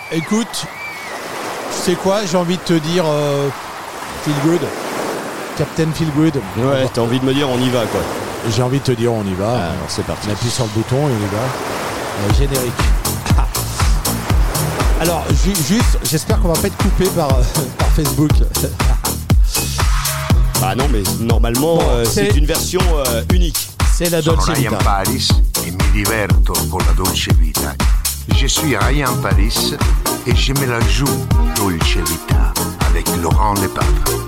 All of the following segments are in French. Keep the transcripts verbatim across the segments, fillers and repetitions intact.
écoute, tu sais quoi, j'ai envie de te dire euh, feel good, Captain Feel Good. Ouais, t'as envie de me dire on y va quoi. J'ai envie de te dire on y va. Ah, alors c'est parti. On appuie sur le bouton et on y va. Euh, générique. Alors, ju- juste, j'espère qu'on va pas être coupé par, euh, par Facebook. Ah non, mais normalement, Bon, euh, c'est... c'est une version euh, unique. C'est la Dolce Sono Vita. Ryan Paris et mi diverto con la Dolce Vita. Je suis Ryan Paris et je me la joue Dolce Vita avec Laurent Lepape.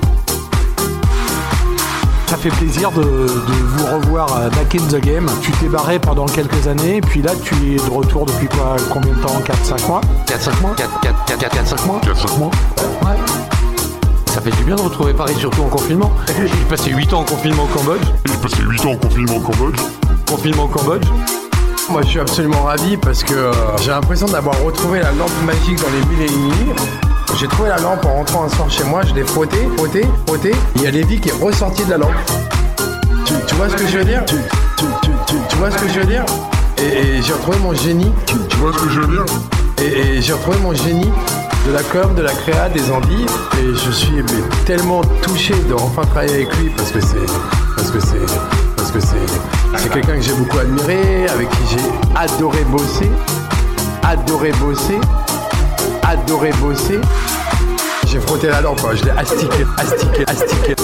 Ça fait plaisir de, de vous revoir back in the game. Tu t'es barré pendant quelques années, puis là tu es de retour depuis quoi, combien de temps? quatre cinq mois quatre cinq mois quatre cinq mois quatre cinq mois Ouais. Ça fait du bien de retrouver Paris, surtout en confinement. J'ai passé huit ans en confinement au Cambodge. J'ai passé huit ans en confinement au Cambodge. Confinement au Cambodge. Moi je suis absolument ravi parce que euh, j'ai l'impression d'avoir retrouvé la lampe magique dans les mille et une nuits. J'ai trouvé la lampe en rentrant un soir chez moi, je l'ai frottée, frottée, frottée. Il y a Lévi qui est ressorti de la lampe. Tu, tu vois ce que je veux dire tu, tu, tu, tu, tu vois ce que je veux dire et, et j'ai retrouvé mon génie. Tu, tu vois ce que je veux dire et, et j'ai retrouvé mon génie de la com, de la créa, des envies. Et je suis mais, tellement touché de enfin travailler avec lui parce que c'est... Parce que c'est... Parce que c'est... C'est quelqu'un que j'ai beaucoup admiré, avec qui j'ai adoré bosser. Adoré bosser. Adoré bosser. J'ai frotté la lampe, je l'ai astiqué, astiqué, astiqué.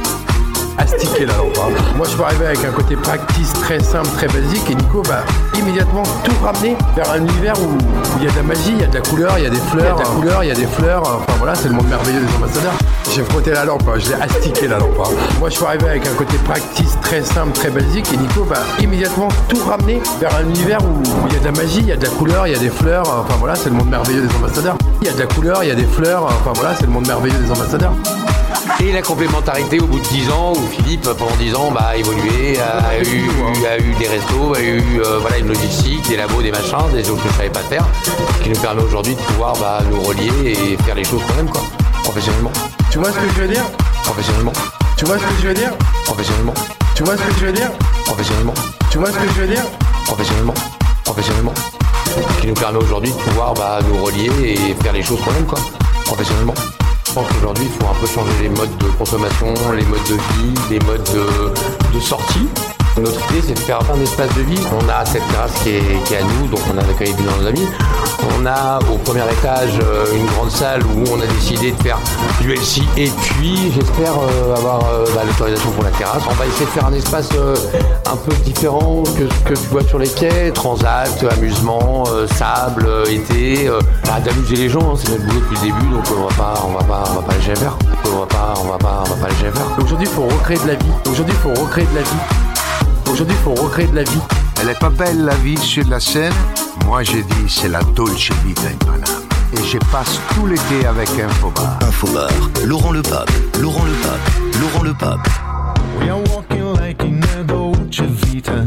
Astiqué la lampe. Hein. Moi je peux arriver avec un côté practice très simple, très basique et Nico va immédiatement tout ramener vers un univers où il y a de la magie, il y a de la couleur, il y a des fleurs, il y a de la couleur, il y a des fleurs, enfin voilà, c'est le monde merveilleux des ambassadeurs. J'ai frotté la lampe, je l'ai astiqué la lampe. Hein. Moi je peux arriver avec un côté practice très simple, très basique et Nico va immédiatement tout ramener vers un univers où il y a de la magie, il y a de la couleur, il y a des fleurs, enfin voilà, c'est le monde merveilleux des ambassadeurs. Il y a de la couleur, il y a des fleurs, enfin voilà, c'est le monde merveilleux des ambassadeurs. Et la complémentarité au bout de dix ans, où Philippe, pendant dix ans, bah, a évolué, a, a, eu, a eu des restos, a eu euh, voilà, une logistique, des labos, des machins, des choses que je ne savais pas faire, qui nous permet aujourd'hui de pouvoir bah, nous relier et faire les choses qu'on aime, quoi, professionnellement. Tu vois ce que je veux dire Professionnellement. Tu vois ce que je veux dire Professionnellement. Tu vois ce que je veux dire Professionnellement. Tu vois ce que je veux dire Professionnellement. Professionnellement. Qui nous permet aujourd'hui de pouvoir bah, nous relier et faire les choses qu'on aime, quoi, professionnellement. Je pense qu'aujourd'hui, il faut un peu changer les modes de consommation, les modes de vie, les modes de, de sortie. Notre idée, c'est de faire un espace de vie. On a cette terrasse qui est, qui est à nous, donc on a accueilli nos amis. On a au premier étage une grande salle où on a décidé de faire du L C. Et puis, j'espère euh, avoir euh, bah, l'autorisation pour la terrasse. On va essayer de faire un espace euh, un peu différent que ce que tu vois sur les quais. Transat, amusement, euh, sable, euh, été. Euh, bah, d'amuser les gens, hein, c'est notre boulot depuis le début, donc on va pas, on va pas, on va pas les faire. On va pas, on va pas, on va pas les faire. Aujourd'hui, il faut recréer de la vie. Aujourd'hui, il faut recréer de la vie. Aujourd'hui, il faut recréer de la vie. Elle est pas belle la vie sur la scène. Moi, j'ai dit c'est la Dolce Vita in Paname. Et je passe tout l'été avec Infobar. Infobar, Laurent Lepape, Laurent Lepape, Laurent Lepape. We are walking like in a Dolce Vita.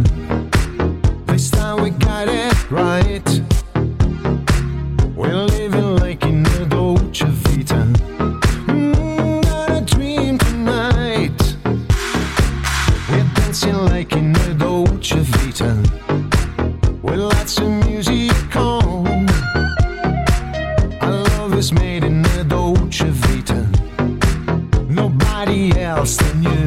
This time we got it right. We're living like in a Dolce Vita. Mm, got a dream tonight. We're dancing like in a Dolce Vita. With lots of music on. Our love is made in a Dolce Vita. Nobody else than you.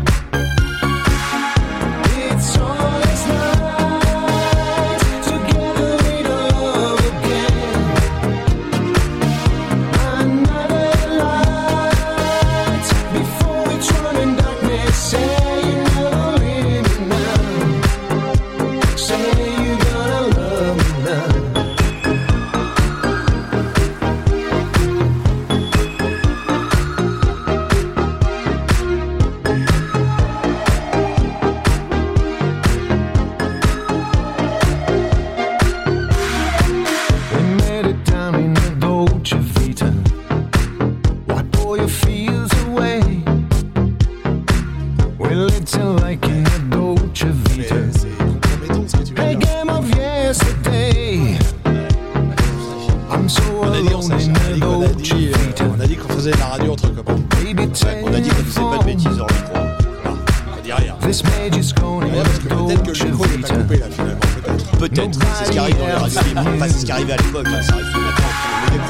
It's always night. Together we love again. Another light. Before we drown in darkness. Say you never leave me now. Say you gonna love me now. We made it down in a Dolce Vita. Wipe all your fears away. We're living like in a Dolce Vita. A game of yesterday. I'm so alone in a Dolce Vita. On a dit qu'on faisait de la radio entre copains. Baby, take On a dit qu'on disait pas de bêtises hors micro. Voilà, on dit rien. this magic's gone in Ouais, parce que a peut-être que Dolce le micro n'est pas coupé Vita. là finalement. Peut-être. Peut-être, c'est ce qui arrive dans les radios libres. Enfin, c'est ce qui arrivait à l'époque, hein, ça arrive plus maintenant.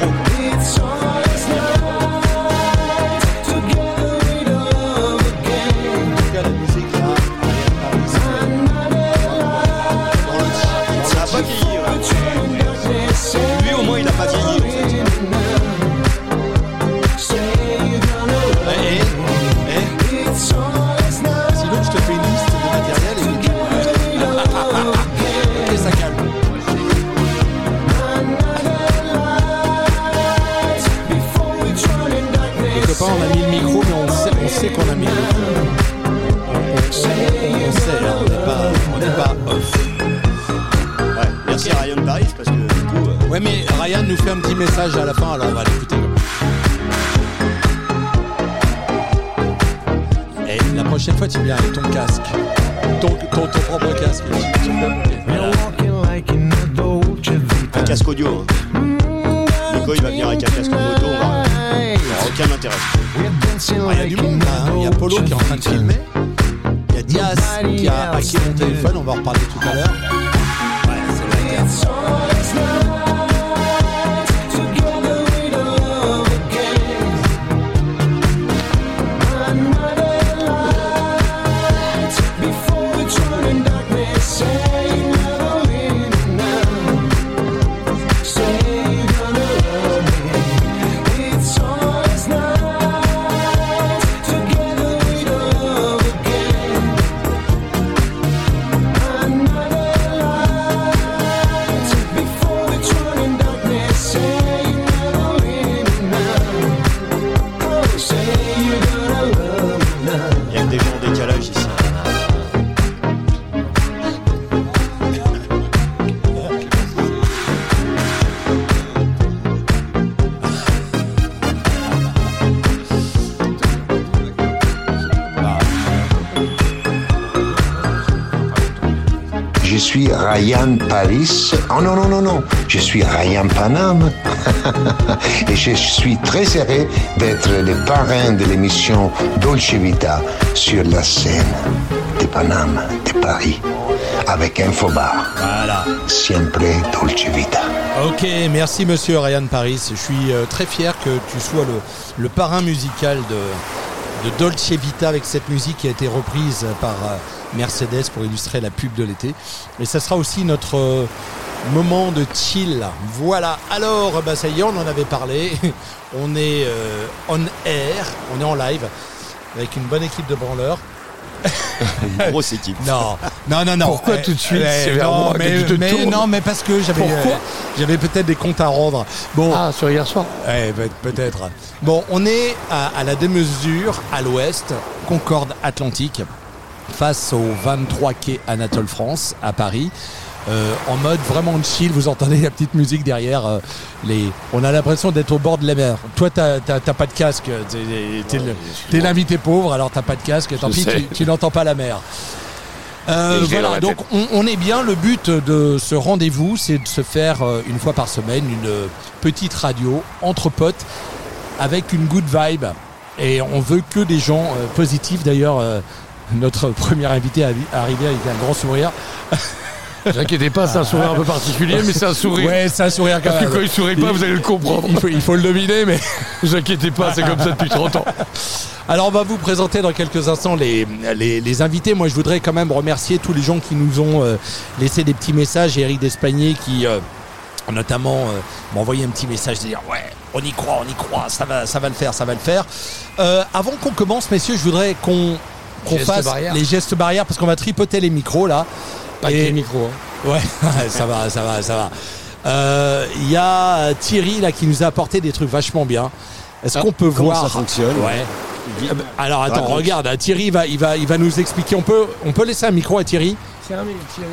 pas on a mis le micro, mais on sait, on sait qu'on a mis le micro. On, on, on, on sait, hein, on n'est pas, on n'est pas off. Ouais, merci à Ryan Paris parce que du coup. Euh... Ouais, mais Ryan nous fait un petit message à la fin, alors on va l'écouter. Et la prochaine fois, tu viens avec ton casque, ton, ton, ton propre casque. Voilà. Un casque audio. Hein. Nico, il va venir avec un casque moto, on va. Il n'aura aucun intérêt. Il y a du monde là, hein. Il y a Polo qui est en train de filmer. Il y a Diaz qui a hacké mon téléphone, on va en reparler tout à l'heure. Ouais, c'est la guerre. Je suis Ryan Paris. Oh non, non, non, non. Je suis Ryan Paname. Et je suis très heureux d'être le parrain de l'émission Dolce Vita sur la scène de Paname, de Paris, avec Infobar. Voilà. Siempre Dolce Vita. Ok, merci monsieur Ryan Paris. Je suis euh, très fier que tu sois le, le parrain musical de, de Dolce Vita avec cette musique qui a été reprise par euh, Mercedes pour illustrer la pub de l'été. Et ça sera aussi notre euh, moment de chill. Voilà. Alors, bah, ça y est, on en avait parlé. On est euh, on air, on est en live avec une bonne équipe de branleurs. Une grosse équipe. Non, non, non, non. Pourquoi tout de suite euh, c'est vers non, moi mais, que tu te mais tournes non, mais parce que j'avais, euh, j'avais peut-être des comptes à rendre. Bon. Ah, sur hier soir. Ouais, peut-être. Bon, on est à, à la démesure, à l'ouest, Concorde Atlantique, face au vingt-trois quai Anatole France à Paris. Euh, en mode vraiment chill, vous entendez la petite musique derrière. Euh, les... On a l'impression d'être au bord de la mer. Toi, t'as, t'as, t'as pas de casque, t'es, t'es, ouais, le, t'es l'invité pauvre, alors t'as pas de casque. Tant pis, tu, tu n'entends pas la mer. Euh, voilà, donc on, on est bien. Le but de ce rendez-vous, c'est de se faire euh, une fois par semaine une euh, petite radio entre potes avec une good vibe. Et on veut que des gens euh, positifs. D'ailleurs, euh, notre premier invité est arrivé avec un grand sourire. Ne vous inquiétez pas, c'est un sourire un peu particulier, mais c'est un sourire. Ouais, c'est un sourire quand Parce même. que quand il sourit pas, vous allez le comprendre. Il faut, il faut le deviner, mais. Ne vous inquiétez pas, c'est comme ça depuis trente ans. Alors, on va vous présenter dans quelques instants les, les, les invités. Moi, je voudrais quand même remercier tous les gens qui nous ont euh, laissé des petits messages. Eric Despagné qui, euh, notamment, euh, m'a envoyé un petit message de dire ouais, on y croit, on y croit, ça va, ça va le faire, ça va le faire. Euh, avant qu'on commence, messieurs, je voudrais qu'on, qu'on fasse barrières. les gestes barrières parce qu'on va tripoter les micros là. Pas et... les micros. Hein. Ouais, ça va, ça va, ça va. Il euh, y a Thierry là qui nous a apporté des trucs vachement bien. Est-ce ah, qu'on peut comment voir ça fonctionne? Ouais. Alors attends, ah, regarde, Thierry va, il va, il va nous expliquer. On peut, on peut laisser un micro à Thierry. C'est un Thierry.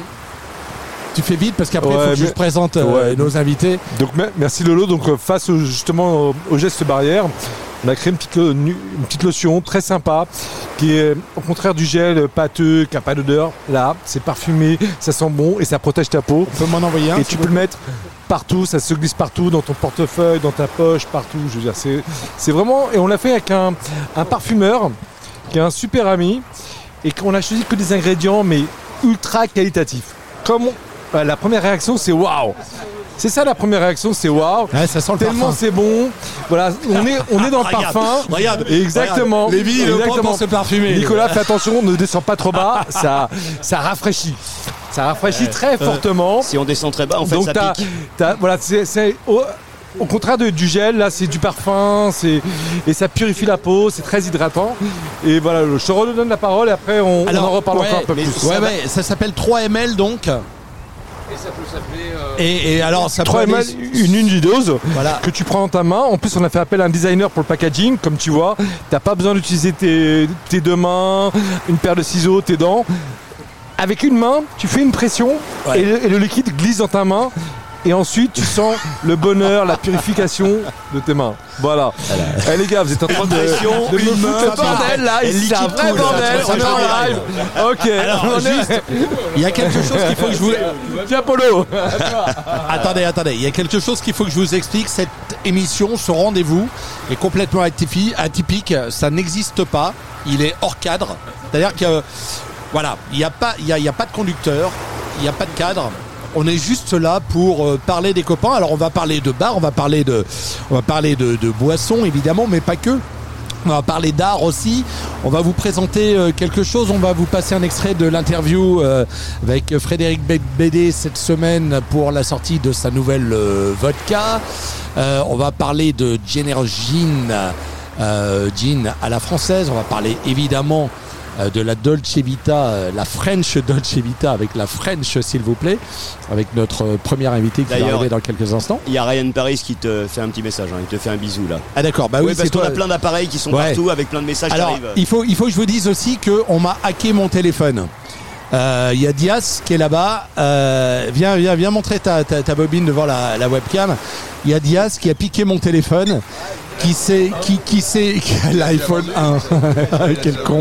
Tu fais vite parce qu'après il ouais, faut que mais... je présente euh, ouais. nos invités. Donc merci Lolo. Donc face au, justement aux gestes barrières, on a créé une petite, une petite lotion très sympa qui est au contraire du gel pâteux, qui n'a pas d'odeur. Là, c'est parfumé, ça sent bon et ça protège ta peau. On peut m'en envoyer un. Et tu peux le mettre partout, ça se glisse partout, dans ton portefeuille, dans ta poche, partout. Je veux dire, c'est, c'est vraiment. Et on l'a fait avec un, un parfumeur qui est un super ami et qu'on a choisi que des ingrédients mais ultra qualitatifs. Comme on, la première réaction, c'est waouh. C'est ça la première réaction, c'est waouh. Ouais, ça sent le tellement parfum. C'est bon. Voilà, on est on est dans le regarde, parfum. Regarde. Exactement. Lévi, il est pour se parfumer. Nicolas, fais attention, ne descends pas trop bas, ça ça rafraîchit. Ça rafraîchit ouais. très euh, fortement. Si on descend très bas, en fait donc ça t'as, pique. T'as, voilà, c'est, c'est au, au contraire de, du gel, là c'est du parfum, c'est et ça purifie la peau, c'est très hydratant. Et voilà, je te redonne la parole et après on, Alors, on en reparle ouais, encore un peu plus. Ouais, ouais, ça s'appelle trois millilitres donc. Et ça peut s'appeler. Euh... Et, et alors, ça trois peut M L, aller... une une vidéose voilà. que tu prends dans ta main. En plus, on a fait appel à un designer pour le packaging. Comme tu vois, t'as pas besoin d'utiliser tes, tes deux mains, une paire de ciseaux, tes dents. Avec une main, tu fais une pression ouais. et, le, et le liquide glisse dans ta main. Et ensuite, tu sens le bonheur, la purification de tes mains. Voilà. voilà. Eh les gars, vous êtes en train de, de me foutre le bordel là. C'est un vrai bordel. On est en live. Ok. Alors, juste, il y a quelque chose qu'il faut que je vous... Tiens, Polo. Attendez, attendez. Il y a quelque chose qu'il faut que je vous explique. Cette émission, ce rendez-vous est complètement atypique. Ça n'existe pas. Il est hors cadre. C'est-à-dire que, voilà, il n'y a pas, il y a, il y a pas de conducteur. Il n'y a pas de cadre. On est juste là pour euh, parler des copains. Alors on va parler de bar, on va parler de, on va parler de, de boissons évidemment, mais pas que. On va parler d'art aussi. On va vous présenter euh, quelque chose. On va vous passer un extrait de l'interview euh, avec Frédéric Bédé cette semaine pour la sortie de sa nouvelle euh, vodka. Euh, on va parler de Jenner Gin, euh, gin à la française. On va parler évidemment de la Dolce Vita, la French Dolce Vita avec la French s'il vous plaît, avec notre premier invité qui va arriver dans quelques instants. Il y a Ryan Paris qui te fait un petit message, hein. Il te fait un bisou là. Ah d'accord, bah oui, oui parce c'est qu'on toi. a plein d'appareils qui sont ouais. partout avec plein de messages Alors, qui arrivent. Il faut, il faut que je vous dise aussi qu'on m'a hacké mon téléphone. Il euh, y a Diaz qui est là-bas. Euh, viens, viens, viens montrer ta, ta, ta bobine devant la, la webcam. Il y a Diaz qui a piqué mon téléphone. Qui sait, qui, qui sait, l'iPhone un. Quel con.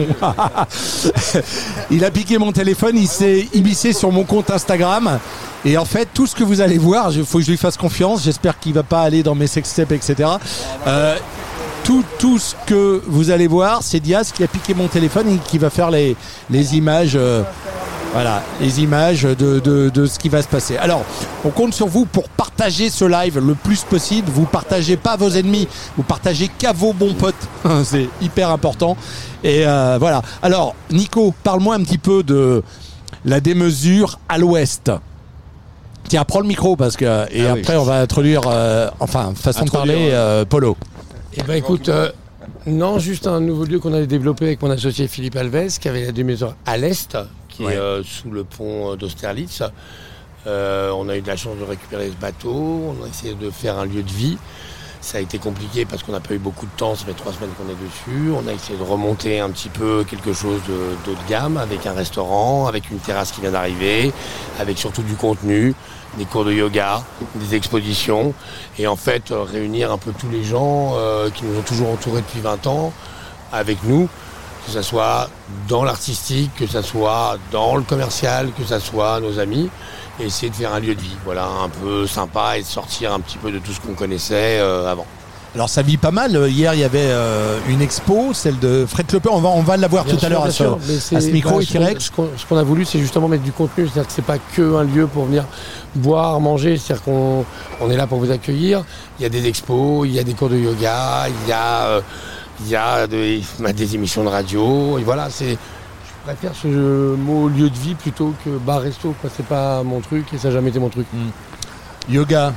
Il a piqué mon téléphone, il s'est immiscé sur mon compte Instagram. Et en fait, tout ce que vous allez voir, il faut que je lui fasse confiance. J'espère qu'il va pas aller dans mes sextapes, et cetera. Euh, tout, tout ce que vous allez voir, c'est Diaz qui a piqué mon téléphone et qui va faire les, les images. Euh, Voilà, les images de, de, de ce qui va se passer. Alors, on compte sur vous pour partager ce live le plus possible. Vous partagez pas vos ennemis, vous partagez qu'à vos bons potes. C'est hyper important. Et euh, voilà. Alors, Nico, parle-moi un petit peu de la démesure à l'ouest. Tiens, prends le micro parce que et ah après oui. on va introduire, euh, enfin, façon introduire, de parler, euh, Polo. Eh ben, écoute. Euh... Non, juste un nouveau lieu qu'on avait développé avec mon associé Philippe Alves, qui avait la démesure à l'est, qui ouais. est euh, sous le pont d'Austerlitz. Euh, on a eu de la chance de récupérer ce bateau, on a essayé de faire un lieu de vie. Ça a été compliqué parce qu'on n'a pas eu beaucoup de temps, ça fait trois semaines qu'on est dessus. On a essayé de remonter un petit peu quelque chose de, d'eau de gamme, avec un restaurant, avec une terrasse qui vient d'arriver, avec surtout du contenu, des cours de yoga, des expositions, et en fait euh, réunir un peu tous les gens euh, qui nous ont toujours entourés depuis vingt ans avec nous, que ce soit dans l'artistique, que ce soit dans le commercial, que ce soit nos amis, et essayer de faire un lieu de vie, voilà, un peu sympa et de sortir un petit peu de tout ce qu'on connaissait euh, avant. Alors ça vit pas mal. Hier il y avait euh, une expo, celle de Fred Clopin. On va on va la voir bien tout sûr, à l'heure à ce, à ce micro. Bah, ce, qu'on, ce qu'on a voulu, c'est justement mettre du contenu. C'est-à-dire que c'est pas que un lieu pour venir boire, manger. C'est-à-dire qu'on on est là pour vous accueillir. Il y a des expos, il y a des cours de yoga, il y a euh, il y a des, des émissions de radio. Et voilà, c'est. Je préfère ce mot lieu de vie plutôt que bar resto. Quoi. C'est pas mon truc et ça n'a jamais été mon truc. Mmh. Yoga.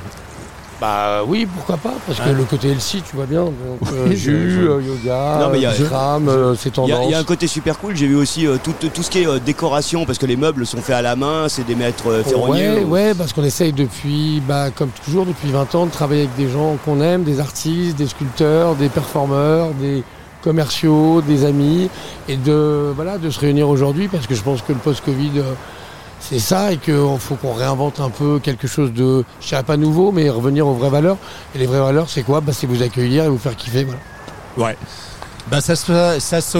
Bah oui, pourquoi pas, parce que ah. le côté healthy, tu vois bien, donc euh, jus, euh, yoga, non, mais y a, tram, euh, c'est tendance. Il y, y a un côté super cool, j'ai vu aussi euh, tout, tout ce qui est euh, décoration, parce que les meubles sont faits à la main, c'est des maîtres euh, ferronniers. Ouais, ou... ouais, parce qu'on essaye depuis, bah, comme toujours, depuis vingt ans, de travailler avec des gens qu'on aime, des artistes, des sculpteurs, des performeurs, des commerciaux, des amis, et de, voilà, de se réunir aujourd'hui, parce que je pense que le post-Covid... Euh, c'est ça, et qu'il faut qu'on réinvente un peu quelque chose de, je dirais pas nouveau, mais revenir aux vraies valeurs. Et les vraies valeurs, c'est quoi ? Bah, c'est vous accueillir et vous faire kiffer. Voilà. Ouais. Bah ça se ça se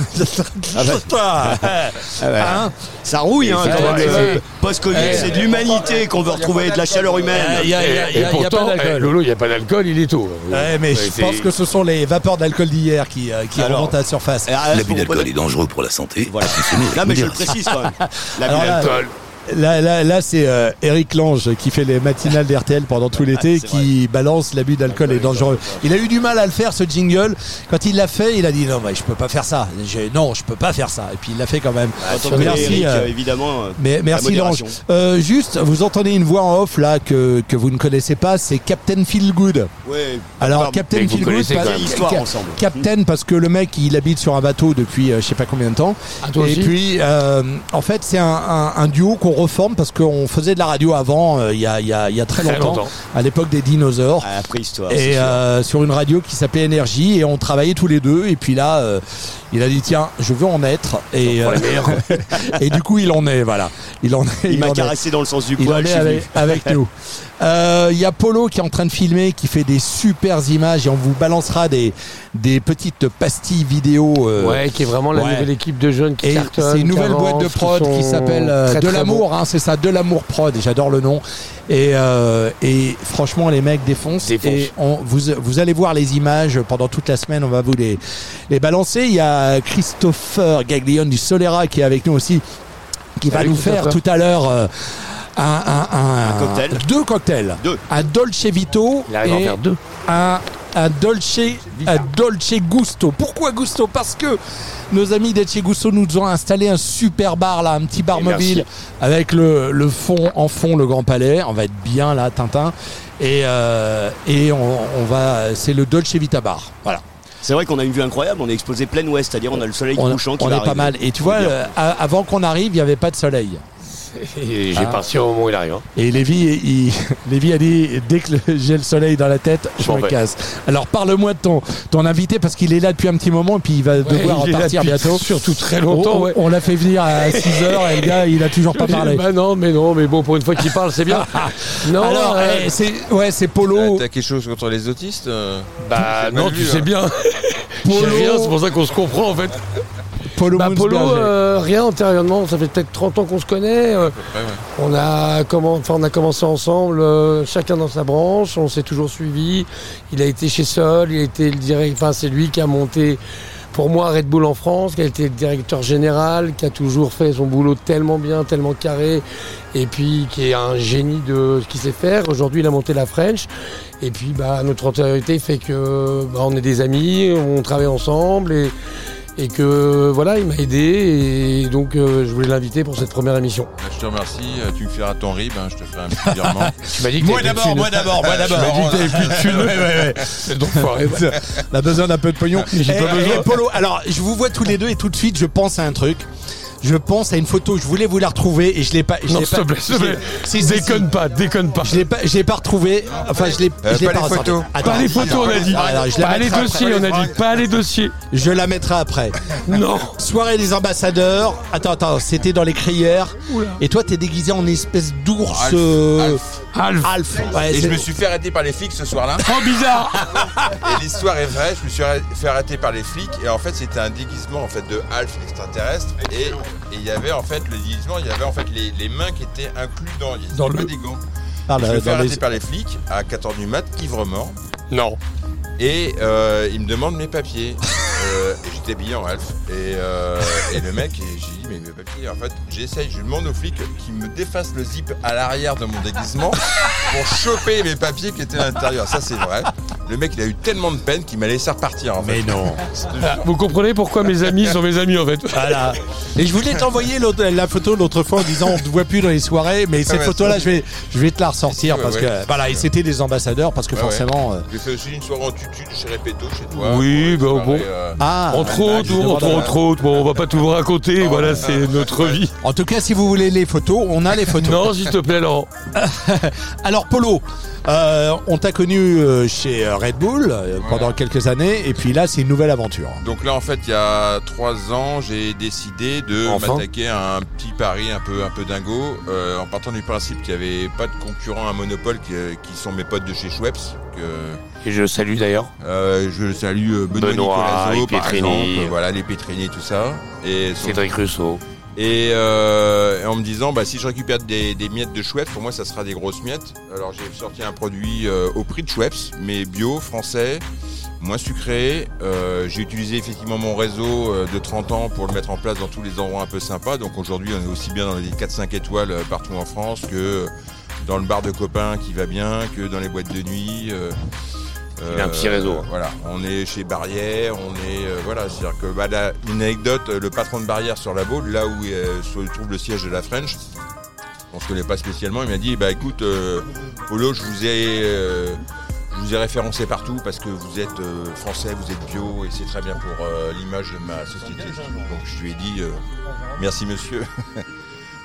ah bah. ah bah. hein ça rouille hein, ouais, post-Covid, eh, c'est de l'humanité qu'on veut retrouver, de la chaleur humaine. Il y a, y a, y a, et, et pourtant, y a pas d'alcool. Lolo, il n'y a pas d'alcool, il est tôt. Ouais, mais ouais, je c'est... pense que ce sont les vapeurs d'alcool d'hier qui, qui Alors, remontent à la surface. L'abus d'alcool est dangereux pour la santé. Voilà. Là, mais je le précise quand même. L'abus d'alcool. Là, là, là, c'est euh, Eric Lange qui fait les matinales d'R T L pendant tout l'été, ah, qui vrai. balance l'abus d'alcool est dangereux. Il a eu du mal à le faire, ce jingle. Quand il l'a fait, il a dit non, mais je peux pas faire ça. J'ai, non, je peux pas faire ça. Et puis il l'a fait quand même. Ah, merci, Eric, euh, évidemment. Mais merci Lange. Euh, juste, vous entendez une voix en off là que que vous ne connaissez pas, c'est Captain Feelgood. Ouais. Alors Captain Feelgood, histoire ensemble. Captain parce que le mec il habite sur un bateau depuis euh, je sais pas combien de temps. Ah, toi et aussi puis euh, en fait c'est un, un, un duo qu'on reforme parce qu'on faisait de la radio avant, euh, il y, a, y, a, y a très, Très longtemps, longtemps. à l'époque des dinosaures. À la préhistoire. Et euh, sur une radio qui s'appelait Énergie, et on travaillait tous les deux. Et puis là, euh, il a dit tiens, je veux en être. Et, euh, et du coup, il en est, voilà. Il en est. Il, il m'a en caressé est. dans le sens du il poil. en est avec, avec nous. Il euh, y a Polo qui est en train de filmer, qui fait des super images, et on vous balancera des, des petites pastilles vidéo. Euh, Ouais, qui est vraiment la ouais. nouvelle équipe de jeunes qui Et cartonnent. c'est une nouvelle qui boîte de avancent, prod qui sont s'appelle euh, très, De très l'amour, bons. hein, c'est ça, De l'amour prod. Et j'adore le nom. Et, euh, et franchement, les mecs défoncent. Défonce. Et on, vous, vous allez voir les images pendant toute la semaine. On va vous les, les balancer. Il y a Christopher Gaglione du Solera qui est avec nous aussi, qui va Salut, nous faire Christopher. tout à l'heure euh, un, un, un, Un cocktail. deux cocktails. Deux. Un Dolce Vito Il arrive à en et faire deux. un, un Dolce, un Dolce Gusto. Pourquoi Gusto? Parce que nos amis d'Etche Gusto nous ont installé un super bar là, un petit bar Et mobile merci. avec le, le fond en fond, le Grand Palais. On va être bien là, Tintin. Et, euh, et on, on va, c'est le Dolce Vita Bar. Voilà. C'est vrai qu'on a une vue incroyable, on est exposé plein ouest, c'est-à-dire on a le soleil On, couchant qui on va est pas arriver. mal. Et tu Faut vois, dire. euh, a- avant qu'on arrive, il n'y avait pas de soleil. Et j'ai Ah. parti au moment où il arrive. hein. Et Lévi, il, Lévi a dit dès que le- j'ai le soleil dans la tête, je Je m'en me vais. casse. Alors parle-moi de ton, ton invité parce qu'il est là depuis un petit moment et puis il va devoir il est là repartir depuis bientôt. surtout très longtemps, On, ouais. on l'a fait venir à six heures et le gars, il a toujours pas parlé. Bah non, mais non, mais bon, pour une fois qu'il parle, c'est bien. Non, Alors, euh, eh, c'est ouais, c'est Polo. Euh, T'as quelque chose contre les autistes euh bah j'ai non, mal tu vu, sais hein. bien. Polo. J'ai rien, c'est pour ça qu'on se comprend en fait. Polo Bah Polo, Moonsberger. euh, rien antérieurement, ça fait peut-être trente ans qu'on se connaît. euh, Ouais, ouais. on, a commen- enfin, on a commencé ensemble, euh, chacun dans sa branche, on s'est toujours suivi. Il a été chez Sol, il a été le direct, enfin c'est lui qui a monté pour moi Red Bull en France, qui a été le directeur général, qui a toujours fait son boulot tellement bien, tellement carré, et puis qui est un génie de ce qu'il sait faire. Aujourd'hui, il a monté la French, et puis bah, notre antériorité fait que bah, on est des amis, on travaille ensemble, et, et que voilà, il m'a aidé, et donc euh, je voulais l'inviter pour cette première émission. Bah, je te remercie, euh, tu me feras ton rib, hein, je te ferai un petit virement. Tu m'as dit que Moi t'avais d'abord, plus de moi d'abord, moi d'abord. Tu m'as dit que t'avais plus de thunes. Ouais, ouais, ouais. Donc, faut arrêter. On a besoin d'un peu de pognon. J'ai pas Eh, besoin. eh, Polo, alors je vous vois tous les deux et tout de suite je pense à un truc. Je pense à une photo, je voulais vous la retrouver et je l'ai pas. je Non, l'ai s'il te pas- plaît, s'il te je l'ai- plaît. si, si, Déconne pas, déconne pas. Je l'ai pas, je l'ai pas retrouvé. Enfin, je l'ai. Euh, je l'ai pas les ressorti. photos. Attends, Pas les photos, on a dit. alors, je la Pas les mettrai dossiers, après. on a dit. Pas les dossiers. Je la mettrai après. Non. Soirée des ambassadeurs. Attends, attends, c'était dans les crières. Et toi, t'es déguisé en espèce d'ours. Alf, euh, Alf. Alf. Ouais, Et c'est- je me suis fait arrêter par les flics ce soir-là. Oh, bizarre. Et l'histoire est vraie, je me suis fait arrêter par les flics et en fait c'était un déguisement en fait de Alf l'extraterrestre et et il y avait en fait le déguisement, il y avait en fait les, les mains qui étaient inclus dans, il y Dans avait le- pas des gants. Ah, je là, me fais dans arrêter les- par les flics à quatre heures du mat, ivre mort. Non. Et euh, il me demande mes papiers. Euh, et j'étais habillé en Alf. Et, euh, et le mec, et j'ai dit, mais mes papiers, en fait, j'essaye, je demande au flic qu'il me défasse le zip à l'arrière de mon déguisement pour choper mes papiers qui étaient à l'intérieur. Ça, c'est vrai. Le mec, il a eu tellement de peine qu'il m'a laissé repartir, en fait. Mais non. Ah, vous comprenez pourquoi mes amis sont mes amis en fait. Voilà. Et je voulais t'envoyer l'autre- la photo l'autre fois en disant on ne te voit plus dans les soirées, mais cette ouais, photo-là, ça- je vais, je vais te la ressortir Ouais, parce ouais. que voilà, et c'était des ambassadeurs parce que Ouais, ouais. forcément. euh, J'ai fait aussi une soirée en tutu chez Repetto, chez toi. Oui, pour une bah, soirée, bon. euh, Ah. Entre bah, autres, je entre, demande à- entre autres, bon, on va pas tout vous raconter, Oh, voilà, ouais. c'est notre vie. En tout cas, si vous voulez les photos, on a les photos. Non, s'il te plaît, Laurent. Alors Polo, euh, on t'a connu euh, chez euh, Red Bull euh, pendant quelques années, et puis là, c'est une nouvelle aventure. Donc là, en fait, il y a trois ans, j'ai décidé de Enfin. m'attaquer à un petit pari un peu, un peu dingo, euh, en partant du principe qu'il n'y avait pas de concurrents à Monopole qui, euh, qui sont mes potes de chez Schweppes. Que, Et je salue d'ailleurs. euh, je salue euh, Benoît, Benoît, Nicolazzo, les par Petrini. exemple, voilà, les Petrini, tout ça. Et son- Cédric Russo. Et, euh, et en me disant, bah, si je récupère des, des miettes de Schweppes, pour moi, ça sera des grosses miettes. Alors, j'ai sorti un produit euh, au prix de Schweppes, mais bio, français, moins sucré. Euh, j'ai utilisé effectivement mon réseau euh, de trente ans pour le mettre en place dans tous les endroits un peu sympas. Donc, aujourd'hui, on est aussi bien dans les quatre cinq étoiles euh, partout en France que dans le bar de copains qui va bien, que dans les boîtes de nuit. Euh, Il a un petit réseau. euh, voilà, on est chez Barrière, on est euh, voilà, c'est-à-dire que bah, là, une anecdote, le patron de Barrière sur la Baule, là où euh, se trouve le siège de la French, on se connaît pas spécialement, il m'a dit bah écoute, euh, Polo, je vous ai euh, je vous ai référencé partout parce que vous êtes euh, français, vous êtes bio et c'est très bien pour euh, l'image de ma société. Donc je lui ai dit euh, merci monsieur.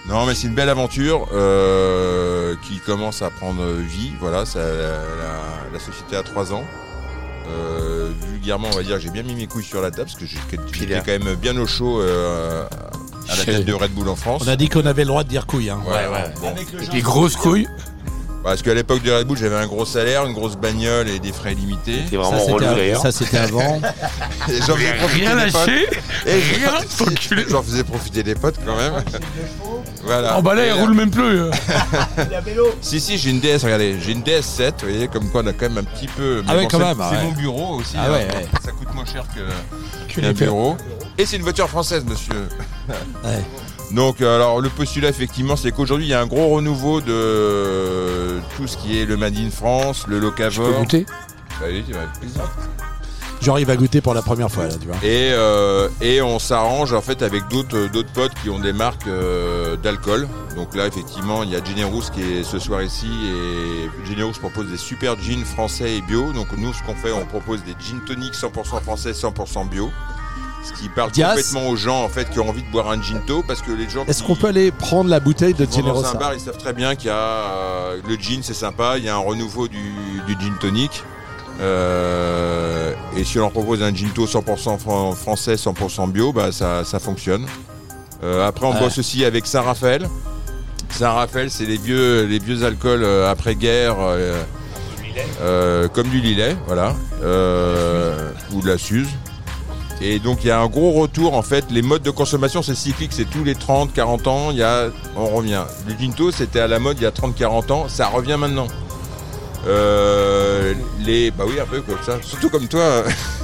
Non, mais c'est une belle aventure euh, qui commence à prendre vie. Voilà, ça, la, la, la société a trois ans. Euh, vulgairement, on va dire que j'ai bien mis mes couilles sur la table parce que j'étais quand même bien au chaud euh, à la tête de Red Bull en France. On a dit qu'on avait le droit de dire couilles. Hein. Ouais, ouais. ouais. Bon. Des grosses couilles. Parce qu'à l'époque de Red Bull, j'avais un gros salaire, une grosse bagnole et des frais illimités. C'était vraiment relou d'ailleurs. Ça, c'était avant. Et j'en faisais profiter Rien des potes. lâché. Et j'en, j'en faisais profiter des potes quand même. Voilà. Oh bah là, il roule même plus. Si, si, j'ai une D S, regardez, j'ai une D S sept, vous voyez, comme quoi on a quand même un petit peu. Ah ouais, bon, quand c'est, même. C'est ouais. mon bureau aussi. Ah hein. ouais, ouais. Ça coûte moins cher que, que qu'un bureau. Et c'est une voiture française, monsieur. Ouais. Donc, alors, le postulat, effectivement, c'est qu'aujourd'hui, il y a un gros renouveau de tout ce qui est le Made in France, le locavore. Je peux goûter ? Bah oui, tu vas avec plaisir. Genre, il va goûter pour la première fois, là, tu vois. Et, euh, et on s'arrange, en fait, avec d'autres, d'autres potes qui ont des marques euh, d'alcool. Donc là, effectivement, il y a Generous qui est ce soir ici. Et Generous propose des super gins français et bio. Donc nous, ce qu'on fait, on propose des gin toniques cent pour cent français, cent pour cent bio. Ce qui parle Dias. complètement aux gens, en fait, qui ont envie de boire un ginto. Parce que les gens Est-ce qui, qu'on peut aller prendre la bouteille de qui vont dans un Generosa ? bar, ils savent très bien qu'il y a euh, le gin, c'est sympa. Il y a un renouveau du, du gin tonique. Euh, et si on leur propose un ginto cent pour cent fran- français, cent pour cent bio, bah ça, ça fonctionne. Euh, après, on Ouais. bosse aussi avec Saint-Raphaël. Saint-Raphaël, c'est les vieux, les vieux alcools euh, après-guerre, euh, euh, comme du Lillet, voilà, euh, ou de la Suze. Et donc, il y a un gros retour, en fait. Les modes de consommation, c'est cyclique, c'est tous les trente, quarante ans, il y a, on revient. Le ginto, c'était à la mode il y a trente, quarante ans, ça revient maintenant. Euh, les bah oui un peu comme ça, surtout comme toi.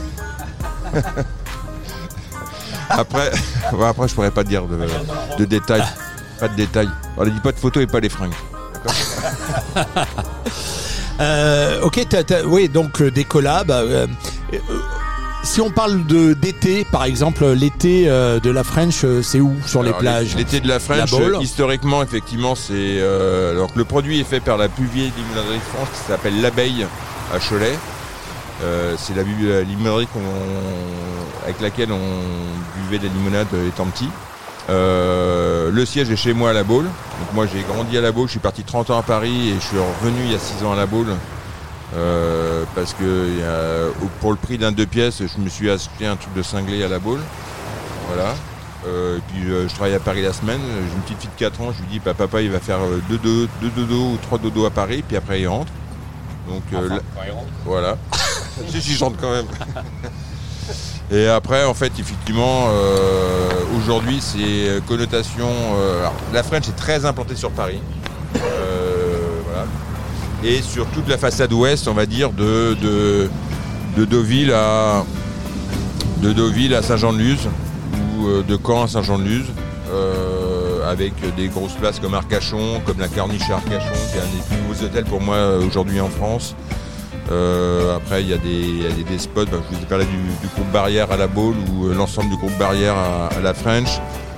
après ouais, après je pourrais pas te dire de, de détails, pas de détails. On ne dit pas de photos et pas les fringues. D'accord. Euh, ok, t'as, t'as, oui, donc euh, des collabs. Euh, euh, si on parle de d'été, par exemple, l'été euh, de la French, euh, c'est où sur Alors, les plages ? L'été de la French, La Baule. euh, historiquement, effectivement, c'est euh, donc le produit est fait par la plus vieille limonaderie de France qui s'appelle l'Abeille à Cholet. Euh, c'est la, la limonaderie qu'on, avec laquelle on buvait des limonades étant petit. Euh, le siège est chez moi à La Baule. Donc moi j'ai grandi à La Baule, je suis parti trente ans à Paris et je suis revenu il y a six ans à La Baule. Euh, parce que y a, pour le prix d'un deux pièces, je me suis acheté un truc de cinglé à La Baule. Voilà. Euh, et puis euh, je travaille à Paris la semaine. J'ai une petite fille de quatre ans, je lui dis bah, papa il va faire deux, deux, deux dodos ou trois dodos à Paris, puis après il rentre. Donc euh, Enfin, là, quand il rentre. voilà. si si je rentre quand même. Et après en fait effectivement euh, aujourd'hui c'est connotation. Euh, alors, la French est très implantée sur Paris. Euh, voilà. Et sur toute la façade ouest, on va dire, de, de, de Deauville à de Deauville à Saint-Jean-de-Luz ou euh, de Caen à Saint-Jean-de-Luz, euh, avec des grosses places comme Arcachon, comme la Corniche à Arcachon, qui est un des plus beaux hôtels pour moi euh, aujourd'hui en France. Euh, après, il y a des, il y a des, des spots, ben, je vous ai parlé du, du groupe Barrière à La Baule ou euh, l'ensemble du groupe Barrière à, à la French,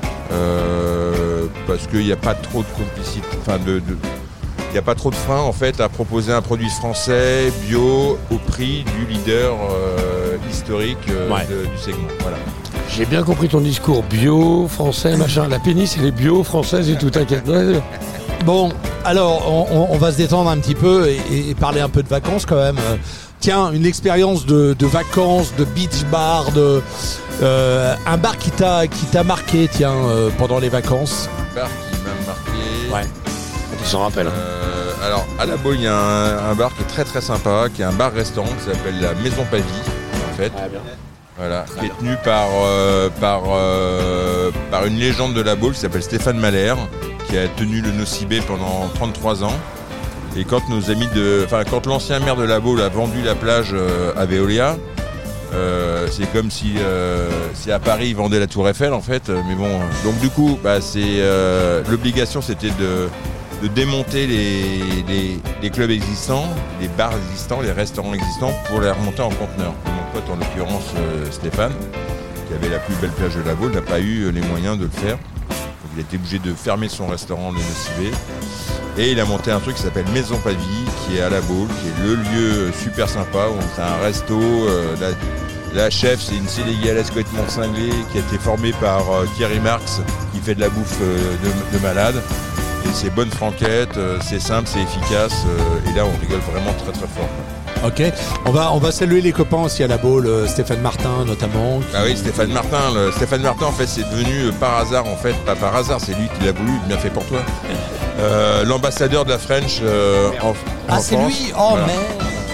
euh, parce qu'il n'y a pas trop de complicité, enfin de, de il n'y a pas trop de frein en fait à proposer un produit français, bio, au prix du leader euh, historique euh, Ouais. de- du segment. Voilà. J'ai bien compris ton discours bio, français, machin. La péniche, elle est bio, française et tout, t'inquiète. Ouais, Bon, alors on, on- on va se détendre un petit peu et, et parler un peu de vacances quand même. Euh, Tiens, une expérience de, de vacances, de beach bar, de euh, un bar qui t'a qui t'a marqué, tiens, euh, pendant les vacances. Un bar qui m'a marqué. Ouais. Tu s'en rappelles. Euh, alors à La Baule, il y a un, un bar qui est très très sympa, qui est un bar-restaurant qui s'appelle la Maison Pavie en fait. Ah, bien. Voilà, qui est tenu par, euh, par, euh, par une légende de La Baule qui s'appelle Stéphane Mahler, qui a tenu le Nocibé pendant trente-trois ans. Et quand nos amis de, enfin quand l'ancien maire de La Baule a vendu la plage euh, à Veolia, euh, c'est comme si, euh, si à Paris ils vendaient la Tour Eiffel en fait. Mais bon, donc du coup, bah, c'est euh, l'obligation c'était de, de démonter les, les, les clubs existants, les bars existants, les restaurants existants pour les remonter en conteneur. Mon pote en l'occurrence euh, Stéphane, qui avait la plus belle plage de La Baule, n'a pas eu les moyens de le faire. Donc il a été obligé de fermer son restaurant le Nocibé. Et il a monté un truc qui s'appelle Maison Pavie, qui est à La Baule, qui est le lieu super sympa, où c'est un resto, euh, la, La chef, c'est une sénégalaise complètement cinglée qui a été formée par euh, Thierry Marx, qui fait de la bouffe euh, de, de malade. Et c'est bonne franquette, euh, c'est simple, c'est efficace. Euh, et là, on rigole vraiment très très fort. Ok, on va, on va saluer les copains aussi à la boule, euh, Stéphane Martin notamment. Qui... Ah oui, Stéphane Martin. Le, Stéphane Martin, en fait, c'est devenu euh, par hasard, en fait, pas par hasard, c'est lui qui l'a voulu, bien fait pour toi. Euh, l'ambassadeur de la French euh, en, en ah, France. c'est lui. Oh voilà. merde.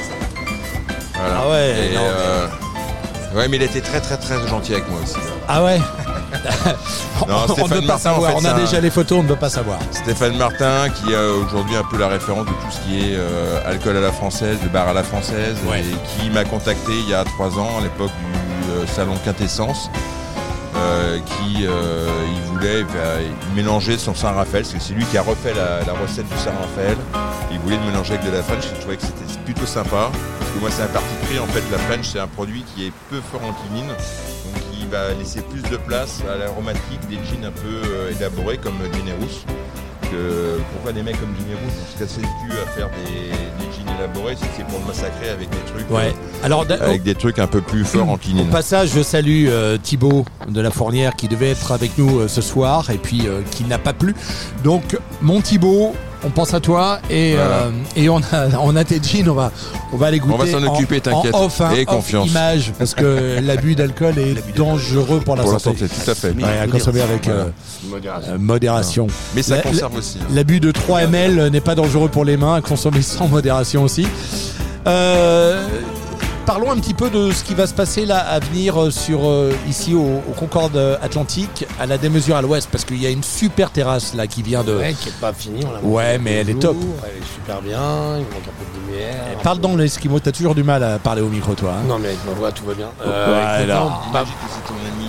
Voilà. Ah ouais. Et, non, euh, ouais, mais il était très très très gentil avec moi aussi. Ah ouais. Non, on Stéphane ne peut pas Martin, savoir. en fait, on a un... déjà les photos, on ne peut pas savoir. Stéphane Martin, qui est aujourd'hui un peu la référence de tout ce qui est euh, alcool à la française, le bar à la française, ouais. et qui m'a contacté il y a trois ans, à l'époque du euh, salon Quintessence, euh, qui euh, il voulait bah, mélanger son Saint-Raphaël, parce que c'est lui qui a refait la, la recette du Saint-Raphaël. Il voulait le mélanger avec de la French, je trouvais que c'était plutôt sympa. Parce que moi, c'est un parti pris. En fait, la French, c'est un produit qui est peu fort en quinine, donc qui va laisser plus de place à l'aromatique des gins un peu euh, élaborés comme Generous. Que, pourquoi des mecs comme Generous vont se casser le cul à faire des, des gins élaborés, c'est que c'est pour le massacrer avec des trucs, ouais. euh, Alors, avec des trucs un peu plus forts en quinine. Au passage, je salue euh, Thibaut de la Fournière qui devait être avec nous euh, ce soir et puis euh, qui n'a pas plu. Donc, mon Thibaut, on pense à toi et, voilà. euh, et on a, on a tes jeans, on va, on va les goûter. On va s'en occuper, t'inquiète. En off, hein, et off confiance. image, parce que l'abus d'alcool est dangereux pour la pour santé. la santé, tout à fait. Ouais, à consommer avec voilà. euh, modération. Euh, modération. Mais ça la, conserve la, aussi. Hein. L'abus de trois millilitres n'est pas dangereux pour les mains, à consommer sans modération aussi. Euh, Parlons un petit peu de ce qui va se passer là à venir sur euh, ici au, au Concorde Atlantique, à la démesure à l'ouest, parce qu'il y a une super terrasse là qui vient de. Ouais, qui est pas finie. On l'a ouais, mais elle est top. Elle est super bien. Il manque un peu de lumière. Et parle dans l'esquimau. T'as toujours du mal à parler au micro, toi. Hein. Non, mais avec ma voix, tout va bien. Euh, ouais, alors. Bah, c'est ton ami.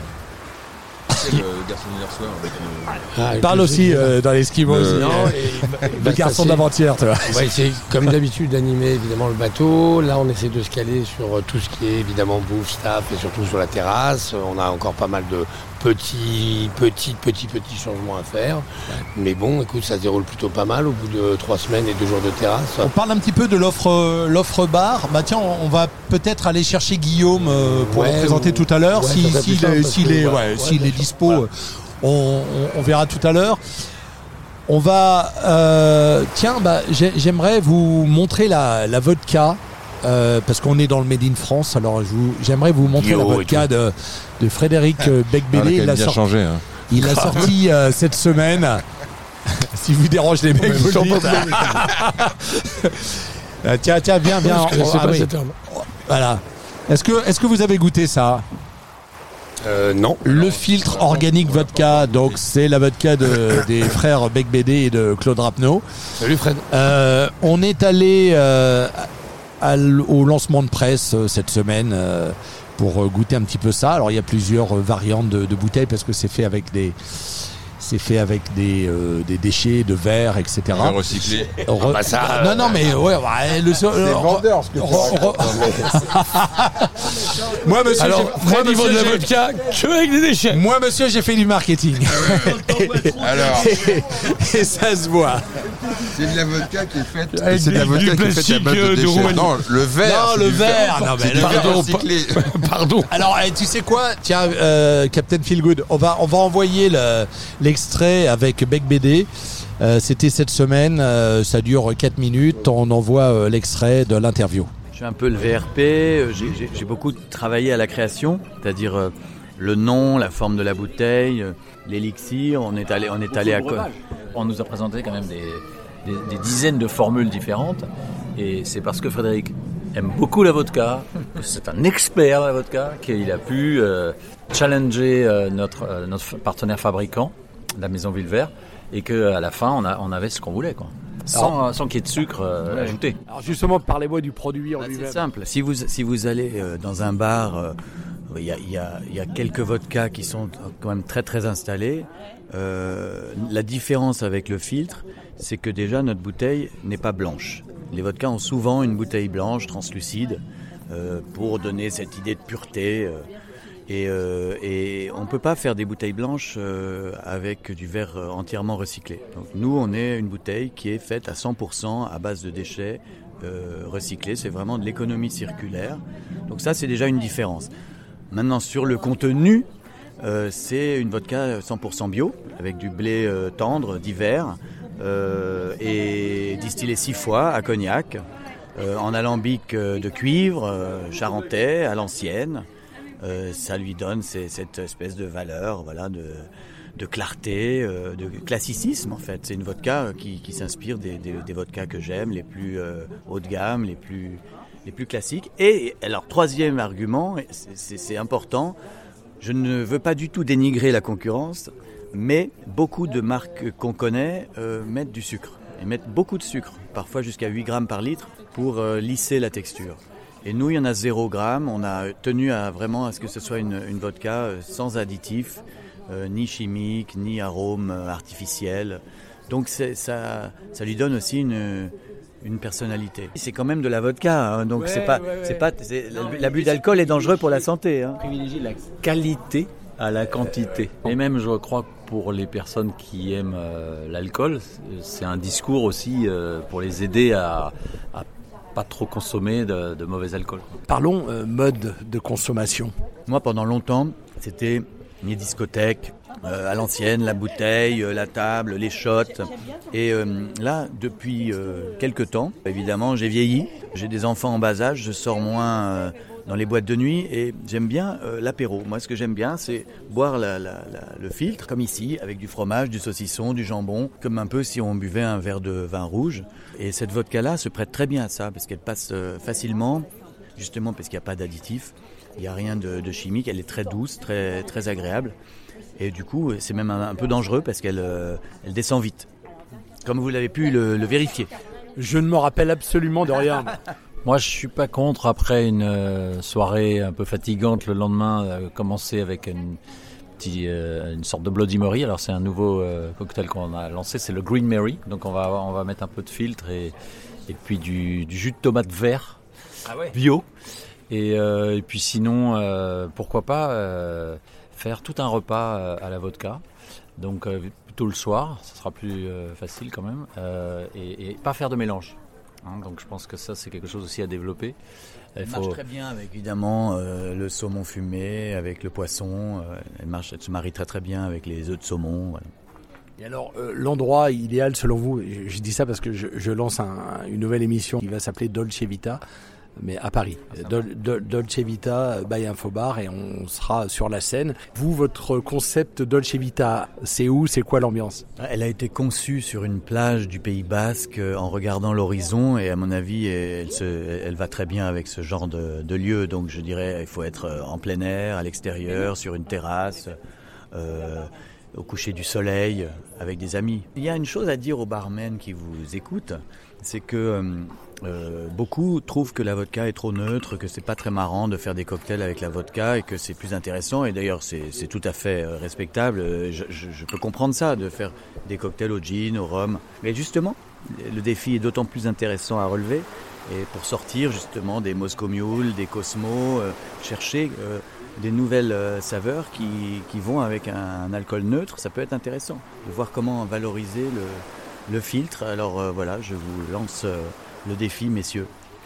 C'est le garçon d'hier soir avec le... ah, parle aussi euh, dans l'esquimau. Euh, non, le garçon d'avant-hier, toi. On va essayer, comme d'habitude, d'animer évidemment le bateau. Là, on essaie de se caler sur tout ce qui est évidemment bouffe, staff et surtout sur la terrasse. On a encore pas mal de petits, petits, petits, petits changements à faire. Mais bon, écoute, ça se déroule plutôt pas mal au bout de trois semaines et deux jours de terrasse. On parle un petit peu de l'offre, l'offre bar. Bah tiens, on, on va peut-être aller chercher Guillaume euh, pour ouais, le présenter ou... tout à l'heure. Ouais, si, s'il est, s'il est, ouais, ouais, s'il est dispo, voilà. on, on, on verra tout à l'heure. On va, euh, tiens, bah, j'aimerais vous montrer la, la vodka. Euh, parce qu'on est dans le Made in France, alors je vous, j'aimerais vous montrer Yo, la vodka de, de Frédéric Becbédé. Il a bien changé. Hein. Il l'a sorti euh, cette semaine. Si vous dérange les mecs, vous le dites. euh, tiens, tiens, viens, viens. Je sais ah, pas oui. ce terme. Voilà. Est-ce que, est-ce que vous avez goûté ça? Euh, non. Le filtre organique vodka, donc c'est la vodka de, des frères Becbédé et de Claude Rapneau. Salut Fred. Euh, on est allé euh, à l- au lancement de presse euh, cette semaine euh, pour euh, goûter un petit peu ça. Alors il y a plusieurs euh, variantes de, de bouteilles parce que c'est fait avec des c'est fait avec des, euh, des déchets de verre, et cetera. Verre recyclé. Re- Ah bah ça, euh, non, non, mais ouais, ouais le, C'est le, vendeur ce que tu re- re- Moi, monsieur, alors, j'ai, Fred, moi, il vend de monsieur, la j'ai- vodka que avec des déchets. moi, monsieur, j'ai fait du marketing. Alors, et, et ça se voit. c'est de la vodka qui est faite. Avec C'est de la du- vodka du qui est faite à plastique, base de euh, de déchets. Roumanie. Non, le verre. Non, c'est le du verre. Non, mais C'est le du verre pardon, recyclé. Pardon. Alors, eh, tu sais quoi? Tiens, euh, Captain Feelgood, on va, on va envoyer le, l'extrait avec Becbédé. Euh, c'était cette semaine, euh, ça dure quatre minutes. On envoie euh, l'extrait de l'interview. Je suis un peu le V R P, euh, j'ai, j'ai, j'ai beaucoup travaillé à la création, c'est-à-dire euh, le nom, la forme de la bouteille, euh, l'élixir. On est allé, on est allé à co- On nous a présenté quand même des, des, des dizaines de formules différentes. Et c'est parce que Frédéric aime beaucoup la vodka, que c'est un expert de la vodka, qu'il a pu euh, challenger euh, notre, euh, notre partenaire fabricant, la Maison Villevert, et qu'à la fin, on, a, on avait ce qu'on voulait, quoi. Sans, Alors, sans qu'il y ait de sucre euh, ouais. ajouté. Alors justement, parlez-moi du produit en Bah, lui-même. c'est simple. Si vous, si vous allez euh, dans un bar, euh, il y, a, il y, a, il y a quelques vodkas qui sont quand même très très installés. Euh, la différence avec le filtre, c'est que déjà notre bouteille n'est pas blanche. Les vodkas ont souvent une bouteille blanche, translucide, euh, pour donner cette idée de pureté. Euh, et, euh, et on ne peut pas faire des bouteilles blanches euh, avec du verre entièrement recyclé. Donc nous, on est une bouteille qui est faite à cent pour cent à base de déchets euh, recyclée, c'est vraiment de l'économie circulaire. Donc ça, c'est déjà une différence. Maintenant, sur le contenu, euh, c'est une vodka cent pour cent bio, avec du blé euh, tendre d'hiver, euh, et distillé six fois à Cognac, euh, en alambic euh, de cuivre, euh, charentais, à l'ancienne. Euh, ça lui donne ces, cette espèce de valeur, voilà, de, de clarté, euh, de classicisme en fait. C'est une vodka qui, qui s'inspire des, des, des vodkas que j'aime, les plus euh, haut de gamme, les plus, les plus classiques. Et alors, troisième argument, c'est, c'est, c'est important, je ne veux pas du tout dénigrer la concurrence, mais beaucoup de marques qu'on connaît euh, mettent du sucre. Ils mettent beaucoup de sucre, parfois jusqu'à huit grammes par litre, pour euh, lisser la texture. Et nous, il y en a zéro gramme. On a tenu à vraiment à ce que ce soit une, une vodka sans additifs, euh, ni chimiques, ni arômes artificiels. Donc c'est, ça, ça lui donne aussi une, une personnalité. C'est quand même de la vodka, hein, donc ouais, c'est pas, ouais, ouais. c'est pas, c'est, non, l'abus d'alcool est dangereux pour la santé. Hein. Privilégier la qualité à la quantité. Et même, je crois que pour les personnes qui aiment euh, l'alcool, c'est un discours aussi euh, pour les aider à, à pas trop consommer de, de mauvais alcool. Parlons euh, mode de consommation. Moi, pendant longtemps, c'était les discothèques, euh, à l'ancienne, la bouteille, euh, la table, les shots. Et euh, là, depuis euh, quelques temps, évidemment, j'ai vieilli. J'ai des enfants en bas âge, je sors moins euh, dans les boîtes de nuit et j'aime bien euh, l'apéro. Moi, ce que j'aime bien, c'est boire la, la, la, le filtre, comme ici, avec du fromage, du saucisson, du jambon, comme un peu si on buvait un verre de vin rouge. Et cette vodka-là se prête très bien à ça, parce qu'elle passe euh, facilement, justement parce qu'il n'y a pas d'additifs, il n'y a rien de, de chimique, elle est très douce, très, très agréable. Et du coup, c'est même un, un peu dangereux parce qu'elle euh, elle descend vite, comme vous l'avez pu le, le vérifier. Je ne me rappelle absolument de rien. Moi, je suis pas contre, après une euh, soirée un peu fatigante le lendemain, euh, commencer avec une, petit, euh, une sorte de Bloody Mary. Alors, c'est un nouveau euh, cocktail qu'on a lancé, c'est le Green Mary. Donc, on va, on va mettre un peu de filtre et, et puis du, du jus de tomate vert, ah ouais. bio. Et, euh, et puis sinon, euh, pourquoi pas euh, faire tout un repas euh, à la vodka. Donc, euh, plutôt le soir, ça sera plus euh, facile quand même. Euh, et, et pas faire de mélange. Hein, donc je pense que ça c'est quelque chose aussi à développer. Elle faut... marche très bien avec évidemment euh, le saumon fumé, avec le poisson. Euh, elle marche, elle se marie très très bien avec les œufs de saumon. Voilà. Et alors euh, l'endroit idéal selon vous, je, je dis ça parce que je, je lance un, une nouvelle émission qui va s'appeler Dolce Vita, mais à Paris. Dol, Dol, Dolce Vita by Infobar et on sera sur la scène. Vous, votre concept Dolce Vita, c'est où, c'est quoi l'ambiance ? Elle a été conçue sur une plage du Pays Basque en regardant l'horizon et à mon avis, elle, se, elle va très bien avec ce genre de, de lieu. Donc je dirais il faut être en plein air, à l'extérieur, sur une terrasse, euh, au coucher du soleil, avec des amis. Il y a une chose à dire aux barmen qui vous écoutent, c'est que euh, Euh, beaucoup trouvent que la vodka est trop neutre, que c'est pas très marrant de faire des cocktails avec la vodka et que c'est plus intéressant. Et d'ailleurs, c'est, c'est tout à fait euh, respectable. Je, je, je peux comprendre ça, de faire des cocktails au gin, au rhum. Mais justement, le défi est d'autant plus intéressant à relever. Et pour sortir justement des Moscow Mule, des Cosmo, euh, chercher euh, des nouvelles euh, saveurs qui, qui vont avec un, un alcool neutre, ça peut être intéressant. De voir comment valoriser le, le filtre. Alors euh, voilà, je vous lance... Euh, le défi, messieurs.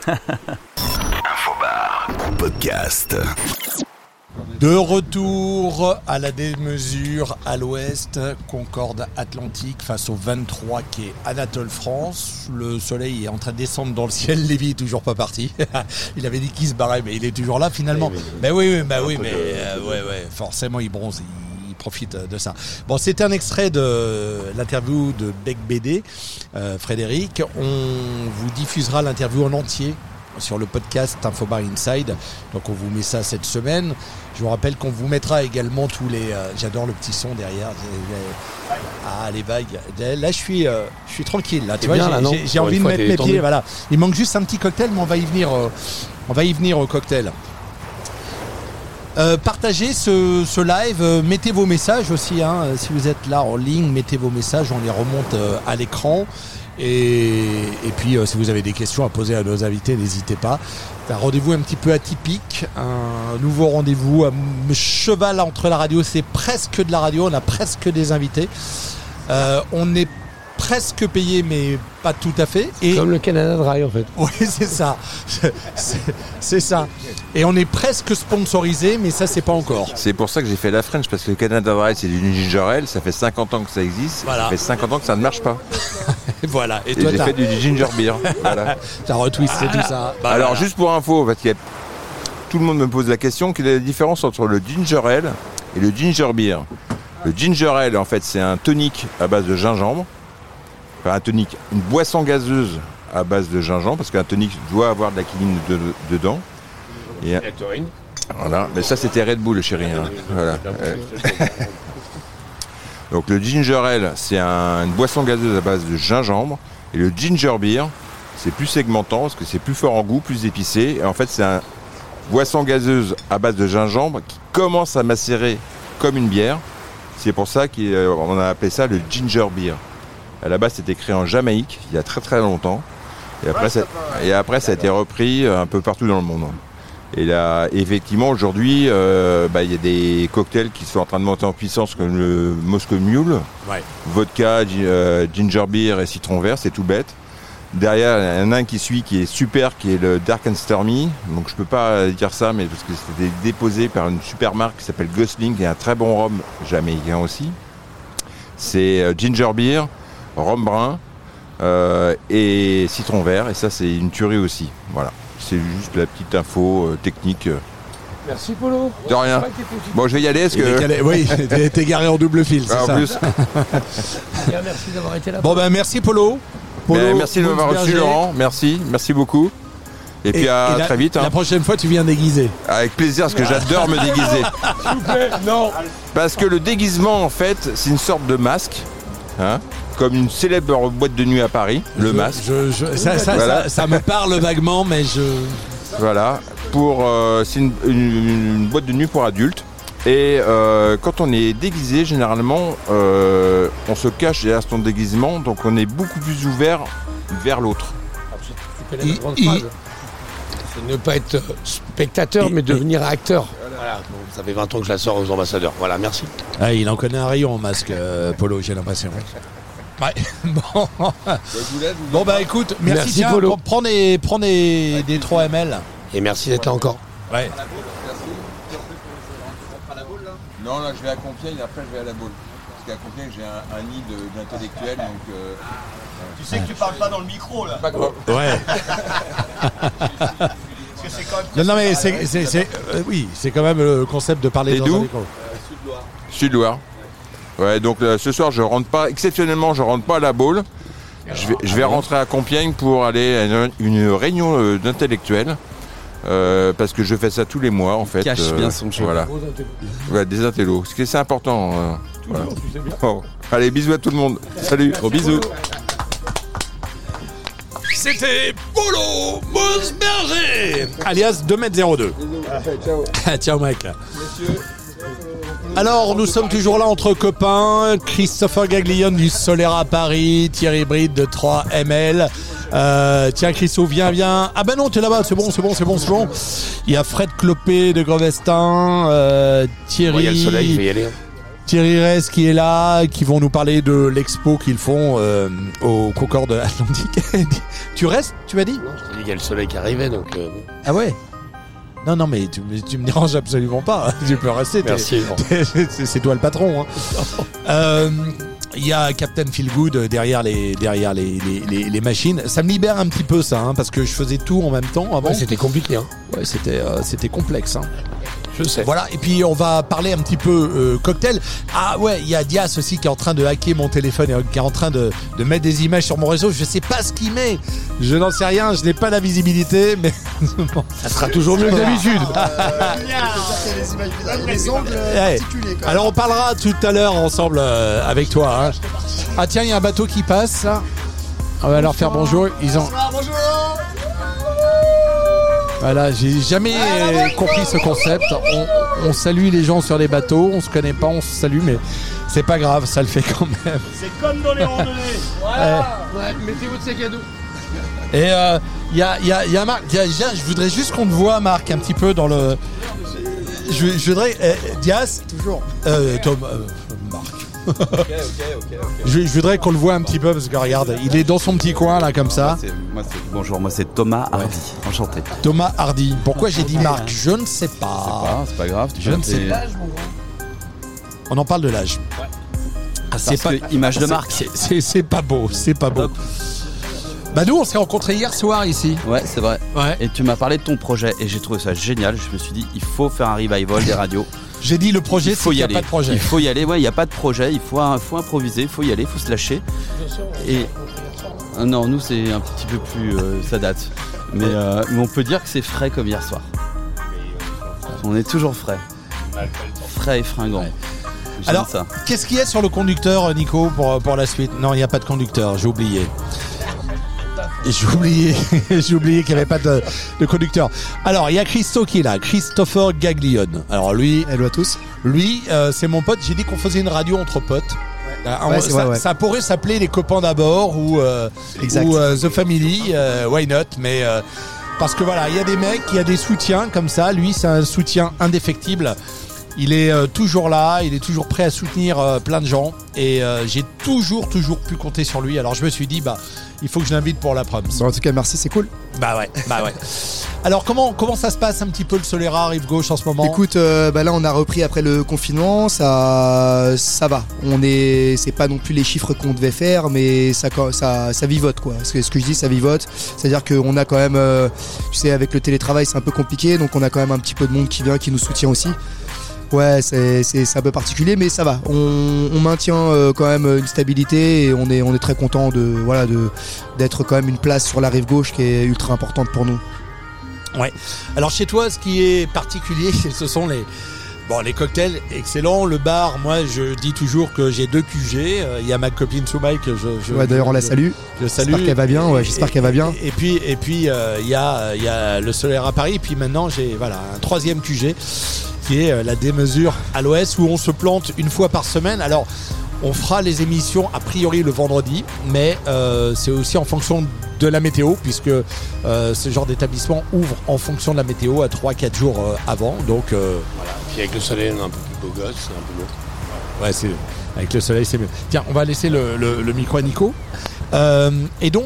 Infobar Podcast. De retour à la démesure à l'ouest, Concorde Atlantique face au vingt-trois qui est Anatole France. Le soleil est en train de descendre dans le ciel. Lévy est toujours pas parti. Il avait dit qu'il se barrait, mais il est toujours là finalement. Oui, oui, ben oui, oui, bah oui, mais euh, ouais, ouais, forcément il bronze. Il profite de ça. Bon, c'était un extrait de l'interview de Bec B D, euh, Frédéric. On vous diffusera l'interview en entier sur le podcast Infobar Inside. Donc on vous met ça cette semaine. Je vous rappelle qu'on vous mettra également tous les... Euh, j'adore le petit son derrière. Ah, les vagues. Là, je suis, euh, je suis tranquille. Là, tu vois, bien, j'ai, là, j'ai, j'ai envie de mettre mes pieds. Voilà. Il manque juste un petit cocktail, mais on va y venir, euh, on va y venir au cocktail. Euh, partagez ce, ce live, euh, mettez vos messages aussi, hein, si vous êtes là en ligne, mettez vos messages, on les remonte euh, à l'écran et, et puis euh, si vous avez des questions à poser à nos invités, n'hésitez pas. C'est un rendez-vous un petit peu atypique, un nouveau rendez-vous, un cheval entre la radio, c'est presque de la radio, on a presque des invités, euh, on est presque payé, mais pas tout à fait. Et Comme le Canada Dry en fait. oui, c'est ça. C'est, c'est ça. Et on est presque sponsorisé, mais ça, c'est pas encore. C'est pour ça que j'ai fait la French, parce que le Canada Dry, c'est du ginger ale, ça fait cinquante ans que ça existe, Voilà. ça fait cinquante ans que ça ne marche pas. Et voilà. Et, Et, toi, j'ai t'as, fait du ginger beer. Voilà. t'as retwisté tout ça. Bah, Alors, voilà. juste pour info, parce que tout le monde me pose la question, quelle est la différence entre le ginger ale et le ginger beer? Le ginger ale, en fait, c'est un tonic à base de gingembre. Enfin, un tonic, une boisson gazeuse à base de gingembre, parce qu'un tonic doit avoir de la quinine de- dedans. Et, voilà, mais ça c'était Red Bull, chéri. Hein. Voilà. Euh. Donc le ginger ale, c'est un- une boisson gazeuse à base de gingembre. Et le ginger beer, c'est plus segmentant, parce que c'est plus fort en goût, plus épicé. Et en fait, c'est une boisson gazeuse à base de gingembre qui commence à macérer comme une bière. C'est pour ça qu'on a appelé ça le ginger beer. À la base, c'était créé en Jamaïque, il y a très très longtemps. Et après, ça, et après, ça a été repris un peu partout dans le monde. Et là, effectivement, aujourd'hui, euh, bah, il y a des cocktails qui sont en train de monter en puissance, comme le Moscow Mule, Ouais. vodka, gi- euh, ginger beer et citron vert, c'est tout bête. Derrière, il y en a un qui suit, qui est super, qui est le Dark and Stormy. Donc je peux pas dire ça, mais parce que c'était déposé par une super marque qui s'appelle Gosling, qui est un très bon rhum jamaïcain aussi. C'est euh, ginger beer, rhum brun euh, et citron vert. Et ça, c'est une tuerie aussi. Voilà. C'est juste la petite info euh, technique. Merci Polo. De rien. Bon, je vais y aller. Est-ce Il est que... calé- Oui, t'es, t'es garé en double fil, c'est Ah, en ça. plus. Bien, merci d'avoir été là. Bon ben merci Polo. Polo Ben, merci de m'avoir reçu, Monsberger. Laurent. Merci. Merci beaucoup. Et, puis à et la, très vite. hein. La prochaine fois, tu viens déguisé. Avec plaisir, parce que j'adore me déguiser. S'il vous plaît, non. Parce que le déguisement, en fait, c'est une sorte de masque. Hein, comme une célèbre boîte de nuit à Paris, le Je- masque. je- je- ça, ça- Voilà. ça- ça me parle vaguement, mais je. Voilà. Pour, euh, c'est une, une- une boîte de nuit pour adultes. Et euh, quand on est déguisé, généralement, euh, on se cache derrière son déguisement, donc on est beaucoup plus ouvert vers l'autre. La grande phrase. C'est ne pas être spectateur, mais devenir acteur. Voilà, bon, ça fait vingt ans que je la sors aux ambassadeurs. Voilà, merci. Ah, il en connaît un rayon en masque, euh, Polo, j'ai l'impression. Ouais. Bon. Bon bah écoute, merci, Merci, tiens, Polo. prends- prends des, prends des, des trois millilitres. Et merci d'être là encore. Ouais. Non, là, je vais à Compiègne, après je vais à la Baule. Parce qu'à Compiègne, j'ai un, un nid de- d'intellectuels, donc... euh, Tu sais que tu parles pas dans le micro là. Pas grave. Ouais. Parce que c'est quand même. Non, non mais c'est, c'est, c'est- euh, oui, c'est quand même le concept de parler T'es dans d'où un micro. Sud-Loire. Ouais, donc euh, ce soir, je rentre pas, exceptionnellement, je rentre pas à la Baule. Je vais, je vais rentrer à Compiègne pour aller à une, une réunion euh, d'intellectuels. euh, parce que je fais ça tous les mois, en fait. Cache bien son jeu. Voilà. Ouais, des intellos. Ce qui est important. euh, voilà. Bon. Allez, bisous à tout le monde. Salut. Gros bisous. C'était Polo Monsberger, alias deux mètres zéro deux. Ah, ciao mec. Alors, nous sommes toujours là entre copains. Christopher Gaglione du Solera Paris, Thierry Bride de trois millilitres. Euh, tiens, Christo, viens, viens. Ah ben non, t'es là-bas, c'est bon, c'est bon, c'est bon, c'est bon. Il y a Fred Clopé de Grevestin, euh, Thierry. Bon, il y a le soleil, il faut y aller. hein. Thierry Rez qui est là, qui vont nous parler de l'expo qu'ils font euh, au Concorde Atlantique. Tu restes, tu m'as dit? Non, je t'ai dit qu'il y a le soleil qui arrivait, donc... euh, Ah ouais? Non, non, mais tu, mais tu me déranges absolument pas. Tu peux rester. t'es- Merci. t'es- c'est, c'est toi le patron. hein. Euh, Il y a Captain Feelgood derrière les derrière les, les, les, les machines. Ça me libère un petit peu ça, hein, parce que je faisais tout en même temps avant. Ouais, c'était compliqué. Hein. Ouais, c'était euh, c'était complexe. Hein. Je sais. Voilà, et puis on va parler un petit peu euh, cocktail. Ah ouais, il y a Dias aussi qui est en train de hacker mon téléphone et qui est en train de, de mettre des images sur mon réseau. Je sais pas ce qu'il met. Je n'en sais rien, je n'ai pas la visibilité, mais bon. Ça sera toujours mieux que d'habitude. Les ongles Ouais. articulés quand même. Alors on parlera tout à l'heure ensemble euh, avec toi. Hein. Ah tiens, il y a un bateau qui passe là. On va leur faire bonjour. Ils ont. Bonsoir, bonjour. Voilà, j'ai jamais euh, compris ce concept. On, on salue les gens sur les bateaux, on se connaît pas, on se salue, mais c'est pas grave, ça le fait quand même. C'est comme dans les randonnées. Voilà. Ouais, mettez votre sac à dos. Et il euh, y, a, y, a, y a Marc, y a- y a- je voudrais juste qu'on te voit, Marc, un petit peu dans le. Je, je voudrais. Euh, Dias. Toujours. Euh, Tom, euh, Marc. ok, ok, ok. Je, je voudrais qu'on le voit un petit peu parce que regarde, il est dans son petit coin là comme ça. Moi, c'est, moi, c'est, bonjour, moi c'est Thomas Hardy. Ouais. Enchanté. Thomas Hardy. Pourquoi j'ai dit Marc ? Je ne sais pas. C'est pas, c'est pas grave. Tu je ne sais pas. On en parle de l'âge. Ouais. Ah, c'est Parce pas que image de marque. C'est, c'est, c'est pas beau, c'est pas beau. Bah nous on s'est rencontrés hier soir ici. Ouais, c'est vrai. Ouais. Et tu m'as parlé de ton projet et j'ai trouvé ça génial. Je me suis dit il faut faire un revival des radios. J'ai dit le projet, il faut c'est y qu'il n'y a pas de projet. Il faut y aller, ouais, il n'y a pas de projet, il faut, faut improviser, il faut y aller, il faut se lâcher. Et euh, non, nous c'est un petit peu plus, euh, ça date. Mais, euh, mais on peut dire que c'est frais comme hier soir. On est toujours frais. Frais et fringant. Ouais. Alors, ça. Qu'est-ce qu'il y a sur le conducteur, Nico, pour, pour la suite ? Non, il n'y a pas de conducteur, j'ai oublié. J'ai oublié, j'ai oublié qu'il n'y avait pas de, de conducteur. Alors, il y a Christo qui est là, Christopher Gaglione. Alors lui, hello à tous. Lui, euh, c'est mon pote. J'ai dit qu'on faisait une radio entre potes. Ouais. Euh, ouais, ça, vrai, ouais. ça pourrait s'appeler Les Copains d'abord ou, euh, ou euh, The Family. Euh, why not ? Mais euh, parce que voilà, il y a des mecs, il y a des soutiens comme ça. Lui, c'est un soutien indéfectible. Il est euh, toujours là, il est toujours prêt à soutenir euh, plein de gens et euh, j'ai toujours, toujours pu compter sur lui. Alors je me suis dit, bah, il faut que je l'invite pour la proms. Bon, en tout cas, merci, c'est cool. Bah ouais, bah ouais. Alors comment, comment ça se passe un petit peu le Solera Rive Gauche en ce moment ? Écoute, euh, bah là on a repris après le confinement, ça, ça va. On est, c'est pas non plus les chiffres qu'on devait faire, mais ça, ça, ça vivote quoi. Ce que, ce que je dis, ça vivote. C'est-à-dire qu'on a quand même, euh, tu sais, avec le télétravail, c'est un peu compliqué, donc on a quand même un petit peu de monde qui vient, qui nous soutient aussi. Ouais, c'est, c'est, c'est un peu particulier, mais ça va. On, on maintient euh, quand même une stabilité et on est, on est très content de, voilà, de, d'être quand même une place sur la rive gauche qui est ultra importante pour nous. Ouais. Alors chez toi, ce qui est particulier, ce sont les, bon, les cocktails excellents. Le bar, moi, je dis toujours que j'ai deux Q G. Il y a ma copine Soumaï que je, je ouais, d'ailleurs on la salue. Je salue. J'espère qu'elle va bien. Ouais, j'espère et, qu'elle va bien. Et, et puis, et puis, euh, il y a, il y a le Solaire à Paris. Et puis maintenant, j'ai, voilà, un troisième Q G. Qui est la démesure à l'Ouest où on se plante une fois par semaine. Alors on fera les émissions a priori le vendredi, mais euh, c'est aussi en fonction de la météo puisque euh, ce genre d'établissement ouvre en fonction de la météo à trois à quatre jours euh, avant. Donc euh, voilà. Puis avec le soleil on est un peu plus beau gosse, c'est un peu mieux. Ouais, c'est avec le soleil c'est mieux. Tiens, on va laisser le, le, le micro à Nico. Euh, et donc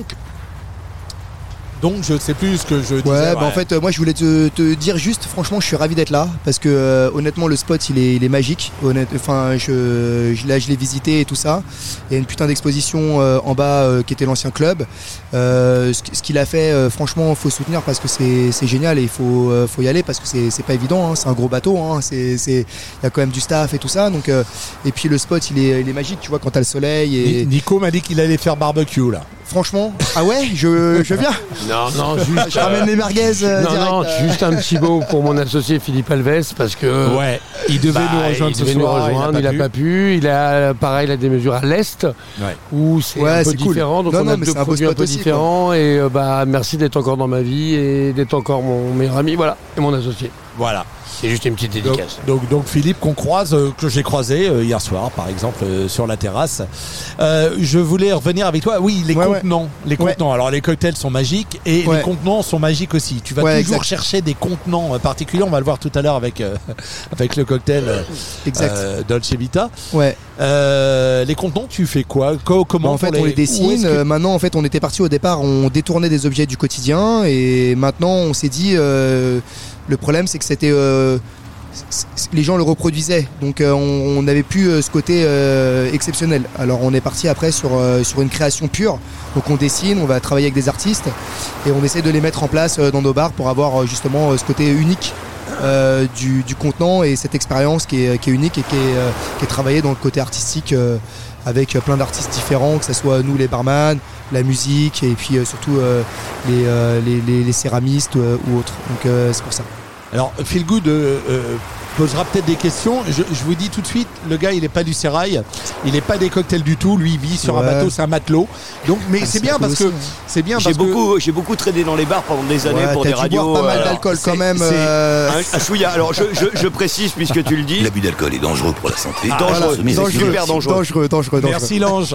Donc je sais plus ce que je disais. Ouais, ouais. bah en fait, euh, moi je voulais te, te dire juste, franchement, je suis ravi d'être là parce que euh, honnêtement, le spot il est, il est magique. Honnête, enfin, je, je, là je l'ai visité et tout ça. Il y a une putain d'exposition euh, en bas euh, qui était l'ancien club. Euh, ce, ce qu'il a fait, euh, franchement, faut soutenir parce que c'est, c'est génial et il faut, euh, faut y aller parce que c'est, c'est pas évident. Hein, c'est un gros bateau. Hein, c'est, c'est, il y a quand même du staff et tout ça. Donc, euh, et puis le spot, il est, il est magique. Tu vois, quand t'as le soleil. Et... Nico m'a dit qu'il allait faire barbecue là. Franchement, ah ouais, je, je viens. Non, non, juste. Je ramène les merguez. Euh, non, direct, non, euh... juste un petit mot pour mon associé Philippe Alves parce que. Ouais, il devait bah, nous rejoindre il ce devait soir. Nous rejoindre, il n'a pas, pas pu. Il a, pareil, il a des mesures à l'est ouais. où c'est ouais, un peu c'est différent. Cool. Donc non, on non, a deux un produits un peu aussi, différents. Quoi. Et euh, bah, merci d'être encore dans ma vie et d'être encore mon meilleur ami. Voilà, et mon associé. Voilà. C'est juste une petite dédicace. Donc, donc, donc Philippe qu'on croise, euh, que j'ai croisé euh, hier soir par exemple euh, sur la terrasse. Euh, je voulais revenir avec toi. Oui, les ouais, contenants, ouais. les contenants. Ouais. Alors les cocktails sont magiques et ouais. les contenants sont magiques aussi. Tu vas ouais, toujours exact. chercher des contenants euh, particuliers. On va le voir tout à l'heure avec euh, avec le cocktail euh, exact. Euh, Dolce Vita. Ouais. Euh, les contenants, tu fais quoi? Co- Comment bah En fait, les... on les dessine. Que... Euh, maintenant, en fait, on était parti au départ, on détournait des objets du quotidien et maintenant, on s'est dit, euh, le problème, c'est que c'était euh, les gens le reproduisaient, donc euh, on n'avait plus euh, ce côté euh, exceptionnel. Alors on est parti après sur, euh, sur une création pure, donc on dessine, on va travailler avec des artistes et on essaie de les mettre en place euh, dans nos bars pour avoir euh, justement euh, ce côté unique euh, du, du contenant et cette expérience qui est, qui est unique et qui est, euh, qui est travaillée dans le côté artistique euh, avec plein d'artistes différents, que ce soit nous les barman, la musique et puis euh, surtout euh, les, euh, les, les, les céramistes euh, ou autres, donc euh, c'est pour ça. Alors, Feel Good euh, euh, posera peut-être des questions. Je, je vous dis tout de suite, le gars, il n'est pas du sérail, il n'est pas des cocktails du tout. Lui, il vit sur ouais. un bateau, c'est un matelot. Donc, mais ah, c'est, c'est bien parce que aussi, c'est bien j'ai parce beaucoup, que j'ai beaucoup traîné dans les bars pendant des années ouais, pour des radios. Pas mal alors, d'alcool quand même. C'est euh... un, un chouïa. Alors, je, je, je précise puisque tu le dis. L'abus d'alcool est dangereux pour la santé. Ah, dangereux, voilà, dangereux, super dangereux. Dangereux, dangereux, dangereux. Merci l'ange.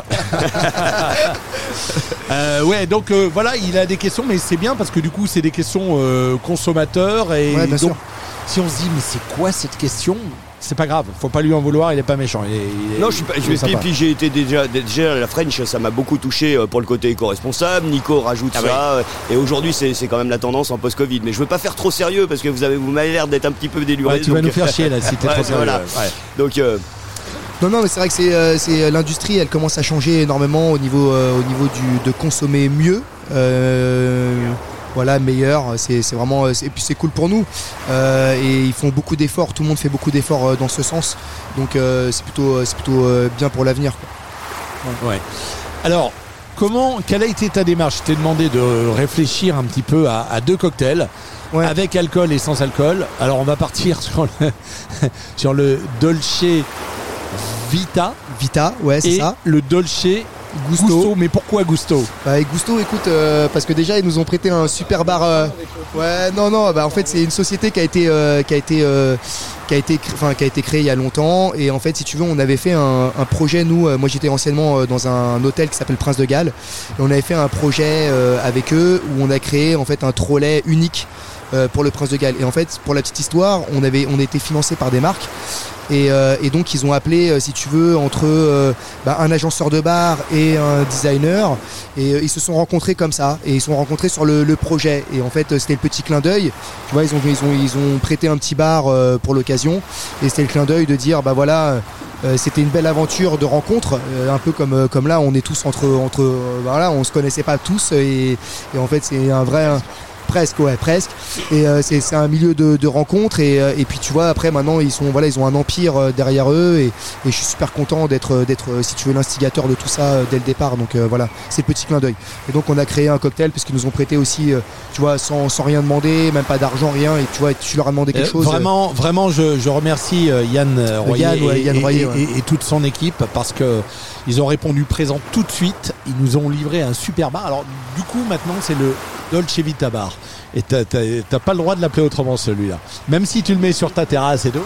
euh, ouais, donc euh, voilà, il a des questions, mais c'est bien parce que du coup, c'est des questions euh, consommateurs et ouais, bien donc. sûr. Si on se dit mais c'est quoi cette question, c'est pas grave, faut pas lui en vouloir, il est pas méchant. Il est, il est, Non, je suis pas. il Je, est sympa. puis, puis j'ai été déjà, déjà la French, ça m'a beaucoup touché euh, pour le côté éco-responsable. Nico rajoute Ah ça, ouais. euh, et aujourd'hui c'est, c'est quand même la tendance en post-Covid. Mais je veux pas faire trop sérieux parce que vous avez, vous m'avez l'air d'être un petit peu déluré. Ouais, tu vas donc- nous faire chier là si t'es Ouais, trop sérieux. voilà. Ouais. Donc. euh, Non, non, mais c'est vrai que c'est, euh, c'est l'industrie, elle commence à changer énormément au niveau, euh, au niveau du, de consommer mieux. Euh, voilà, meilleur. C'est, c'est vraiment, c'est- et puis c'est cool pour nous. Euh, et ils font beaucoup d'efforts. Tout le monde fait beaucoup d'efforts euh, dans ce sens. Donc euh, c'est plutôt, c'est plutôt euh, bien pour l'avenir, quoi. Ouais. Alors, comment, quelle a été ta démarche? Je t'ai demandé de réfléchir un petit peu à, à deux cocktails. Ouais. Avec alcool et sans alcool. Alors on va partir sur le, sur le Dolce Vita. Vita, ouais, c'est et ça. le Dolce Gusto. Gusto. Mais pourquoi Gusto? Bah, et Gusto, écoute, euh, parce que déjà ils nous ont prêté un super bar. euh, Ouais, non, non, bah en fait c'est une société qui a été, euh, qui a été, euh, qui a été, cré- enfin qui a été créée il y a longtemps. Et en fait, si tu veux, on avait fait un, un projet. Nous, euh, moi j'étais anciennement euh, dans un hôtel qui s'appelle Prince de Galles. Et on avait fait un projet euh, avec eux où on a créé en fait un trolley unique euh, pour le Prince de Galles. Et en fait, pour la petite histoire, on avait, on était financé par des marques. Et, euh, et donc ils ont appelé, euh, si tu veux, entre euh, bah, un agenceur de bar et un designer, et euh, ils se sont rencontrés comme ça, et ils se sont rencontrés sur le, le projet. Et en fait, euh, c'était le petit clin d'œil. Tu vois, ils ont, ils ont, ils ont prêté un petit bar euh, pour l'occasion, et c'était le clin d'œil de dire, bah voilà, euh, c'était une belle aventure de rencontre, euh, un peu comme, euh, comme là, on est tous entre, entre, euh, voilà, on se connaissait pas tous, et, et en fait, c'est un vrai. Un, Presque, ouais, presque. Et euh, c'est, c'est un milieu de, de rencontres. Et, euh, et puis tu vois, après maintenant, ils sont, voilà, ils ont un empire euh, derrière eux. Et, et je suis super content d'être, d'être, euh, si tu veux, l'instigateur de tout ça euh, dès le départ. Donc euh, voilà, c'est le petit clin d'œil. Et donc on a créé un cocktail puisqu'ils nous ont prêté aussi, euh, tu vois, sans, sans rien demander, même pas d'argent, rien. Et tu vois, tu leur as demandé quelque Euh, chose. Vraiment, vraiment, je, je remercie euh, Yann euh, Royer, Yann, ouais, et, Yann et- Royer, et- ouais. et- et toute son équipe parce que ils ont répondu présent tout de suite. Ils nous ont livré un super bar. Alors du coup, maintenant, c'est le Dolce Vita Bar. Et t'as, t'as, t'as pas le droit de l'appeler autrement celui-là. Même si tu le mets sur ta terrasse et tout.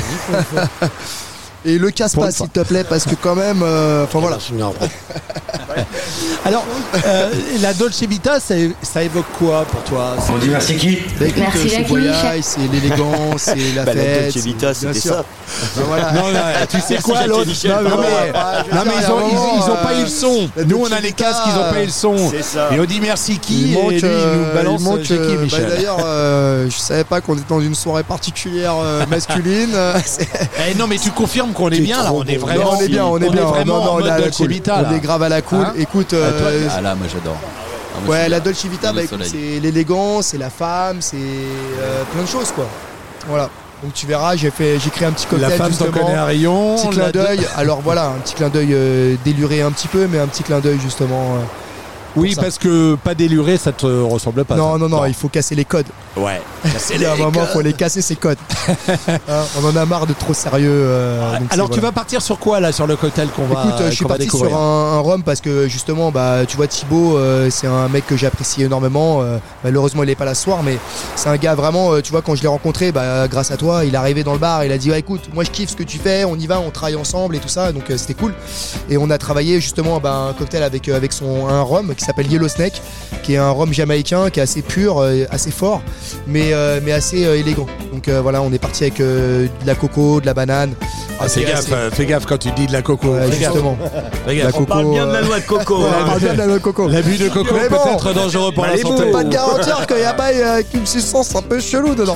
Et le casse Pour pas, une fois. s'il te plaît, parce que quand même, euh, enfin voilà. Alors, euh, la Dolce Vita, ça, ça évoque quoi pour toi? On dit merci qui Bah, écoute, Merci euh, la c'est le quiche. voyage, c'est l'élégance, c'est la Bah, la fête. Dolce c'est- Vita, bien c'était sûr. ça. Ben voilà. Non, non, tu sais quoi, Merci, l'autre? Michel. Non, mais, Non, non, mais- bah, je veux non, mais dire, ils ont, il y a un ils, moment, ils ont pas eu le son. la Nous, on Dolce a les Vita, casques, ils ont pas eu le son. C'est ça. Et on dit merci qui? Il Et manque, lui, il euh, nous balance il manque, j'ai qui, euh, bah, Michel? d'ailleurs, euh, je savais pas qu'on était dans une soirée particulière euh, masculine. euh, c'est- Eh non, mais tu confirmes qu'on est C'est bien là, trop on est bon. vraiment, Non, on est bien, on est bien. vraiment Non, non, en on est mode à la Dolce cool. Vita, là. On est grave à la cool. Hein Écoute, Ah, toi, euh, Ah là, moi j'adore. Ah, moi, ouais, je- la Dolce Vita, dans bah, le écoute, soleil. c'est l'élégance, c'est la femme, c'est euh, plein de choses quoi. Voilà. Donc tu verras, j'ai fait, j'ai créé un petit cocktail La femme s'en justement. connaît un rayon. Petit la- clin d'œil. Alors voilà, un petit clin d'œil euh, déluré un petit peu, mais un petit clin d'œil justement. euh, Oui, pour ça. parce que pas déluré, ça te ressemble pas. Non, ça. non, non, il faut casser les codes. Ouais. Il y a un moment, il faut les casser ces codes. Hein, on en a marre de trop sérieux. euh, donc Alors c'est- tu voilà. vas partir sur quoi là, sur le cocktail qu'on va Écoute, euh, je suis qu'on va parti découvrir sur un, un rhum parce que justement, bah, tu vois, Thibaut, euh, c'est un mec que j'apprécie énormément. euh, malheureusement, il est pas là ce soir, mais c'est un gars vraiment, euh, tu vois, quand je l'ai rencontré, bah, grâce à toi, il est arrivé dans le bar, il a dit, ouais, écoute, moi je kiffe ce que tu fais, on y va, on travaille ensemble et tout ça, donc euh, c'était cool. Et on a travaillé justement bah, un cocktail avec, euh, avec son, un rhum qui s'appelle Yellow Snake, qui est un rhum jamaïcain, qui est assez pur, euh, assez fort, mais, euh, mais assez euh, élégant. Donc euh, voilà, on est parti avec euh, de la coco, de la banane. Ah, fais Assez- gaffe, assez- euh, fais gaffe quand tu dis de la coco. Ouais, Fais gaffe. justement. Fais gaffe. La coco, On parle bien de la euh, noix de coco. Ouais, hein. on parle bien de la noix de coco. L'abus de coco Mais peut bon, être dangereux pour la Malibu, santé. on peut pas te garantir qu'il n'y a pas euh, qu'une substance un peu chelou dedans.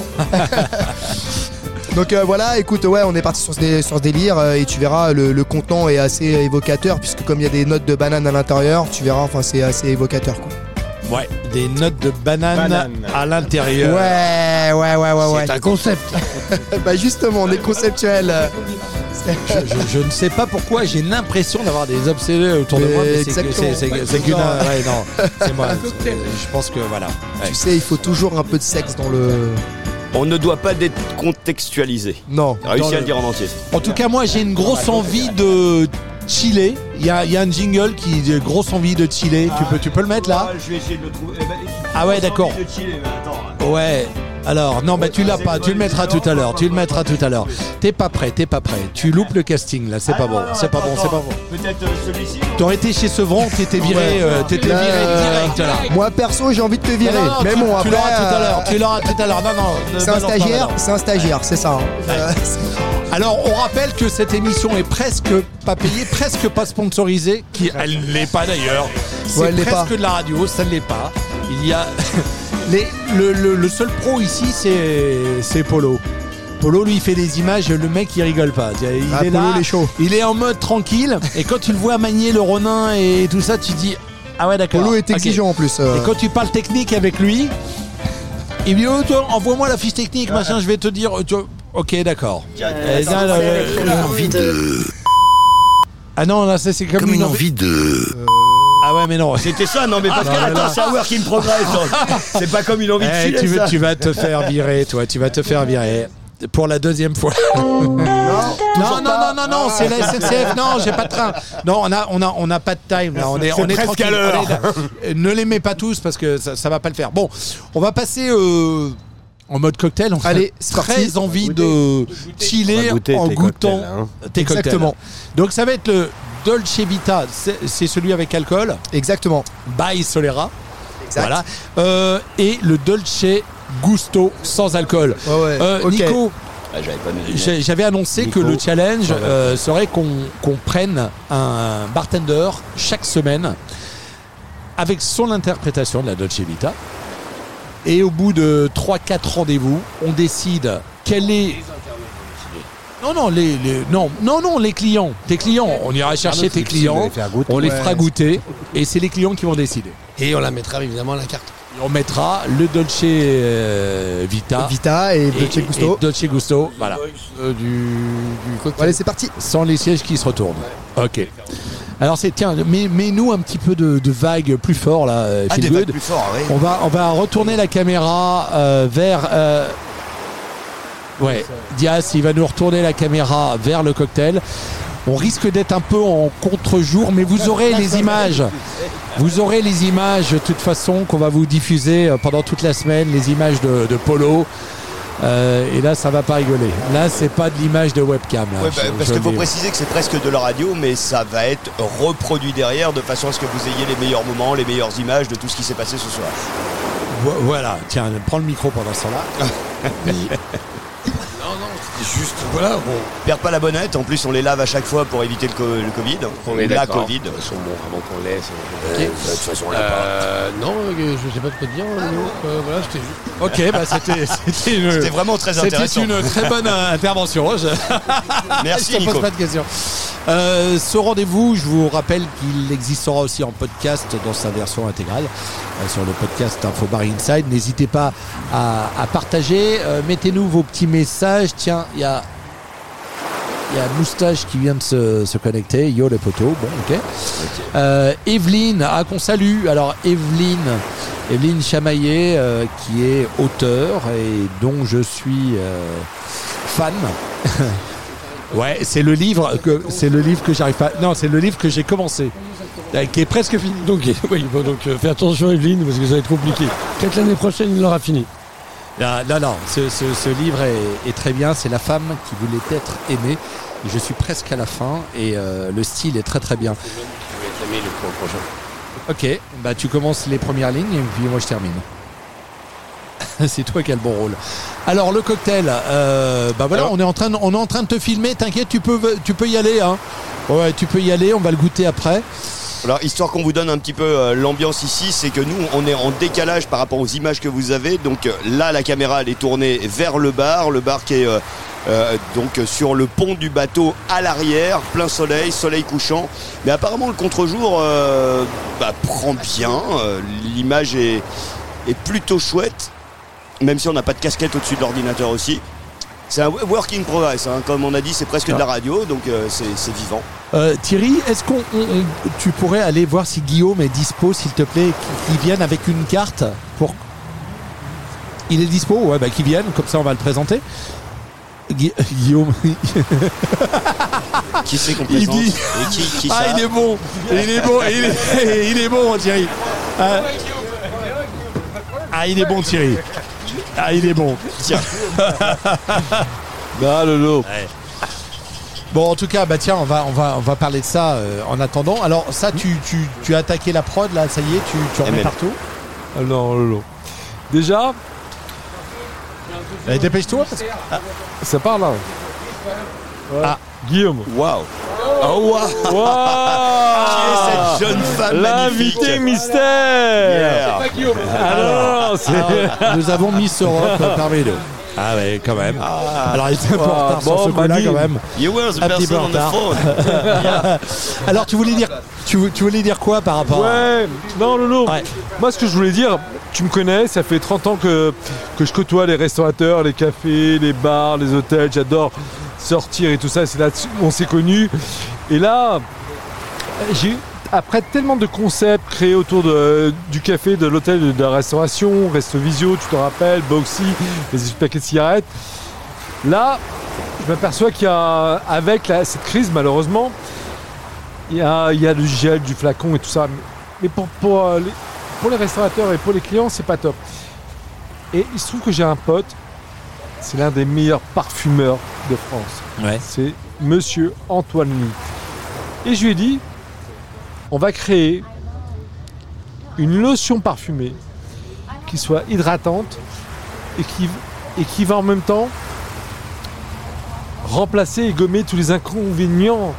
Donc euh, voilà, écoute, ouais, on est parti sur ce, dé- sur ce délire euh, et tu verras, le, le contenant est assez évocateur puisque comme il y a des notes de banane à l'intérieur, tu verras, enfin c'est assez évocateur quoi. Ouais, des notes de banane, Banane. à l'intérieur. Ouais, ouais, ouais, ouais, ouais. C'est un concept. Bah justement, on est conceptuel. euh. je, je- je ne sais pas pourquoi j'ai l'impression d'avoir des obsédés autour de Mais moi, mais c'est que- exactement. c'est- c'est- c'est qu'une. Ouais, non, c'est moi. C'est- Je pense que voilà. Ouais. Tu sais, il faut toujours un peu de sexe dans le. On ne doit pas être contextualisé. Non. J'ai réussi Dans à le le- dire en entier. En tout cas, moi, j'ai une grosse envie de chiller. Il y a, il y a un jingle qui dit grosse envie de chiller. Tu peux, tu peux le mettre là? Je vais essayer de le trouver. Ah ouais, d'accord. Ouais. Alors, non, bah tu l'as pas, tu le mettras tout à l'heure, tu le mettras tout à l'heure. T'es pas prêt, t'es pas prêt. Tu loupes le casting là, c'est pas bon, c'est pas bon, c'est pas bon. Peut-être euh, celui-ci. T'aurais été chez Sevran, t'étais viré, euh, t'étais Là, viré euh, direct là. Moi perso, j'ai envie de te virer. Non, non, mais tu, bon, tu après. l'auras tout à l'heure, euh, tu l'auras tout à l'heure. Non, non. ne C'est un balance pas stagiaire, maintenant. c'est un stagiaire, c'est ça. hein. Euh, Alors, on rappelle que cette émission est presque pas payée, presque pas sponsorisée, qui elle ne l'est pas d'ailleurs. C'est Ouais, elle l'est presque pas. de la radio, ça ne l'est pas. Il y a les, le, le, le seul pro ici, c'est c'est Polo. Polo, lui, il fait des images, le mec, il rigole pas. Il Ah, est Polo, là, il est chaud. il est en mode tranquille, et quand tu le vois manier le Ronin et tout ça, tu dis ah ouais, d'accord. Polo est ok. exigeant en plus. euh. Et quand tu parles technique avec lui, il dit oh, toi, envoie-moi la fiche technique, machin, je vais te dire. Tu vois, ok, d'accord. Euh, Eh bien, le- le- envie de... Ah non, là, ça, c'est comme, Comme une envie de... Ah ouais, mais non. C'était ça, non mais Pascal, non, mais attends, là- c'est un work in progress. donc. C'est pas comme une envie de Eh, filer, tu, veux- ça. tu vas te faire virer, toi, tu vas te faire virer. Pour la deuxième fois. non, non, non, non, non, c'est la S N C F. Non, j'ai pas de train. Non, on a, on a, on a pas de time là. On est, C'est on est presque tranquille. à l'heure. On est- Ne les mets pas tous parce que ça, ça va pas le faire. Bon, on va passer euh, en mode cocktail. On Allez, a c'est très parti. envie de chiller On va goûter en tes goûtant cocktails, hein. tes cocktails. Exactement. Donc ça va être le Dolce Vita. C'est c'est celui avec alcool. Exactement. By Solera. Exact. Voilà. Euh, et le Dolce Gusto sans alcool. Ouais, ouais. Euh, Ok. Nico, Ah, j'avais pas mes j'ai- j'avais annoncé Nico, que le challenge ça va. euh, serait qu'on qu'on prenne un bartender chaque semaine avec son interprétation de la Dolce Vita. Et au bout de trois quatre rendez-vous, on décide quel est... Non, non, les, les- non, non, non, les clients. Tes clients, on ira chercher tes clients, on les Ouais. fera goûter et c'est les clients qui vont décider. Et on la mettra évidemment à la carte. Et on mettra le Dolce euh, Vita, Vita et Dolce et- Gusto. et Dolce Gusto, voilà. Euh, du, du cocktail. Allez, c'est parti. Sans les sièges qui se retournent. Ok. Alors c'est tiens, mets- mets-nous un petit peu de, de vagues plus fort là, euh, Ah, Feel des Good. vagues plus forts, oui. On va on va retourner la caméra euh, vers. euh, Ouais, Diaz, il va nous retourner la caméra vers le cocktail. On risque d'être un peu en contre-jour, mais vous aurez les images. Vous aurez les images de toute façon qu'on va vous diffuser euh, pendant toute la semaine, les images de, de Polo. Euh, et là, ça va pas rigoler. Là, c'est pas de l'image de webcam. Là, Ouais, bah, Je- parce je qu'il faut le dis. préciser que c'est presque de la radio, mais ça va être reproduit derrière de façon à ce que vous ayez les meilleurs moments, les meilleures images de tout ce qui s'est passé ce soir. Vo- Voilà, tiens, prends le micro pendant ce temps-là. Juste, voilà, on perd pas la bonnette. En plus, on les lave à chaque fois pour éviter le, co- le Covid. On est la d'accord. Covid. De toute façon, bon, avant qu'on laisse. Ok. De toute façon, on l'a pas. Euh, non, euh, je sais pas de quoi te dire. nous, euh, voilà, c'était juste. Ok, bah c'était c'était une- C'était vraiment très intéressant. C'était une très bonne euh, intervention. Je... Merci, je te pose Nico. pas de questions. Euh, ce rendez-vous, je vous rappelle qu'il existera aussi en podcast dans sa version intégrale euh, sur le podcast Info Bar Inside. N'hésitez pas à, à partager. Euh, mettez-nous vos petits messages. Tiens, il y a il y a Moustache qui vient de se, se connecter. Yo les potos. Bon, ok. Euh, Evelyne, ah, qu'on salue. Alors Evelyne, Evelyne Chamaillet, euh, qui est auteur et dont je suis euh, fan. Ouais, c'est le livre que c'est le livre que j'arrive pas. Non, c'est le livre que j'ai commencé, euh, qui est presque fini. Donc, oui, bon, donc euh, fais attention, Evelyne, parce que ça va être compliqué. Peut-être l'année prochaine, il l'aura fini. Non, non, non, ce, ce, ce livre est, est très bien. C'est la femme qui voulait être aimée. Je suis presque à la fin et euh, le style est très très bien. Je vais être aimé le prochain. Ok, bah tu commences les premières lignes et puis moi je termine. C'est toi qui as le bon rôle. Alors le cocktail, euh, bah voilà, Alors- on est en train, de, on est en train de te filmer. T'inquiète, tu peux, tu peux y aller. Hein. Ouais, tu peux y aller. On va le goûter après. Alors, histoire qu'on vous donne un petit peu euh, l'ambiance ici, c'est que nous, on est en décalage par rapport aux images que vous avez. Donc euh, là, la caméra, elle est tournée vers le bar. Le bar qui est euh, euh, donc euh, sur le pont du bateau à l'arrière, plein soleil, soleil couchant. Mais apparemment, le contre-jour euh, bah, prend bien. Euh, L'image est, est plutôt chouette, même si on n'a pas de casquette au-dessus de l'ordinateur aussi. C'est un work in progress, hein. Comme on a dit, c'est presque de la radio, donc euh, c'est c'est vivant. Euh, Thierry, est-ce qu'on, on- on- tu pourrais aller voir si Guillaume est dispo, s'il te plaît, qu'il vienne avec une carte pour. Il est dispo, ouais, bah qu'il vienne, comme ça on va le présenter. Gui- Guillaume. Qui c'est qu'on Il présente dit- Et qui, qui Ah, ça il est bon, il est bon, il est, il est bon, Thierry. Ah, ah, il est bon, Thierry. Ah, il est bon. Tiens. Bah, Lolo. Ouais. Bon, en tout cas, bah tiens, on va, on va, on va parler de ça euh, en attendant. Alors, ça, tu, tu, tu as attaqué la prod, là, ça y est, tu, tu remets partout. Ah non, Lolo. Déjà. Allez, dépêche-toi. Parce que... ah. Ça part là. Ouais. Ah, Guillaume. Waouh. Oh, waouh. Wow. Qui est cette jeune femme magnifique? L'invité mystère. Yeah. C'est pas Guillaume. Ah non, non, c'est... Alors, nous avons Miss Europe parmi nous. Ah ouais, quand même. Ah. Alors, il était un peu en retard sur ce coup-là, quand même. You were the un petit peu person en on the retard. phone. Alors, tu voulais dire, tu, tu voulais dire quoi par rapport Ouais, à... non, Lolo. Ouais. Moi, ce que je voulais dire, tu me connais, ça fait trente ans que, que je côtoie les restaurateurs, les cafés, les bars, les hôtels. J'adore sortir et tout ça. C'est là où on s'est connus. Et là, j'ai après tellement de concepts créés autour de, du café, de l'hôtel, de la restauration, Resto Visio, tu te rappelles, Boxy, les paquets de cigarettes. Là, je m'aperçois qu'il y a, avec la, cette crise, malheureusement, il y a, il y a du gel, du flacon et tout ça. Mais pour, pour, les, pour les restaurateurs et pour les clients, c'est pas top. Et il se trouve que j'ai un pote, c'est l'un des meilleurs parfumeurs de France. Ouais. C'est Monsieur Antoine Lee. Et je lui ai dit, on va créer une lotion parfumée qui soit hydratante et qui, et qui va en même temps remplacer et gommer tous les inconvénients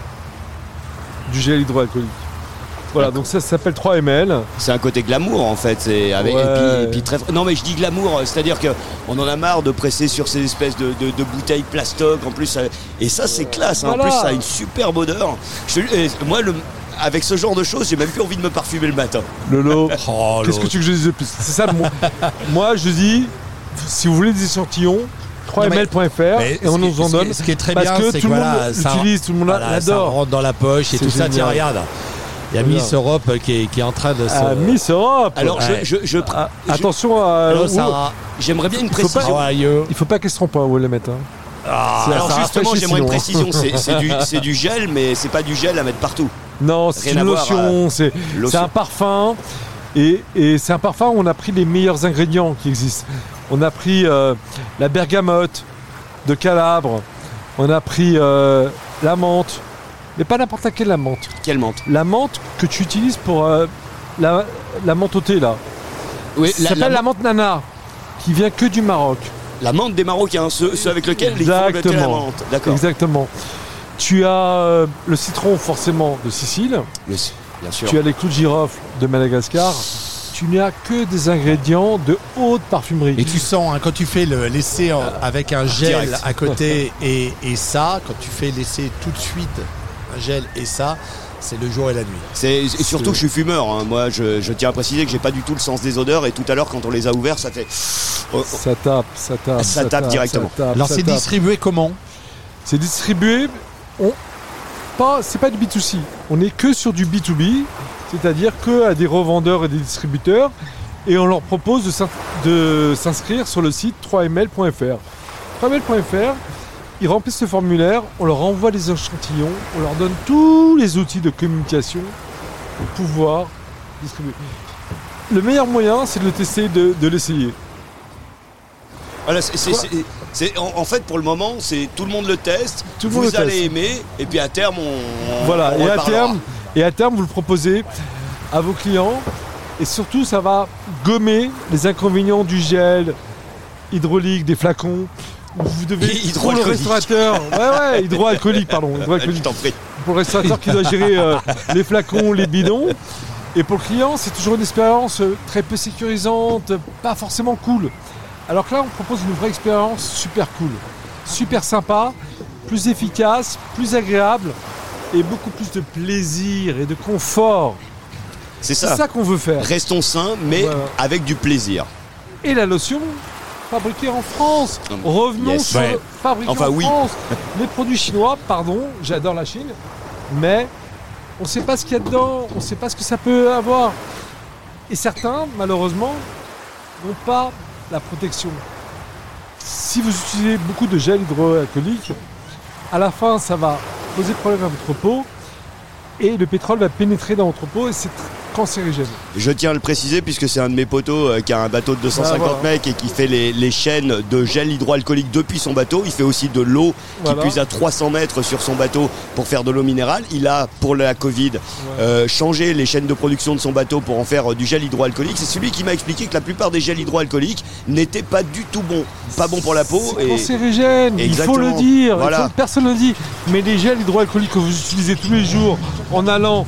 du gel hydroalcoolique. Voilà, donc ça, ça s'appelle trois millilitres. C'est un côté glamour en fait. C'est avec, Ouais. et puis, et puis très... Non mais je dis glamour, c'est-à-dire qu'on en a marre de presser sur ces espèces de, de, de bouteilles plastoc en plus. Ça... Et ça c'est classe, hein. Voilà. En plus ça a une superbe odeur. Je... et moi le... avec ce genre de choses, j'ai même plus envie de me parfumer le matin. Lolo, Oh, qu'est-ce que tu veux que je dise de plus? C'est ça, moi, moi je dis, si vous voulez des échantillons, trois millilitres point F R Mais et on ce qui- nous en ce qui- donne. Ce qui est très parce bien, que c'est tout que le voilà, monde ça- l'utilise, tout le monde voilà, ça l'adore. rentre dans la poche et C'est tout ça. Tiens, génial. regarde. Il y a Regarde. Miss Europe qui est, qui est en train de se... Ah, Miss Europe. Alors Ouais. je, je, je... Ah, je- attention à. Hello, où- Sarah. J'aimerais bien une Il faut pas- précision. How are you? Il faut pas qu'elle se trompe hein, où elle les mette. Hein. Ah, C'est- Alors ça justement, rafraîchit j'aimerais une sinon, hein. précision. C'est, c'est, du, c'est du gel, mais c'est pas du gel à mettre partout. Non, c'est Rien une à voir, lotion, euh, c'est, lotion. c'est un parfum. Et, et c'est un parfum où on a pris les meilleurs ingrédients qui existent. On a pris euh, la bergamote de Calabre. On a pris euh, la menthe. Mais pas n'importe laquelle la menthe. Quelle menthe? La menthe que tu utilises pour euh, la, la menthe au thé là. Oui, Ça la, s'appelle la, la, menthe nana. Qui vient que du Maroc. la menthe des Marocains, ceux, ceux avec lesquels ils font le thé à la Exactement. menthe. D'accord. Exactement. Tu as euh, le citron forcément de Sicile. Le- bien sûr. Tu as les clous de girofle de Madagascar. Tu n'as que des ingrédients de haute parfumerie. Et tu sens, hein, quand tu fais le l'essai en- avec un gel direct. à côté et, et ça, quand tu fais l'essai tout de suite, un gel et ça, c'est le jour et la nuit. C'est, et surtout que je suis fumeur. Hein. Moi, je, je tiens à préciser que j'ai pas du tout le sens des odeurs. Et tout à l'heure, quand on les a ouverts, ça fait. Oh, oh. Ça tape, ça tape. Ça tape directement. ça tape, Alors ça c'est tape. distribué comment? C'est distribué. On, pas, c'est pas du B deux C. On est que sur du B deux B, c'est-à-dire que à des revendeurs et des distributeurs, et on leur propose de, s'in- de s'inscrire sur le site trois millilitres point F R. trois millilitres point F R, ils remplissent ce formulaire, on leur envoie les échantillons, on leur donne tous les outils de communication pour pouvoir distribuer. Le meilleur moyen, c'est de le tester, de, de l'essayer. Voilà, c'est, c'est, c'est, c'est- en, en fait, pour le moment, c'est tout le monde le teste. Tout le vous monde le allez teste. aimer. Et puis à terme, on. on- Voilà, on et à, reparlera. terme, et à terme, vous le proposez à vos clients. Et surtout, ça va gommer les inconvénients du gel hydraulique, des flacons. Où vous devez, pour le Hydroalcoolique. restaurateur, ouais, ouais, hydroalcoolique, pardon, hydroalcoolique. Je t'en prie. Pour le restaurateur qui doit gérer euh, les flacons, les bidons. Et pour le client, c'est toujours une expérience euh, très peu sécurisante, pas forcément cool. Alors que là, on propose une vraie expérience super cool, super sympa, plus efficace, plus agréable et beaucoup plus de plaisir et de confort. C'est C'est ça. ça qu'on veut faire. Restons sains, mais Voilà. avec du plaisir. Et la lotion fabriquée en France. Revenons Yes. sur Ouais. le fabriqué Enfin, en oui. France. Les produits chinois, pardon, j'adore la Chine, mais on ne sait pas ce qu'il y a dedans, on ne sait pas ce que ça peut avoir. Et certains, malheureusement, n'ont pas la protection. Si vous utilisez beaucoup de gel hydroalcoolique, à la fin, ça va poser problème à votre peau et le pétrole va pénétrer dans votre peau et c'est tr- cancérigène. Je tiens à le préciser puisque c'est un de mes potos euh, qui a un bateau de deux cent cinquante Ah, voilà. mecs et qui fait les, les chaînes de gel hydroalcoolique depuis son bateau. Il fait aussi de l'eau Voilà. qui puise à trois cents mètres sur son bateau pour faire de l'eau minérale. Il a, pour la Covid, euh, changé les chaînes de production de son bateau pour en faire euh, du gel hydroalcoolique. C'est celui qui m'a expliqué que la plupart des gels hydroalcooliques n'étaient pas du tout bons. Pas bons pour la peau. C'est et... cancérigène, il faut le Exactement. dire. Voilà. Il faut- personne ne le dit. Mais les gels hydroalcooliques que vous utilisez tous les jours en allant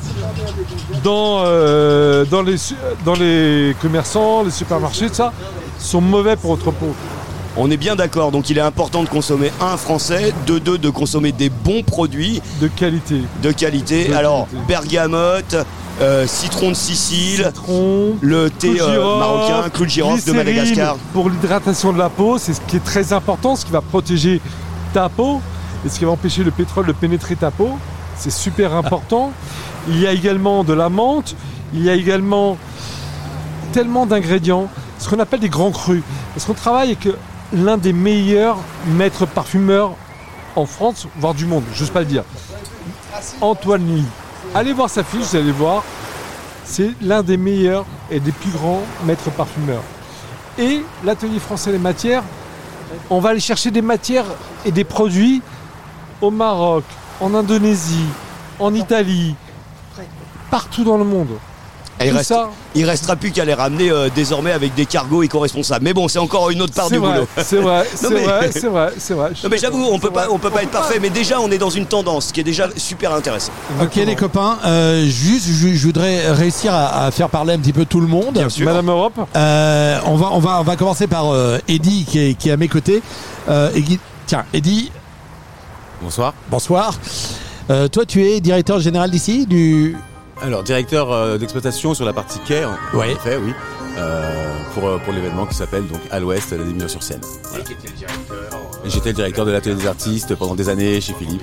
dans, euh, dans, les, su- dans les commerçants, les supermarchés, tout ça, sont mauvais pour votre peau. On est bien d'accord, donc il est important de consommer un français, de deux de consommer des bons produits de qualité. De qualité. De Alors qualité. bergamote, euh, citron de Sicile, Citron, le thé clou de euh, girofle, marocain, clou de girofle de glycérine Madagascar. Pour l'hydratation de la peau, c'est ce qui est très important, ce qui va protéger ta peau et ce qui va empêcher le pétrole de pénétrer ta peau. C'est super important. Il y a également de la menthe, il y a également tellement d'ingrédients, ce qu'on appelle des grands crus. Parce qu'on travaille avec l'un des meilleurs maîtres parfumeurs en France, voire du monde, j'ose pas le dire. Antoine Lee. Allez voir sa fiche, vous allez voir. C'est l'un des meilleurs et des plus grands maîtres parfumeurs. Et l'atelier français des matières, on va aller chercher des matières et des produits au Maroc, en Indonésie, en Italie, partout dans le monde. Et il, Tout reste, ça, il restera plus qu'à les ramener euh, désormais avec des cargos éco-responsables. Mais bon, c'est encore une autre part c'est du vrai, boulot. c'est vrai, Non, c'est mais- vrai, c'est vrai, c'est vrai. Non mais j'avoue, on peut pas, on peut pas être parfait, mais déjà on est dans une tendance qui est déjà super intéressante. Ok les copains, euh, juste je, je voudrais réussir à, à faire parler un petit peu tout le monde. Bien sûr. Madame Europe. Euh, on va on va on va commencer par euh, Eddy qui est, qui est à mes côtés. Euh, Eddy- tiens Eddy. Bonsoir. Bonsoir. Euh, toi tu es directeur général d'ici du. Alors, directeur euh, d'exploitation sur la partie quai, en Ouais. effet, oui, euh, pour, euh, pour l'événement qui s'appelle donc à l'Ouest, la Démure sur Seine. Voilà. Et j'étais le directeur de l'atelier des artistes pendant des années chez Philippe.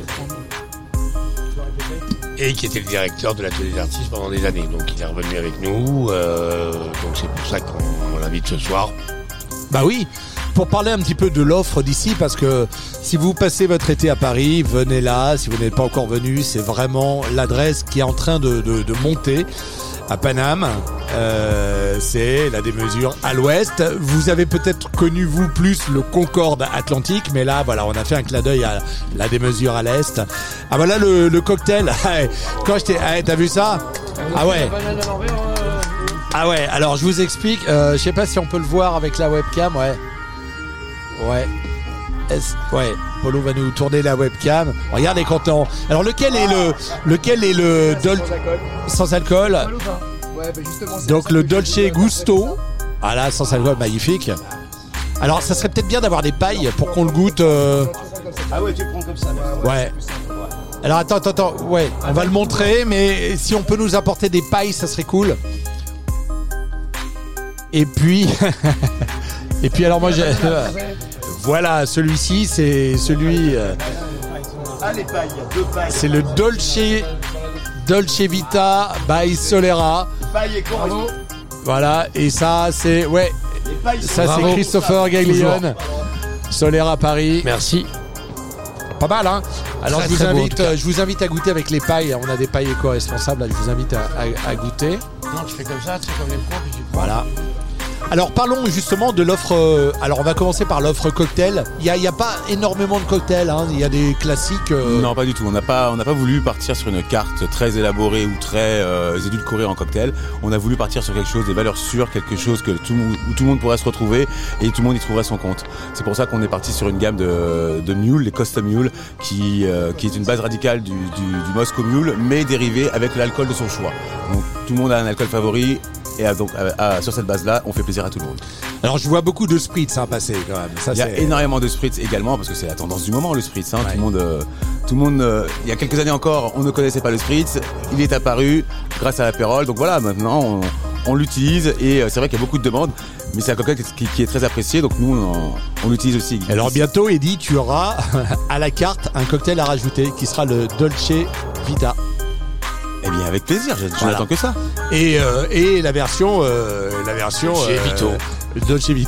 Et qui était le directeur de l'atelier des artistes pendant des années. Donc il est revenu avec nous. euh, donc c'est pour ça qu'on on l'invite ce soir. Bah oui, pour parler un petit peu de l'offre d'ici, parce que si vous passez votre été à Paris, venez là. Si vous n'êtes pas encore venu, c'est vraiment l'adresse qui est en train de, de, de monter à Paname. Euh, c'est la démesure à l'ouest. Vous avez peut-être connu, vous, plus le Concorde Atlantique, mais là, voilà, on a fait un clin d'œil à la démesure à l'est. Ah voilà le, le cocktail. Quand j'étais... Ah, t'as vu ça? Ah ouais. Ah ouais, alors je vous explique, euh, je sais pas si on peut le voir avec la webcam, ouais. Ouais. Est-ce- ouais, Polo va nous tourner la webcam. Regardez quand on... Alors lequel est le lequel est le Dol... sans alcool? Donc le Dolce Gusto. Ah là, sans alcool, magnifique. Alors ça serait peut-être bien d'avoir des pailles pour qu'on le goûte. euh, Ah ouais, tu prends comme ça. Ouais. Alors attends, attends, attends. Ouais, on va le montrer, mais si on peut nous apporter des pailles, ça serait cool. Et puis, et puis alors moi, j'ai... voilà, celui-ci, c'est celui, euh, Ah les pailles, deux pailles. c'est le Dolce, Dolce Vita by Solera. Pailles et coraux. Voilà, et ça, c'est, ouais, Les pailles sont- ça c'est Bravo. Christopher Gaglione, Solera Paris. Merci. Pas mal, hein. Alors Très, je vous très beau, en invite, tout cas. euh, je vous invite à goûter avec les pailles. On a des pailles éco-responsables. Là, je vous invite à, à- à goûter. Non, tu fais comme ça, tu fais comme les pros, puis tu prends. Voilà. Alors parlons justement de l'offre. euh, alors on va commencer par l'offre cocktail. Il y a, il y a pas énormément de cocktails. Hein. Il y a des classiques. euh, Non, pas du tout. On n'a pas, on n'a pas voulu partir sur une carte très élaborée ou très euh, édulcorée en cocktail. On a voulu partir sur quelque chose, des valeurs sûres, quelque chose que tout, le monde- où tout le monde pourrait se retrouver et tout le monde y trouverait son compte. C'est pour ça qu'on est parti sur une gamme de, de mules, les custom mules, qui, euh, qui est une base radicale du, du, du Moscow Mule, mais dérivée avec l'alcool de son choix. Donc tout le monde a un alcool favori. Et à- donc à- à- sur cette base-là, on fait plaisir à tout le monde. Alors je vois beaucoup de spritz hein, passer quand même. Ça, Il y a c'est- énormément de spritz également parce que c'est la tendance du moment le spritz. Hein. Tout le monde, euh, tout le monde. euh, il y a quelques années encore, on ne connaissait pas le spritz. Il est apparu grâce à l'apérole. Donc voilà, maintenant on, on l'utilise et euh, c'est vrai qu'il y a beaucoup de demandes. Mais c'est un cocktail qui, qui est très apprécié. Donc nous, on, on l'utilise aussi. Alors bientôt, Eddy, tu auras à la carte un cocktail à rajouter qui sera le Dolce Vita. Eh bien, avec plaisir. Je, je Voilà. n'attends que ça. Et, euh, et la version, euh, la version Dolce euh, Vito. Dolce Vito.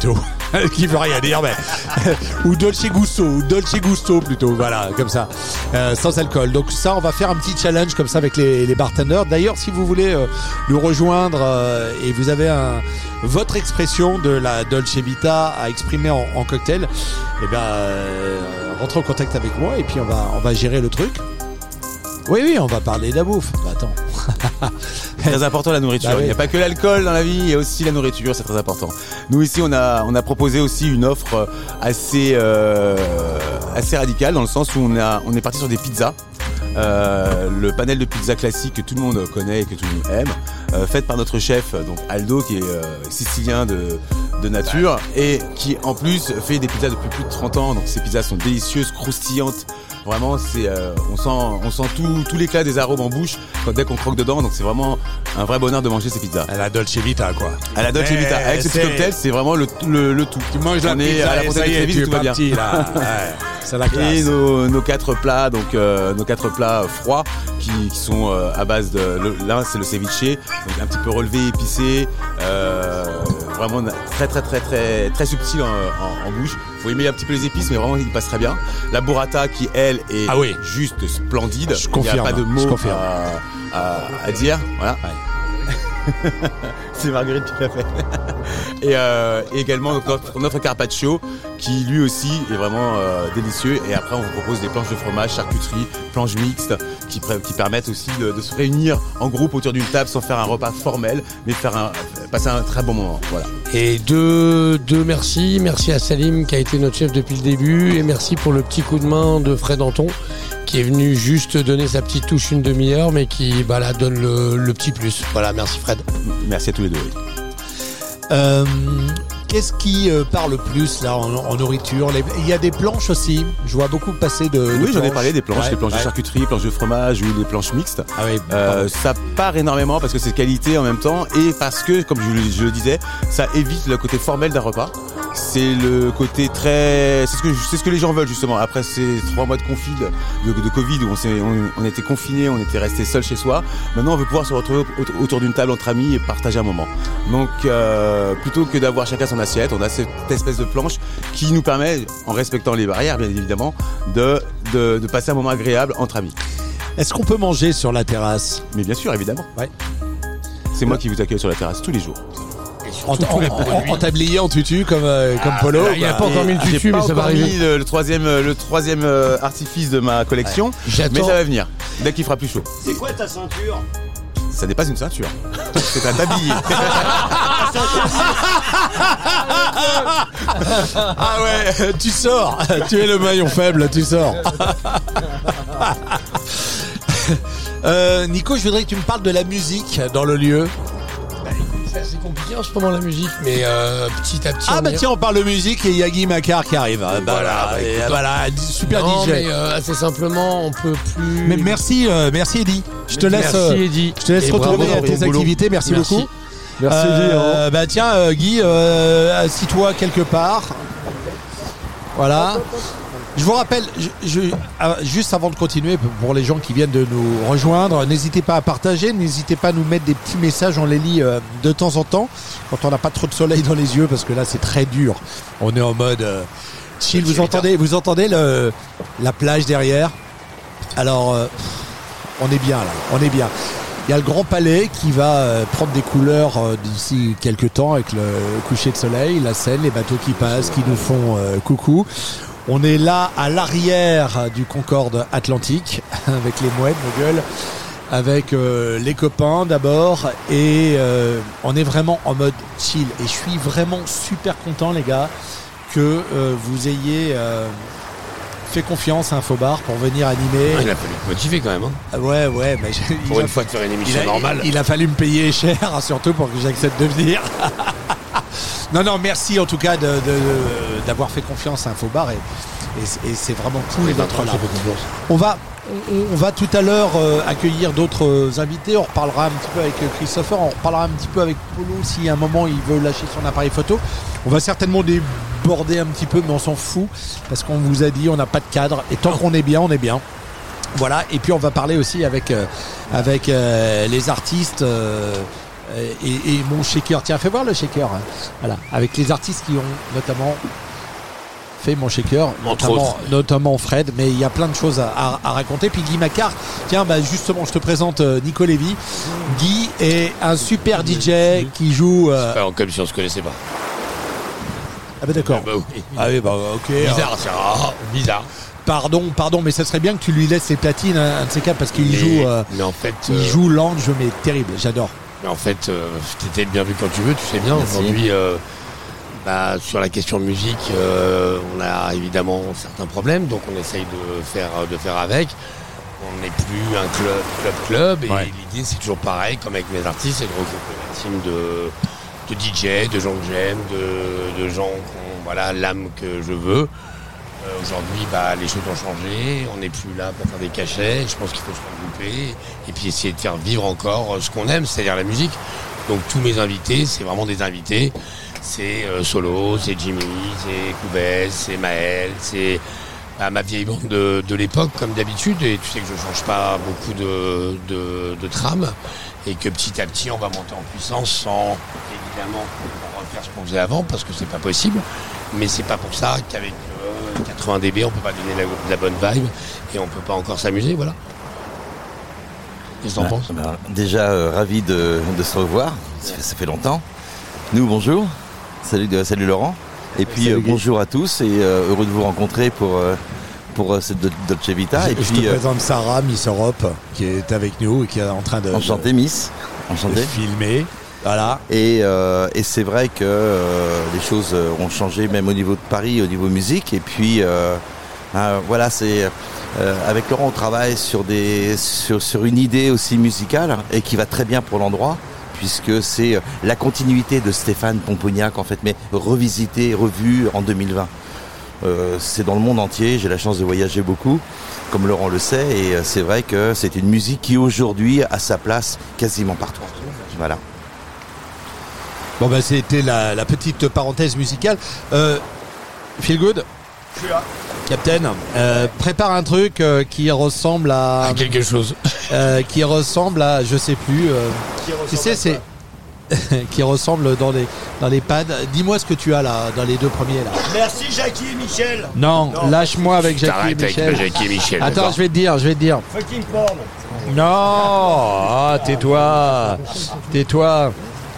qui veut rien dire, mais ou Dolce Gusto, ou Dolce Gusto plutôt, voilà, comme ça, euh, sans alcool. Donc ça, on va faire un petit challenge comme ça avec les, les bartenders. D'ailleurs, si vous voulez euh, nous rejoindre euh, et vous avez un, votre expression de la Dolce Vita à exprimer en, en cocktail, eh ben, euh, rentrez en contact avec moi et puis on va, on va gérer le truc. Oui, oui, on va parler de la bouffe. Bah, attends. Très important la nourriture. Bah oui. Il n'y a pas que l'alcool dans la vie, il y a aussi la nourriture, c'est très important. Nous ici, on a on a proposé aussi une offre assez euh, assez radicale dans le sens où on a on est parti sur des pizzas. Euh, le panel de pizza classique que tout le monde connaît et que tout le monde aime, euh, faite par notre chef donc Aldo qui est euh, sicilien de de nature et qui en plus fait des pizzas depuis plus de trente ans. Donc ces pizzas sont délicieuses, croustillantes. Vraiment, c'est, euh, on sent, on sent tout, tout l'éclat des arômes en bouche quand, dès qu'on croque dedans. Donc c'est vraiment un vrai bonheur de manger ces pizzas. À la Dolce Vita, quoi. À la Dolce Mais Vita. Avec ce petit cocktail, c'est vraiment le, le, le tout. Tu manges la on est pizza à la et Fontaine ça y est, Trevi, tu es tout va bien. parti, là. Ouais, c'est la classe. Et nos, nos quatre plats, donc euh, nos quatre plats froids qui, qui sont euh, à base de le, l'un c'est le ceviche, donc un petit peu relevé, épicé, euh, vraiment très très très très très subtil en, en, en bouche. Faut aimer un petit peu les épices, mais vraiment il passe très bien. La burrata qui elle est ah oui. juste splendide. Je confirme, il n'y a pas de mots à, à, à dire. Voilà. Ouais. C'est Marguerite qui l'a fait. Et, euh, et également donc, notre, notre carpaccio qui lui aussi est vraiment euh, délicieux. Et après on vous propose des planches de fromage, charcuterie, planches mixtes qui, qui permettent aussi de, de se réunir en groupe autour d'une table sans faire un repas formel, mais faire un, passer un très bon moment. Voilà. Et deux, deux merci. Merci à Salim qui a été notre chef depuis le début et merci pour le petit coup de main de Fred Anton qui est venu juste donner sa petite touche une demi-heure mais qui bah, là, donne le, le petit plus. Voilà, merci Fred. Merci à tous les deux. Euh, qu'est-ce qui euh, parle plus là en, en nourriture? Les, il y a des planches aussi. Je vois beaucoup passer de. Oui, de j'en ai parlé des planches, ouais, des planches ouais. de charcuterie, planches de fromage ou des planches mixtes. Ah oui, euh, ça part énormément parce que c'est de qualité en même temps et parce que, comme je, je le disais, ça évite le côté formel d'un repas. C'est le côté très, c'est ce que c'est ce que les gens veulent justement. Après ces trois mois de conflit, de, de, de Covid où on s'est, on, on était confinés, on était restés seuls chez soi. Maintenant, on veut pouvoir se retrouver autour d'une table entre amis et partager un moment. Donc, euh, plutôt que d'avoir chacun son assiette, on a cette espèce de planche qui nous permet, en respectant les barrières bien évidemment, de de, de passer un moment agréable entre amis. Est-ce qu'on peut manger sur la terrasse? Mais bien sûr, évidemment. Ouais. C'est moi qui vous accueille sur la terrasse tous les jours. En, en, en tablier, en tutu, comme, euh, comme ah, Polo. Il n'y a pas encore mis le tutu, J'ai mais pas ça va encore arriver. mis le, le troisième, le troisième euh, artifice de ma collection, ouais. Mais ça va venir, dès qu'il fera plus chaud. C'est quoi ta ceinture? Ça n'est pas une ceinture, c'est un tablier. Ah ouais, tu sors, tu es le maillon faible, tu sors. euh, Nico, je voudrais que tu me parles de la musique dans le lieu. C'est assez compliqué en ce moment la musique, mais euh, petit à petit. Ah on bah y... tiens, on parle de musique et Yagi Makar qui arrive. Bah, voilà, bah, et, écoute, voilà, super non, D J. Mais euh, assez simplement, on peut plus. Mais merci, euh, merci Eddy. Je te laisse, merci, euh, Eddy. je te laisse Et retourner bravo, à tes bon boulot. activités. Merci, Merci. beaucoup. Merci, Eddy. Euh, bah tiens, euh, Guy, euh, assis-toi quelque part. Voilà. Je vous rappelle, je, je, euh, juste avant de continuer, pour les gens qui viennent de nous rejoindre, n'hésitez pas à partager, n'hésitez pas à nous mettre des petits messages, on les lit euh, de temps en temps, quand on n'a pas trop de soleil dans les yeux, parce que là c'est très dur. On est en mode euh, chill, vous entendez, vous entendez le, la plage derrière. Alors, euh, on est bien là, on est bien. Il y a le Grand Palais qui va euh, prendre des couleurs euh, d'ici quelques temps avec le coucher de soleil, la Seine, les bateaux qui passent, qui nous font euh, coucou. On est là à l'arrière du Concorde Atlantique avec les mouettes, nos gueules, avec euh, les copains d'abord et euh, on est vraiment en mode chill et je suis vraiment super content les gars que euh, vous ayez euh, fait confiance à Infobar pour venir animer. Ah, il a fallu te motiver quand même. Hein. Ouais ouais mais pour une fois de faire une émission il a, normale. Il, il a fallu me payer cher surtout pour que j'accepte de venir. Non, non, merci en tout cas de, de, de, d'avoir fait confiance à Infobar et, et, et c'est vraiment cool d'être là. On va, on, on va tout à l'heure euh, accueillir d'autres euh, invités. On reparlera un petit peu avec Christopher, on reparlera un petit peu avec Polo si à un moment il veut lâcher son appareil photo. On va certainement déborder un petit peu, mais on s'en fout parce qu'on vous a dit on n'a pas de cadre et tant qu'on est bien, on est bien. Voilà, et puis on va parler aussi avec, euh, avec euh, les artistes. Euh, et, et mon shaker. Tiens, fais voir le shaker. Hein. Voilà, avec les artistes qui ont notamment fait mon shaker, notamment, notamment Fred, mais il y a plein de choses à, à, à raconter. Puis Guy Macquart, tiens, bah justement, je te présente euh, Nico Lévy. Guy est un super D J qui joue. Euh... Enfin, comme si on se connaissait pas. Ah bah d'accord. Ah bah oui. Ah oui, bah ok. Bizarre, alors... c'est rare. Bizarre. Pardon, pardon, mais ça serait bien que tu lui laisses les platines, un de ces quatre, parce qu'il mais, joue. Euh, mais en fait, il euh... joue l'ange, mais terrible. J'adore. Mais en fait, euh, t'étais le bienvenu quand tu veux. Tu sais bien. Merci. Aujourd'hui. Euh... Bah, sur la question de musique, euh, on a évidemment certains problèmes, donc on essaye de faire, de faire avec. On n'est plus un club, club, club, et ouais. L'idée c'est toujours pareil, comme avec mes artistes, c'est de regrouper une team de, de D J, de gens que j'aime, de, de gens qui ont voilà, l'âme que je veux. Euh, aujourd'hui, bah, les choses ont changé, on n'est plus là pour faire des cachets, je pense qu'il faut se regrouper et puis essayer de faire vivre encore ce qu'on aime, c'est-à-dire la musique. Donc tous mes invités, c'est vraiment des invités. C'est euh, Solo, c'est Jimmy, c'est Koubès, c'est Maël, c'est bah, ma vieille bande de, de l'époque comme d'habitude. Et tu sais que je ne change pas beaucoup de, de, de trame et que petit à petit on va monter en puissance sans évidemment refaire ce qu'on faisait avant parce que c'est pas possible. Mais c'est pas pour ça qu'avec euh, quatre-vingts décibels on peut pas donner la, la bonne vibe et on peut pas encore s'amuser. Voilà. Qu'est-ce que t'en bah, penses bah, Déjà euh, ravi de, de se revoir. Ça fait, ça fait longtemps. Nous bonjour. Salut, euh, salut Laurent. Et puis salut, euh, bonjour à tous et euh, heureux de vous rencontrer pour, euh, pour euh, cette Dolce Vita. Je, et je puis, te euh, présente Sarah, Miss Europe, qui est avec nous et qui est en train de... Enchanté Miss. Enchanté. De filmer. Voilà. Et, euh, et c'est vrai que euh, les choses ont changé même au niveau de Paris, au niveau musique. Et puis euh, euh, voilà, c'est... Euh, avec Laurent on travaille sur, des, sur, sur une idée aussi musicale et qui va très bien pour l'endroit. Puisque c'est la continuité de Stéphane Pomponiac en fait, mais revisité, revue en deux mille vingt. Euh, c'est dans le monde entier, j'ai la chance de voyager beaucoup, comme Laurent le sait, et c'est vrai que c'est une musique qui aujourd'hui a sa place quasiment partout. Voilà. Bon ben c'était la, la petite parenthèse musicale. Euh, Feel Good. Je suis là. Captain, euh, prépare un truc euh, qui ressemble à... à quelque chose. Euh, qui ressemble à, je sais plus. Euh, tu sais, c'est qui ressemble dans les dans les pads. Dis-moi ce que tu as là dans les deux premiers là. Merci Jackie et Michel. Non, non lâche-moi avec Jackie et Michel. Avec Jackie et Michel. Attends, d'accord. je vais te dire, je vais te dire. Fucking porn. Non, ah, tais-toi, tais-toi.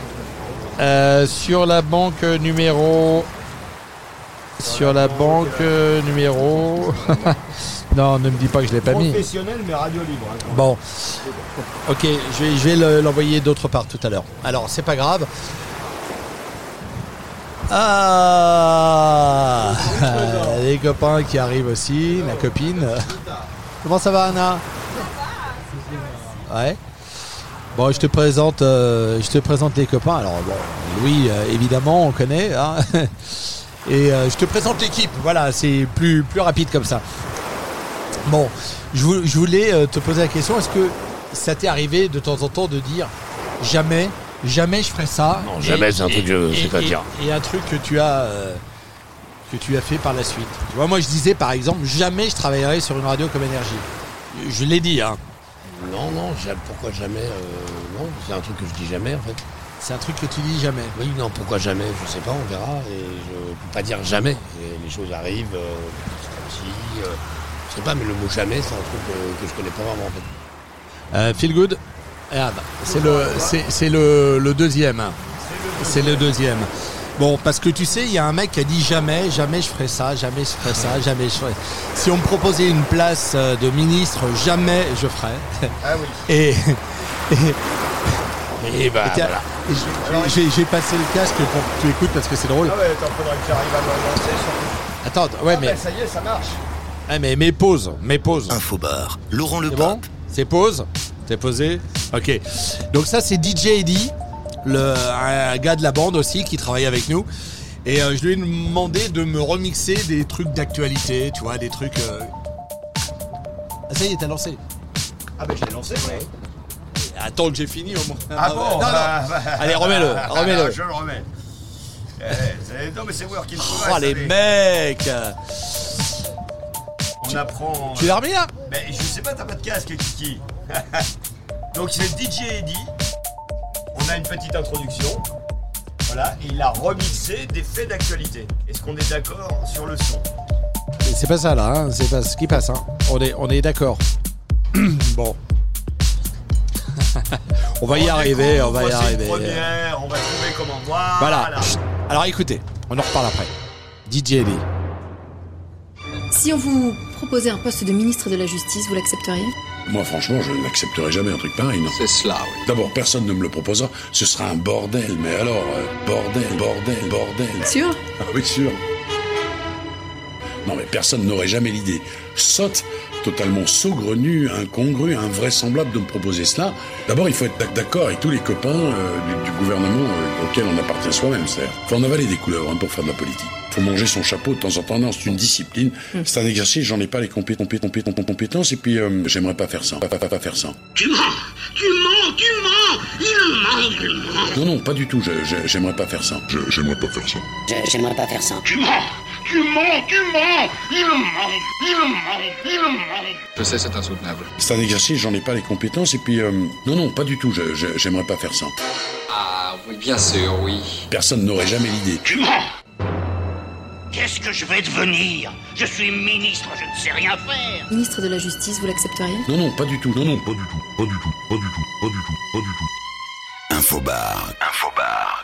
Euh, sur la banque numéro. Sur la banque euh, numéro. Non, ne me dis pas que je l'ai pas mis. Professionnel mais radio libre. Hein. Bon, ok, je vais, je vais l'envoyer d'autre part tout à l'heure. Alors, c'est pas grave. Ah, les copains qui arrivent aussi, la copine. Comment ça va, Anna? Ouais. Bon, je te présente, euh, je te présente les copains. Alors, bon, Louis, euh, évidemment, on connaît. Hein. Et euh, je te présente l'équipe. Voilà, c'est plus, plus rapide comme ça. Bon, je voulais euh, te poser la question. Est-ce que ça t'est arrivé de temps en temps de dire jamais, jamais je ferai ça? Non, jamais, c'est un truc que je sais pas et, dire. Et un truc que tu as euh, que tu as fait par la suite. Tu vois, moi je disais par exemple, jamais je travaillerai sur une radio comme Énergie. Je l'ai dit, hein. Non, non, pourquoi jamais euh, non, c'est un truc que je dis jamais en fait. C'est un truc que tu dis jamais. Oui, non, pourquoi jamais? Je sais pas, on verra. Et je peux pas dire jamais. Et les choses arrivent euh, petit à petit. Euh, je sais pas, mais le mot jamais, c'est un truc euh, que je connais pas vraiment en fait. Euh, Feel Good. Ah, bah, c'est le, c'est, c'est le, le deuxième. C'est le deuxième. Bon, parce que tu sais, il y a un mec qui a dit jamais, jamais je ferai ça, jamais je ferai ça, jamais je ferai. Si on me proposait une place de ministre, jamais je ferais. Ah oui. Et. et Et bah, et voilà. J'ai, j'ai passé le casque pour que tu écoutes parce que c'est drôle. Ah ouais, attends, faudrait que j'arrive à me lancer sur... Attends, ouais, ah mais. Bah, ça y est, ça marche. Ah, mais mes pauses, mes pauses. Infobar, Laurent Le c'est Pape. Bon c'est pause. C'est posé. Ok. Donc ça, c'est D J Eddie, le un gars de la bande aussi qui travaille avec nous. Et euh, je lui ai demandé de me remixer des trucs d'actualité, tu vois, des trucs. Euh... Ah ça y est, t'as lancé. Ah bah je l'ai lancé, ouais. Attends que j'ai fini au moins. Ah bon non, non. bah, bah, Allez, remets-le, ah, remets-le. Non, je le remets. Eh, c'est... Non mais c'est work in progress. Oh les mecs. On apprend... Tu l'as remis là? Mais je sais pas, t'as pas de casque, Kiki. Donc c'est D J Eddie. On a une petite introduction. Voilà, et il a remixé des faits d'actualité. Est-ce qu'on est d'accord sur le son? C'est pas ça là, hein, c'est pas ce qui passe. Hein. On est, on est d'accord. Bon. on va y on arriver, découvre, on va y arriver. Première, on va trouver comment voir. Voilà. Alors écoutez, on en reparle après. D J Eddie. Si on vous proposait un poste de ministre de la Justice, vous l'accepteriez? Moi, franchement, je n'accepterai jamais un truc pareil, non. C'est cela, oui. D'abord, personne ne me le proposera. Ce sera un bordel. Mais alors, euh, bordel, bordel, bordel. Sûr? Ah oui, sûr. Non, mais personne n'aurait jamais l'idée sotte, totalement saugrenue, incongrue, invraisemblable de me proposer cela. D'abord, il faut être d'accord avec tous les copains euh, du, du gouvernement euh, auquel on appartient soi-même, c'est-à-dire. Il faut en avaler des couleuvres hein, pour faire de la politique. Il faut manger son chapeau de temps en temps. Non, c'est une discipline. Mmh. C'est un exercice, j'en ai pas les compé- compé- compé- compé- compétences et puis euh, j'aimerais pas faire ça. Pas, pas, pas, pas faire ça. Tu mens! Tu mens! Tu mens! Il ment! Il ment! Non, non, pas du tout. Je, je, j'aimerais pas faire ça. Je, j'aimerais pas faire ça. Je, j'aimerais pas faire ça. Tu mens! Tu mens! Tu mens! Il ment! Il ment! Il ment! Je sais, c'est insoutenable. C'est un exercice, j'en ai pas les compétences et puis euh, non, non, pas du tout. Je, je, j'aimerais pas faire ça. Ah oui, bien sûr, oui. Personne n'aurait jamais l'idée. Tu mens! Qu'est-ce que je vais devenir? Je suis ministre, je ne sais rien faire. Ministre de la Justice, vous l'accepteriez? Non, non, pas du tout. Non, non, pas du tout. Pas du tout. Pas du tout. Pas du tout. Pas du tout. Infobar. Infobar.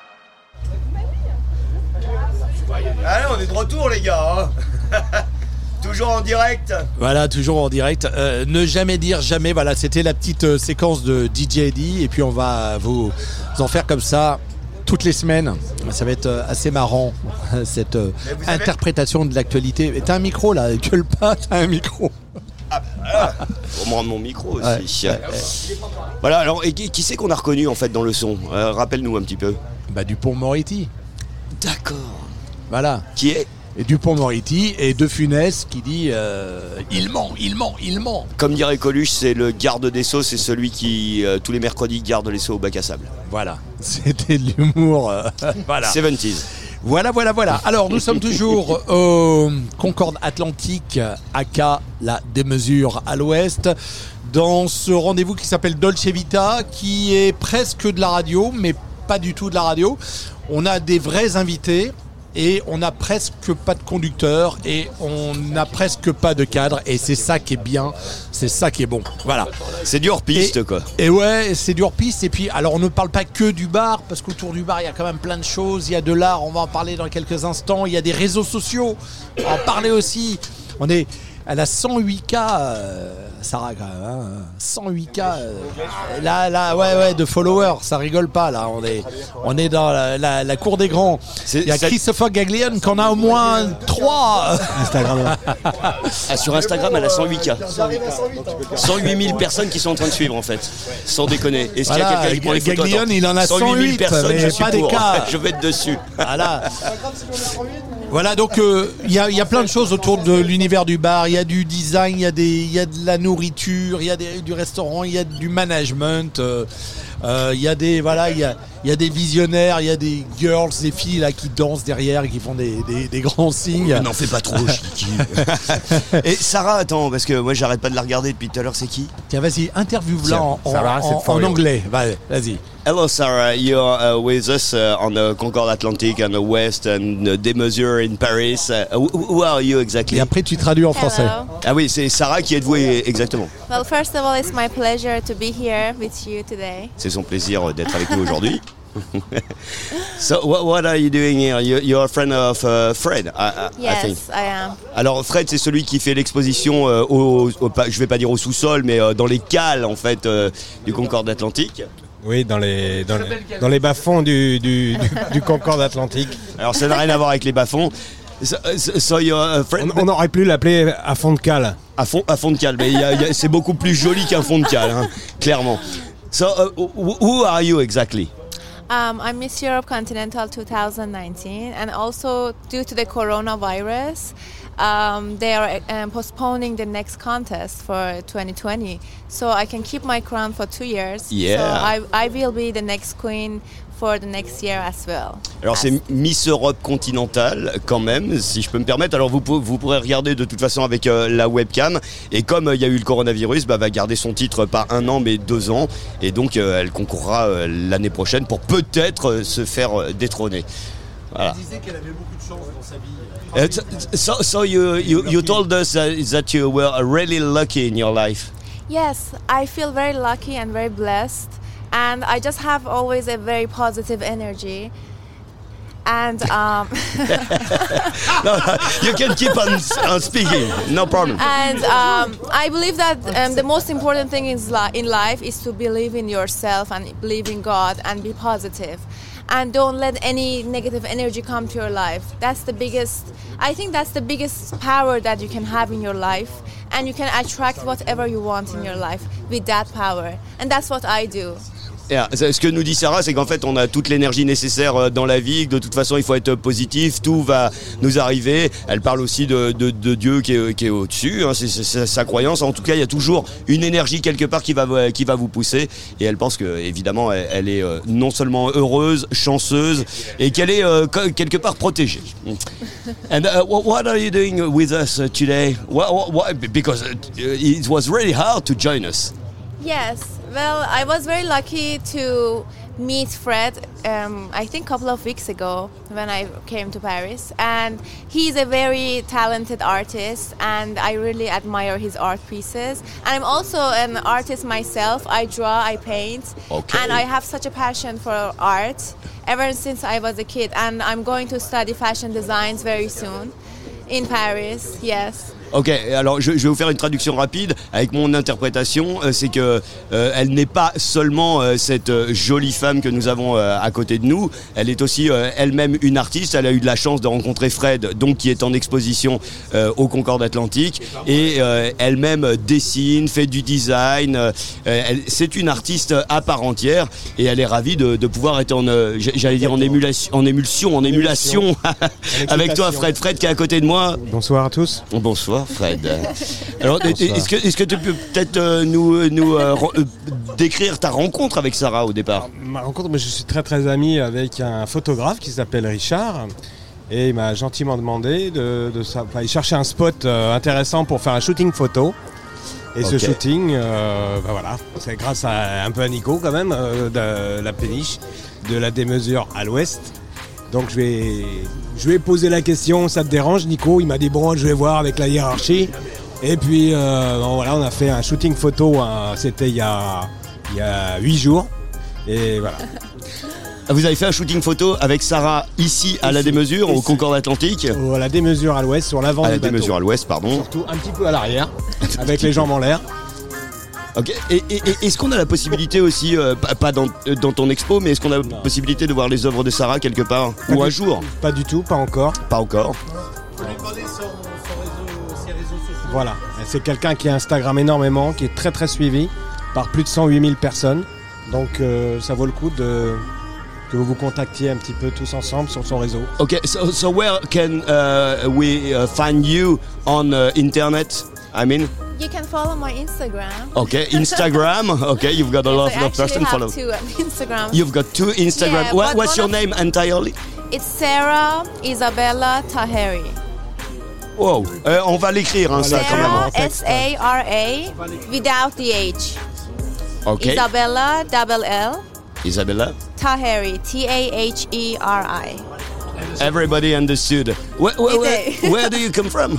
Allez, on est de retour, les gars. Hein. Toujours en direct. Voilà, toujours en direct. Euh, ne jamais dire jamais. Voilà, c'était la petite euh, séquence de D J Eddie. Et puis on va vous, vous en faire comme ça toutes les semaines. Ça va être euh, assez marrant, cette euh, avez... interprétation de l'actualité. Et t'as un micro là, gueule pas, t'as un micro. Ah bah voilà. Pour me rendre mon micro aussi. Ouais. Ouais. Voilà, alors et qui, qui c'est qu'on a reconnu en fait dans le son euh, rappelle-nous un petit peu. Bah Dupond-Moretti. D'accord. Voilà. Qui est et Dupond-Moretti et De Funès qui dit euh, il ment, il ment, il ment. Comme dirait Coluche, c'est le garde des Sceaux, c'est celui qui euh, tous les mercredis garde les seaux au bac à sable. Voilà, c'était de l'humour. Euh, voilà. soixante-dix. Voilà, voilà, voilà. Alors nous sommes toujours au Concorde Atlantique, aka la démesure à l'ouest, dans ce rendez-vous qui s'appelle Dolce Vita, qui est presque de la radio, mais pas du tout de la radio. On a des vrais invités. Et on n'a presque pas de conducteur et on n'a presque pas de cadre et c'est ça qui est bien, c'est ça qui est bon. Voilà. C'est du hors-piste quoi. Et ouais, c'est du hors-piste et puis alors on ne parle pas que du bar parce qu'autour du bar il y a quand même plein de choses. Il y a de l'art, on va en parler dans quelques instants. Il y a des réseaux sociaux, on va en parler aussi. On est à la cent huit K, euh, Sarah quand même, hein, cent huit K. Euh, là, là, ouais, ouais, de followers, ça rigole pas là. On est, on est dans la, la, la cour des grands. Il y a Christopher Gaglione qu'on a au moins trois. Instagram. Ah, sur Instagram, elle a cent huit K. cent huit mille personnes qui sont en train de suivre en fait, sans déconner. Est-ce voilà, qu'il y a quelqu'un qui prend les photos? Gaglione, il en a cent huit personnes, mais je suis pas pour. des cas. Je vais être dessus. Voilà. Voilà, donc il euh, y, a, y a plein de choses autour de l'univers du bar. Il y a du design, il y a des, il y a de la nourriture, il y a des, du restaurant, il y a du management. Euh, euh, il y a des, voilà, il y a, il y a des visionnaires, il y a des girls, des filles là qui dansent derrière et qui font des, des, des grands signes. N'en fais pas trop, Chiki. Et Sarah, attends, parce que moi j'arrête pas de la regarder depuis tout à l'heure. C'est qui? Tiens, vas-y, interview-la en, en, Sarah, en, en anglais. Vas-y. Hello, Sarah. You're uh, with us uh, on the Concorde Atlantic and the West and uh, Des Mesures in Paris. Uh, who, who are you exactly? Et après, tu traduis en français. Hello. Ah oui, c'est Sarah qui êtes-vous exactement? Well, first of all, it's my pleasure to be here with you today. C'est son plaisir d'être avec nous aujourd'hui. So, what, what are you doing here? You, you're a friend of uh, Fred, I, I, yes, I think. I am. Alors, Fred, c'est celui qui fait l'exposition euh, au, au, je vais pas dire au sous-sol, mais euh, dans les cales en fait euh, du Concorde Atlantique. Oui, dans les, dans les, dans les bas-fonds du, du, du, du Concorde Atlantique. Alors ça n'a rien à voir avec les bas-fonds. So, so you're a friend... on, on aurait pu l'appeler à fond de cale. À fond, à fond de cale, mais y a, y a, c'est beaucoup plus joli qu'un fond de cale, hein, clairement. So, uh, who are you exactly? Um, I'm Miss Europe Continental twenty nineteen, and also due to the coronavirus, um, they are um, postponing the next contest for twenty twenty. So I can keep my crown for two years. Yeah. So I, I will be the next queen for for the next year as well. Alors c'est Miss Europe continentale quand même, si je peux me permettre. Alors vous, vous pourrez regarder de toute façon avec euh, la webcam. Et comme il euh, y a eu le coronavirus, bah, va garder son titre pas un an mais deux ans. Et donc euh, elle concourra euh, l'année prochaine pour peut-être euh, se faire euh, détrôner. Voilà. Elle disait qu'elle avait beaucoup de chance dans sa vie. Uh, so, so you, you, you told us that, that you were really lucky in your life. Yes, I feel very lucky and very blessed, and I just have always a very positive energy. And um, no, you can keep on, on speaking, no problem. And um, I believe that um, the most important thing is li- in life is to believe in yourself and believe in God and be positive. And don't let any negative energy come to your life. That's the biggest, I think that's the biggest power that you can have in your life. And you can attract whatever you want in your life with that power. And that's what I do. Yeah. Ce que nous dit Sarah, c'est qu'en fait on a toute l'énergie nécessaire dans la vie, que de toute façon il faut être positif, tout va nous arriver. Elle parle aussi de, de, de Dieu qui est, qui est au-dessus, hein, c'est, c'est sa croyance. En tout cas il y a toujours une énergie quelque part qui va, qui va vous pousser, et elle pense que évidemment elle, elle est non seulement heureuse, chanceuse, et qu'elle est euh, quelque part protégée. And uh, what are you doing with us today? What, what, what, because it was really hard to join us. Yes. Well, I was very lucky to meet Fred, um, I think a couple of weeks ago when I came to Paris. And he's a very talented artist, and I really admire his art pieces. And I'm also an artist myself. I draw, I paint, okay. And I have such a passion for art ever since I was a kid. And I'm going to study fashion designs very soon in Paris, yes. Ok, alors je, je vais vous faire une traduction rapide avec mon interprétation. Euh, c'est que euh, elle n'est pas seulement euh, cette euh, jolie femme que nous avons euh, à côté de nous. Elle est aussi euh, elle-même une artiste. Elle a eu de la chance de rencontrer Fred, donc qui est en exposition euh, au Concorde Atlantique, et euh, elle-même dessine, fait du design. Euh, elle, c'est une artiste à part entière, et elle est ravie de, de pouvoir être en, euh, j'allais dire en émulation, en émulsion, en émulation avec toi, Fred. Fred qui est à côté de moi. Bonsoir à tous. Bonsoir. Fred. Alors, est-ce que, est-ce que tu peux peut-être euh, nous, nous euh, euh, décrire ta rencontre avec Sarah au départ? Ma rencontre, moi, je suis très très ami avec un photographe qui s'appelle Richard, et il m'a gentiment demandé de, de ça. Enfin, il cherchait un spot euh, intéressant pour faire un shooting photo. Et okay. Ce shooting, euh, ben voilà, c'est grâce à un peu à Nico quand même, euh, de la péniche, de la démesure à l'ouest. Donc je vais, je vais poser la question, ça te dérange Nico? Il m'a dit bon, je vais voir avec la hiérarchie. Et puis euh, bon, voilà, on a fait un shooting photo, hein, c'était il y a il y a huit jours. Et voilà. Vous avez fait un shooting photo avec Sarah ici à ici, la démesure, ici. Au Concorde Atlantique. À la démesure à l'ouest, sur l'avant à du la bateau. Démesure à l'ouest, pardon. Surtout un petit peu à l'arrière, avec les jambes en l'air. Ok. Et, et, et est-ce qu'on a la possibilité aussi, euh, pas, pas dans, dans ton expo, mais est-ce qu'on a la possibilité de voir les œuvres de Sarah quelque part pas ou un du, jour? Pas du tout, pas encore. Pas encore. Faut lui demander son, son réseau, ses réseaux sociaux. Voilà. C'est quelqu'un qui Instagram énormément, qui est très très suivi par plus de cent huit mille personnes. Donc euh, ça vaut le coup de que vous vous contactiez un petit peu tous ensemble sur son réseau. Ok. So, so where can uh, we uh, find you on uh, internet? I mean. You can follow my Instagram. Okay, Instagram. Okay, you've got a lot yes, of person follow. Two on Instagram. You've got two Instagram. Yeah, what, what's your name entirely? It's Sarah Isabella Taheri. Wow, euh, on va l'écrire hein, ça quand même. S A R A without the H. Okay. Isabella double L. Isabella. Taheri T A H E R I. Everybody understood. Where, where, where, where do you come from?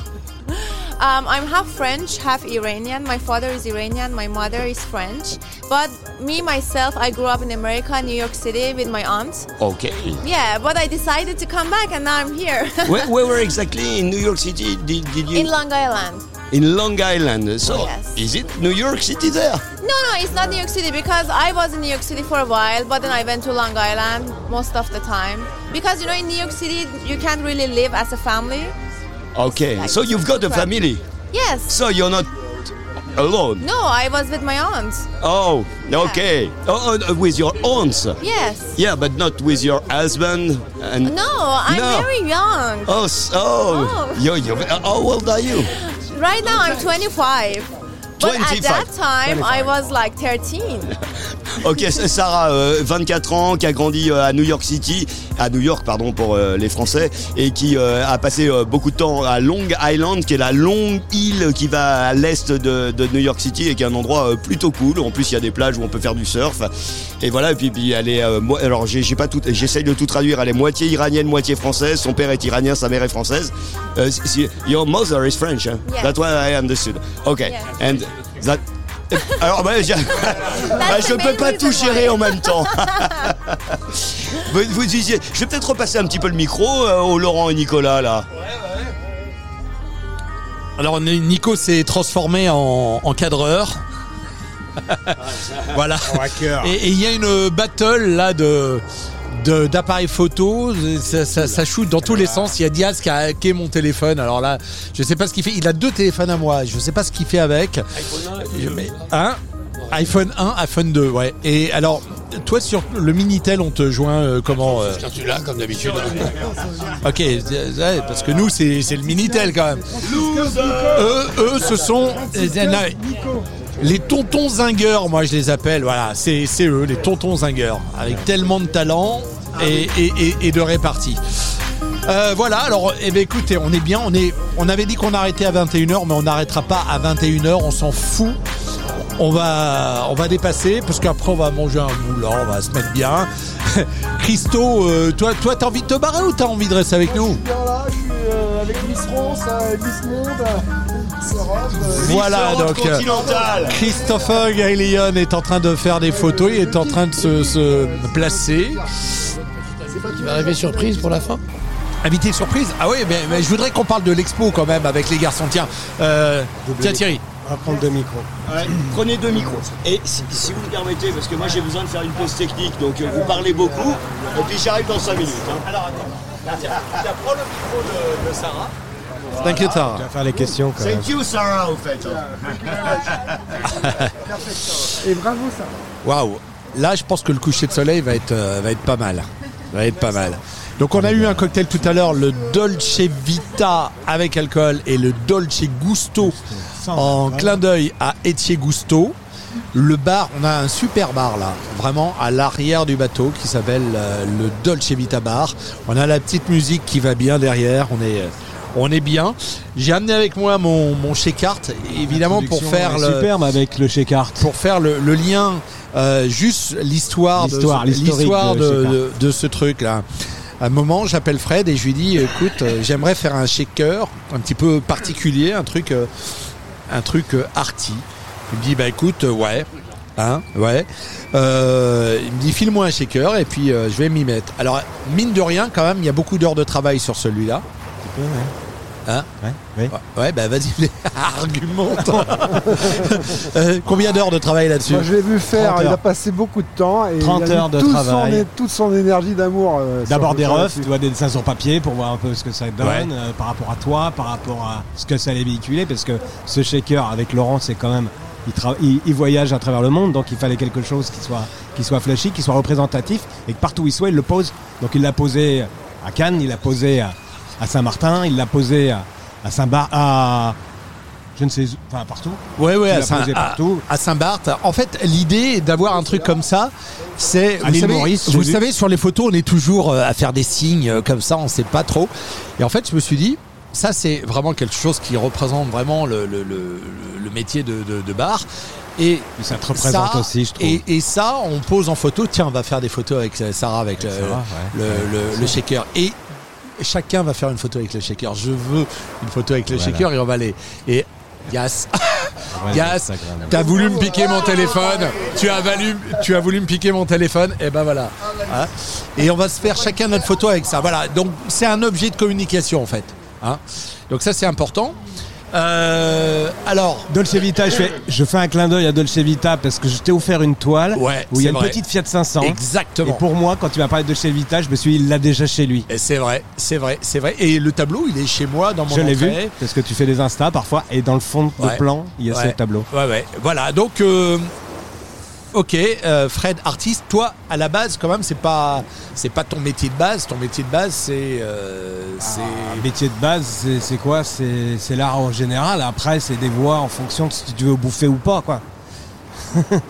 Um, I'm half French, half Iranian. My father is Iranian, my mother is French. But me, myself, I grew up in America, New York City with my aunt. Okay. Yeah, but I decided to come back and now I'm here. where, where were exactly in New York City did, did you? In Long Island. In Long Island. So, yes. Is it New York City there? No, no, it's not New York City because I was in New York City for a while, but then I went to Long Island most of the time. Because, you know, in New York City, you can't really live as a family. Okay, like so you've got a family? Yes. So you're not alone? No, I was with my aunt. Oh, okay. Yeah. Oh, uh, with your aunts? Yes. Yeah, but not with your husband? And no, I'm no. very young. Oh, so, oh. You're, you're, how old are you? Right now I'm twenty-five. But twenty-five. at that time, twenty-five. I was like thirteen. Ok, Sarah, euh, vingt-quatre ans, qui a grandi euh, à New York City, à New York, pardon, pour euh, les Français, et qui euh, a passé euh, beaucoup de temps à Long Island, qui est la longue île qui va à l'est de, de New York City et qui est un endroit euh, plutôt cool. En plus, il y a des plages où on peut faire du surf. Et voilà, et puis, puis elle est, euh, moi, alors j'ai, j'ai pas tout, j'essaye de tout traduire. Elle est moitié iranienne, moitié française. Son père est iranien, sa mère est française. Uh, si, your mother is French, huh? Yeah. That's what I understood. Okay, Yeah. and that. Alors, bah, je, bah, je peux pas tout gérer en même temps. vous, vous disiez, je vais peut-être repasser un petit peu le micro euh, au Laurent et Nicolas là. Alors Nico s'est transformé en, en cadreur. Voilà. Et il y a une battle là de. De, d'appareils photo, ça, ça, ça shoot dans tous les sens. Il y a Diaz qui a hacké mon téléphone. Alors là, je sais pas ce qu'il fait. Il a deux téléphones à moi. Je sais pas ce qu'il fait avec. Hein iPhone un, iPhone deux, ouais. Et alors, toi sur le Minitel, on te joint euh, comment euh... Je suis là comme d'habitude. Ok, ouais, parce que nous c'est, c'est le Minitel quand même. Eux, eux, ce sont les tontons zingueurs, moi je les appelle. Voilà, c'est, c'est eux, les tontons zingueurs, avec tellement de talent et, et, et, et de répartie. Euh, voilà, alors eh ben, écoutez, on est bien, on est, on avait dit qu'on arrêtait à vingt et une heures, mais on n'arrêtera pas à vingt et une heures, on s'en fout. On va, on va dépasser parce qu'après on va manger un moulin, on va se mettre bien. Christo, euh, toi, toi, t'as envie de te barrer ou t'as envie de rester avec nous? Je suis bien là, je suis euh, avec Miss France, euh, Miss Monde, Miss Europe. Euh, Voilà, Miss Europe donc continentale. Christopher Gaillon est en train de faire des photos, il est en train de se, se placer. C'est pas qui va arriver surprise pour la fin. Invité surprise? Ah oui, mais, mais je voudrais qu'on parle de l'expo quand même avec les garçons. Tiens, euh, tiens Thierry. On va prendre deux micros. Ouais, prenez deux micros. Et si, si vous me permettez, parce que moi j'ai besoin de faire une pause technique, donc euh, vous parlez beaucoup, et puis j'arrive dans cinq minutes. Hein. Alors attends, tiens, prends le micro de, de Sarah. T'inquiète, Sarah. On va faire les questions quand même. Thank you, Sarah, au fait. Et bravo, ça. Waouh. Là, je pense que le coucher de soleil va être, euh, va être pas mal. Va être pas mal. Donc on a eu un cocktail tout à l'heure, le Dolce Vita avec alcool et le Dolce Gusto en clin d'œil à Etier Gusto. Le bar, on a un super bar là, vraiment à l'arrière du bateau qui s'appelle euh, le Dolce Vita Bar. On a la petite musique qui va bien derrière, on est, on est bien. J'ai amené avec moi mon, mon Shake-Art, évidemment pour faire le superbe avec le Shake-Art. Pour faire le, le lien, euh, juste l'histoire, L'histoire, de, l'historique l'histoire de de, Shake-Art. de, de ce truc là. À un moment, j'appelle Fred et je lui dis, écoute, euh, j'aimerais faire un shaker un petit peu particulier, un truc, euh, un truc euh, arty. Il me dit, bah écoute, euh, ouais, hein, ouais. Euh, il me dit, file-moi un shaker et puis euh, je vais m'y mettre. Alors, mine de rien, quand même, il y a beaucoup d'heures de travail sur celui-là. Tu peux, ouais. Hein Ouais, oui. Ouais, ouais, bah vas-y, argumente. euh, combien d'heures de travail là-dessus? Moi, je l'ai vu faire, trente il a heures. passé beaucoup de temps. Et trente il a heures mis de tout travail. Son, toute son énergie d'amour. euh, D'abord sur- des sur refs, là-dessus. tu vois, des dessins sur papier pour voir un peu ce que ça donne, Ouais. euh, par rapport à toi, par rapport à ce que ça allait véhiculer, parce que ce shaker avec Laurent, c'est quand même, il, tra- il, il voyage à travers le monde, donc il fallait quelque chose qui soit, qui soit flashy, qui soit représentatif, et que partout où il soit, il le pose. Donc il l'a posé à Cannes, il l'a posé à, à Saint-Martin, il l'a posé à, à Saint-Bar, à je ne sais, enfin partout. Ouais, ouais, Il à, l'a Saint, posé à, partout. à Saint-Barth. En fait, l'idée d'avoir un truc comme ça, c'est, À vous l'île savez, Maurice, vous j'ai vu. savez, sur les photos, on est toujours euh, à faire des signes euh, comme ça, on sait pas trop. Et en fait, je me suis dit, ça, c'est vraiment quelque chose qui représente vraiment le, le, le, le métier de, de, de bar. Et ça te représente ça, aussi, je trouve. Et, et ça, on pose en photo. Tiens, on va faire des photos avec Sarah, avec, Avec le, Sarah, le, ouais. le, le shaker. Et chacun va faire une photo avec le shaker. Je veux une photo avec le Voilà. shaker et on va aller. Et Yas, Ouais, Yas, Instagram. t'as voulu me piquer mon téléphone. Tu as voulu, tu as voulu me piquer mon téléphone. Et ben voilà. Hein, et on va se faire chacun notre photo avec ça. Voilà. Donc c'est un objet de communication en fait. Hein, donc ça c'est important. Euh, alors, Dolce Vita, je fais, je fais un clin d'œil à Dolce Vita parce que je t'ai offert une toile Ouais, où il y a c'est une vrai. petite Fiat cinq cents. Exactement. Et pour moi, quand tu m'as parlé de Dolce Vita, je me suis dit, il l'a déjà chez lui. Et c'est vrai, c'est vrai, c'est vrai. Et le tableau, il est chez moi dans mon Je l'ai vu entrée. parce que tu fais des Insta parfois et dans le fond de Ouais. plan, il y a Ouais. ce tableau. Ouais, ouais. Voilà. Donc, euh, ok, euh, Fred, artiste. Toi, à la base, quand même, c'est pas, c'est pas ton métier de base. Ton métier de base, c'est, euh, c'est. Un métier de base, c'est, c'est quoi c'est, c'est l'art en général. Après, c'est des voix en fonction de si tu veux bouffer ou pas, quoi.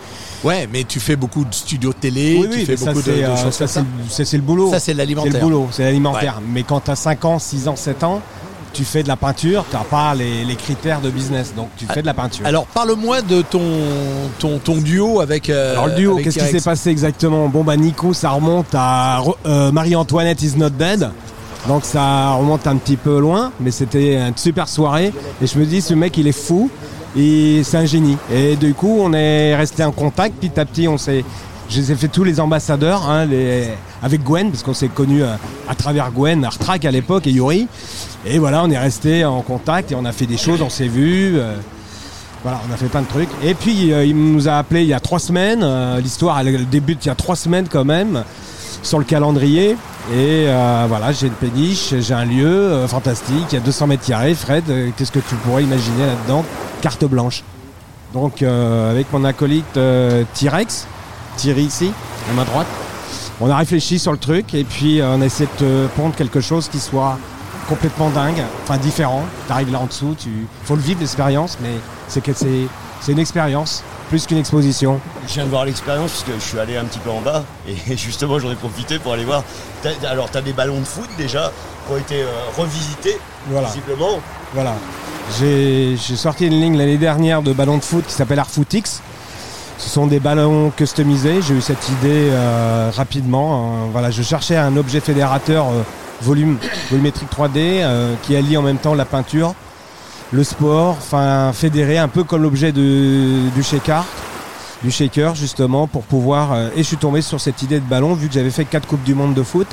Ouais, mais tu fais beaucoup de studios télé, Oui, tu oui, fais mais ça, beaucoup de, c'est, de euh, choses ça, comme c'est, ça. c'est, c'est le boulot. Ça, c'est l'alimentaire. C'est le boulot, c'est l'alimentaire. Ouais. Mais quand tu as cinq ans, six ans, sept ans, tu fais de la peinture, tu n'as pas les, les critères de business, donc tu fais de la peinture. Alors, parle-moi de ton, ton, ton duo avec. Euh, Alors le duo, avec qu'est-ce qui Alex. s'est passé exactement? Bon bah Nico, ça remonte à euh, Marie-Antoinette is not dead. Donc ça remonte un petit peu loin, mais c'était une super soirée. Et je me dis, ce mec, il est fou, et c'est un génie. Et du coup, on est resté en contact. Petit à petit, on s'est, je les ai fait tous les ambassadeurs, hein, les, avec Gwen, parce qu'on s'est connus à, à travers Gwen, Artrac à l'époque, et Yuri. Et voilà, on est resté en contact et on a fait des choses, on s'est vus. Euh, voilà, on a fait plein de trucs. Et puis, euh, il nous a appelé il y a trois semaines. Euh, l'histoire, elle, elle débute il y a trois semaines quand même, sur le calendrier. Et euh, voilà, j'ai une péniche, j'ai un lieu euh, fantastique, il y a deux cents mètres carrés. Fred, euh, qu'est-ce que tu pourrais imaginer là-dedans? Carte blanche. Donc, euh, avec mon acolyte euh, T-Rex, Thierry ici, à ma droite, on a réfléchi sur le truc et puis euh, on a essayé de pondre quelque chose qui soit complètement dingue, enfin différent. Tu arrives là en dessous, tu faut le vivre l'expérience, mais c'est que c'est c'est une expérience plus qu'une exposition. Je viens de voir l'expérience parce que je suis allé un petit peu en bas et justement j'en ai profité pour aller voir. T'as, alors tu as des ballons de foot déjà qui ont été euh, revisités, Voilà. visiblement. Voilà. J'ai, j'ai sorti une ligne l'année dernière de ballons de foot qui s'appelle Artfootix. Ce sont des ballons customisés. J'ai eu cette idée euh, rapidement. Euh, voilà, je cherchais un objet fédérateur euh, volume, volumétrique trois D euh, qui allie en même temps la peinture, le sport, enfin fédéré un peu comme l'objet de, du shaker, du shaker justement pour pouvoir. Euh, et je suis tombé sur cette idée de ballon vu que j'avais fait quatre coupes du monde de foot.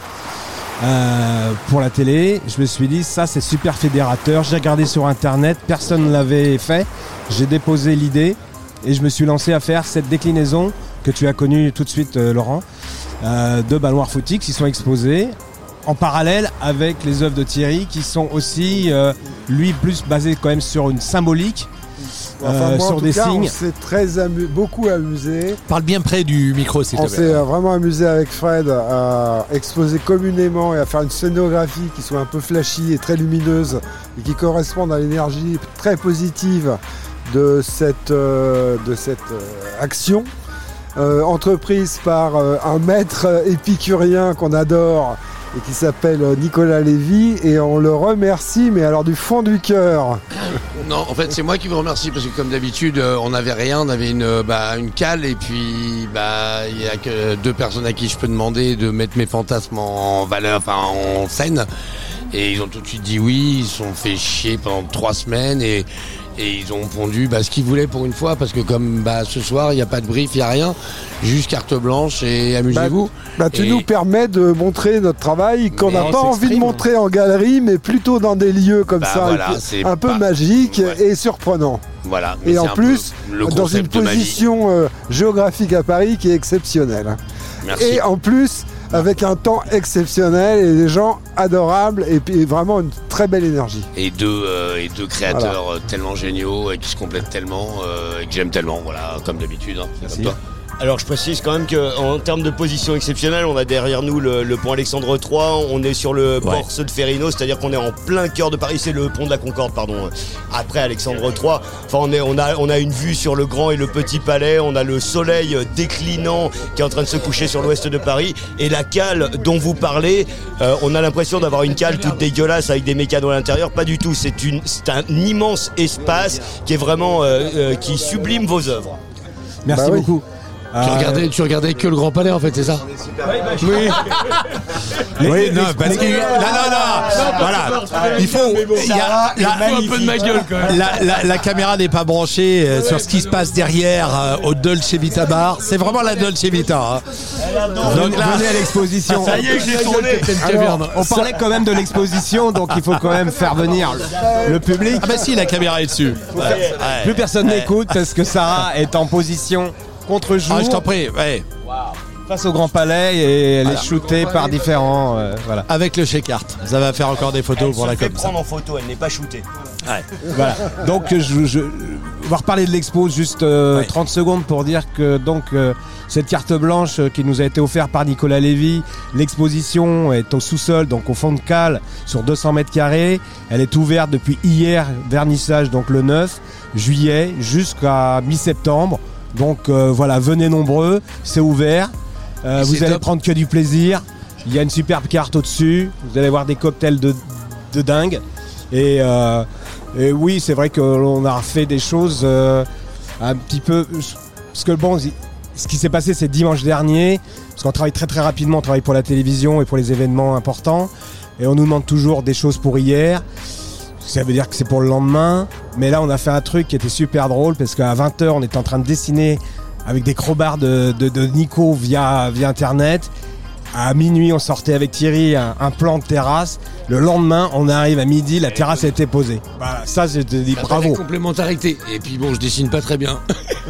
Euh, pour la télé, je me suis dit ça c'est super fédérateur. J'ai regardé sur internet, personne ne l'avait fait. J'ai déposé l'idée et je me suis lancé à faire cette déclinaison que tu as connue tout de suite, euh, Laurent, euh, de ballons Artfootix qui sont exposés en parallèle avec les œuvres de Thierry qui sont aussi euh, lui plus basées quand même sur une symbolique. Enfin, Euh, moi, en sur tout des cas, signes. on s'est très amu- beaucoup amusé. Parle bien près du micro, s'il te On plaît. s'est euh, vraiment amusé avec Fred à exposer communément et à faire une scénographie qui soit un peu flashy et très lumineuse et qui corresponde à l'énergie très positive de cette, euh, de cette euh, action. Euh, entreprise par euh, un maître épicurien qu'on adore et qui s'appelle Nicolas Lévy, et on le remercie, mais alors du fond du cœur. Non, en fait, c'est moi qui vous remercie parce que comme d'habitude, euh, on n'avait rien, on avait une, bah, une cale et puis bah il y a que deux personnes à qui je peux demander de mettre mes fantasmes en valeur, enfin en scène. Et ils ont tout de suite dit oui, ils se sont fait chier pendant trois semaines et, et ils ont pondu bah, ce qu'ils voulaient pour une fois parce que comme bah, ce soir, il n'y a pas de brief, il n'y a rien, juste carte blanche et amusez-vous. Bah, tu Et- nous permets de montrer notre travail qu'on Mais n'a on pas envie de s'exprime. montrer en galerie, mais plutôt dans des lieux comme Bah, ça, voilà, un peu- c'est un peu pas- magiques et surprenants. Voilà. mais Et c'est en un plus, peu le dans une concept de ma vie. position euh, géographique à Paris qui est exceptionnelle. Merci. Et en plus, avec un temps exceptionnel et des gens adorables et puis vraiment une très belle énergie. Et deux, euh, et deux créateurs euh, tellement géniaux et qui se complètent tellement euh, et que j'aime tellement, voilà, comme d'habitude. Hein, c'est comme toi. Alors je précise quand même qu'en termes de position exceptionnelle, on a derrière nous le, le pont Alexandre trois, on est sur le port de Ferrino, c'est-à-dire qu'on est en plein cœur de Paris, c'est le pont de la Concorde, pardon, après Alexandre trois. Enfin on, est, on, a, on a une vue sur le Grand et le Petit Palais, on a le soleil déclinant qui est en train de se coucher sur l'ouest de Paris, et la cale dont vous parlez, euh, on a l'impression d'avoir une cale toute dégueulasse avec des mécanos à l'intérieur, pas du tout, c'est, une, c'est un immense espace qui est vraiment, euh, euh, qui sublime vos œuvres. Merci Bah oui. beaucoup. Tu, Euh, regardais, tu regardais que le Grand Palais en fait, c'est ça? Oui. Oui, non, parce que. Non, non, non. Voilà. Il faut. Il y a, la, un peu de ma gueule quand même. la, la, la caméra n'est pas branchée euh, sur ce qui se passe derrière euh, au Dolce Vita Bar. C'est vraiment la Dolce Vita. Hein. Donc là, venez à l'exposition. Ça y est, j'ai tourné. Alors, on parlait quand même de l'exposition, donc il faut quand même faire venir le public. Ah bah si, la caméra est dessus. Ouais. Ouais. Plus personne n'écoute parce que Sarah est en position contre-jour. Ah, je t'en prie, ouais. Face au Grand Palais et elle Voilà. est shootée par différents. euh, voilà. Avec le shake art. Ça va faire encore des photos Elle pour se la fait com. ça. prendre en photo, elle n'est pas shootée. Ouais. Voilà. Donc je, je- on va reparler de l'expo juste euh, Ouais. trente secondes pour dire que donc euh, cette carte blanche euh, qui nous a été offerte par Nicolas Lévy, l'exposition est au sous-sol, donc au fond de cale sur deux cents mètres carrés. Elle est ouverte depuis hier, vernissage donc le neuf juillet jusqu'à mi-septembre. Donc euh, voilà, venez nombreux, c'est ouvert. Euh, Et vous c'est allez top. prendre que du plaisir. Il y a une superbe carte au-dessus. Vous allez voir des cocktails de, de dingue. Et, euh, et oui, c'est vrai qu'on a fait des choses euh, un petit peu... Parce que bon, ce qui s'est passé, c'est dimanche dernier. Parce qu'on travaille très très rapidement, on travaille pour la télévision et pour les événements importants. Et on nous demande toujours des choses pour hier. Ça veut dire que c'est pour le lendemain. Mais là, on a fait un truc qui était super drôle parce qu'à vingt heures, on était en train de dessiner avec des crowbars de, de, de Nico via, via Internet. À minuit, on sortait avec Thierry un, un plan de terrasse. Le lendemain, on arrive à midi, la terrasse a été posée. Voilà, ça, je te dis Ça bravo. s'appelle complémentarité. Et puis bon, je dessine pas très bien.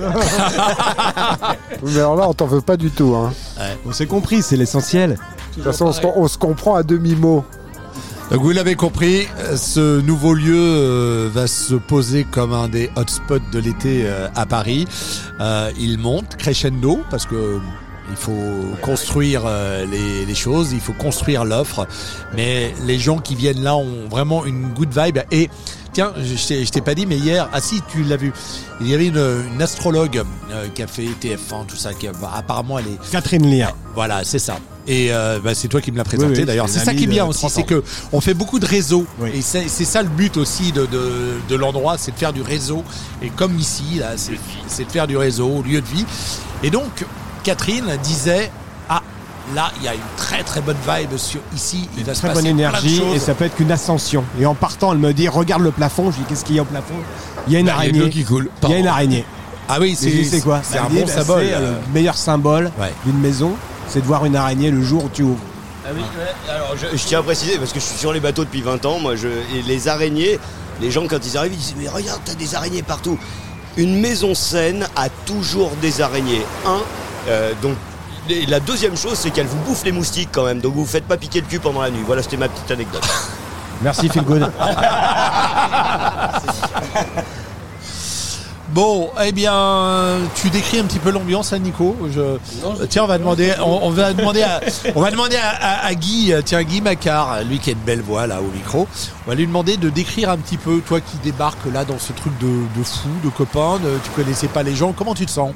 Mais alors là, on t'en veut pas du tout. Hein. On s'est compris, c'est l'essentiel. De toute façon, on se, on se comprend à demi-mot. Donc vous l'avez compris, ce nouveau lieu euh, va se poser comme un des hotspots de l'été euh, à Paris. Euh, il monte crescendo parce que il faut construire euh, les, les choses, il faut construire l'offre. Mais les gens qui viennent là ont vraiment une good vibe. Et tiens, je t'ai, je t'ai pas dit, mais hier, ah si, tu l'as vu, il y avait une, une astrologue euh, qui a fait T F un, tout ça, qui bah, apparemment elle est... Catherine Lien. Voilà, c'est ça. Et euh, bah, c'est toi qui me l'as présenté Oui, oui, d'ailleurs. c'est C'est une ça qui est amie bien de aussi, trente c'est ans. que on fait beaucoup de réseaux. Oui. Et c'est, c'est ça le but aussi de, de, de l'endroit, c'est de faire du réseau. Et comme ici, là, c'est, c'est de faire du réseau, lieu de vie. Et donc, Catherine disait, ah, là, il y a une très très bonne vibe sur ici. Il va se Très passer bonne plein de énergie choses. et ça peut être qu'une ascension. Et en partant, elle me dit regarde le plafond. Je dis qu'est-ce qu'il y a au plafond? Il y a une Bah, il y a de araignée. l'eau qui coule. Il y a une araignée. Ah oui, C'est, c'est, c'est quoi? C'est Elle un dit, bon bah, symbole. c'est euh. le meilleur symbole Ouais. d'une maison, c'est de voir une araignée le jour où tu ouvres. Ah oui, ouais. Alors je, je tiens à préciser parce que je suis sur les bateaux depuis vingt ans, moi je, et les araignées, les gens quand ils arrivent ils disent mais regarde t'as des araignées partout. Une maison saine a toujours des araignées. Un, euh, donc et la deuxième chose c'est qu'elles vous bouffent les moustiques quand même, donc vous vous faites pas piquer le cul pendant la nuit. Voilà, c'était ma petite anecdote. Merci Phil Good. Bon, eh bien, tu décris un petit peu l'ambiance, hein, Nico. Je... Non, je- Tiens, on va demander, on, on va demander, à, on va demander à, à- à Guy, tiens, Guy Macquart, lui qui a une belle voix là au micro. On va lui demander de décrire un petit peu, toi qui débarques là dans ce truc de, de fou, de copain, de, tu connaissais pas les gens, comment tu te sens?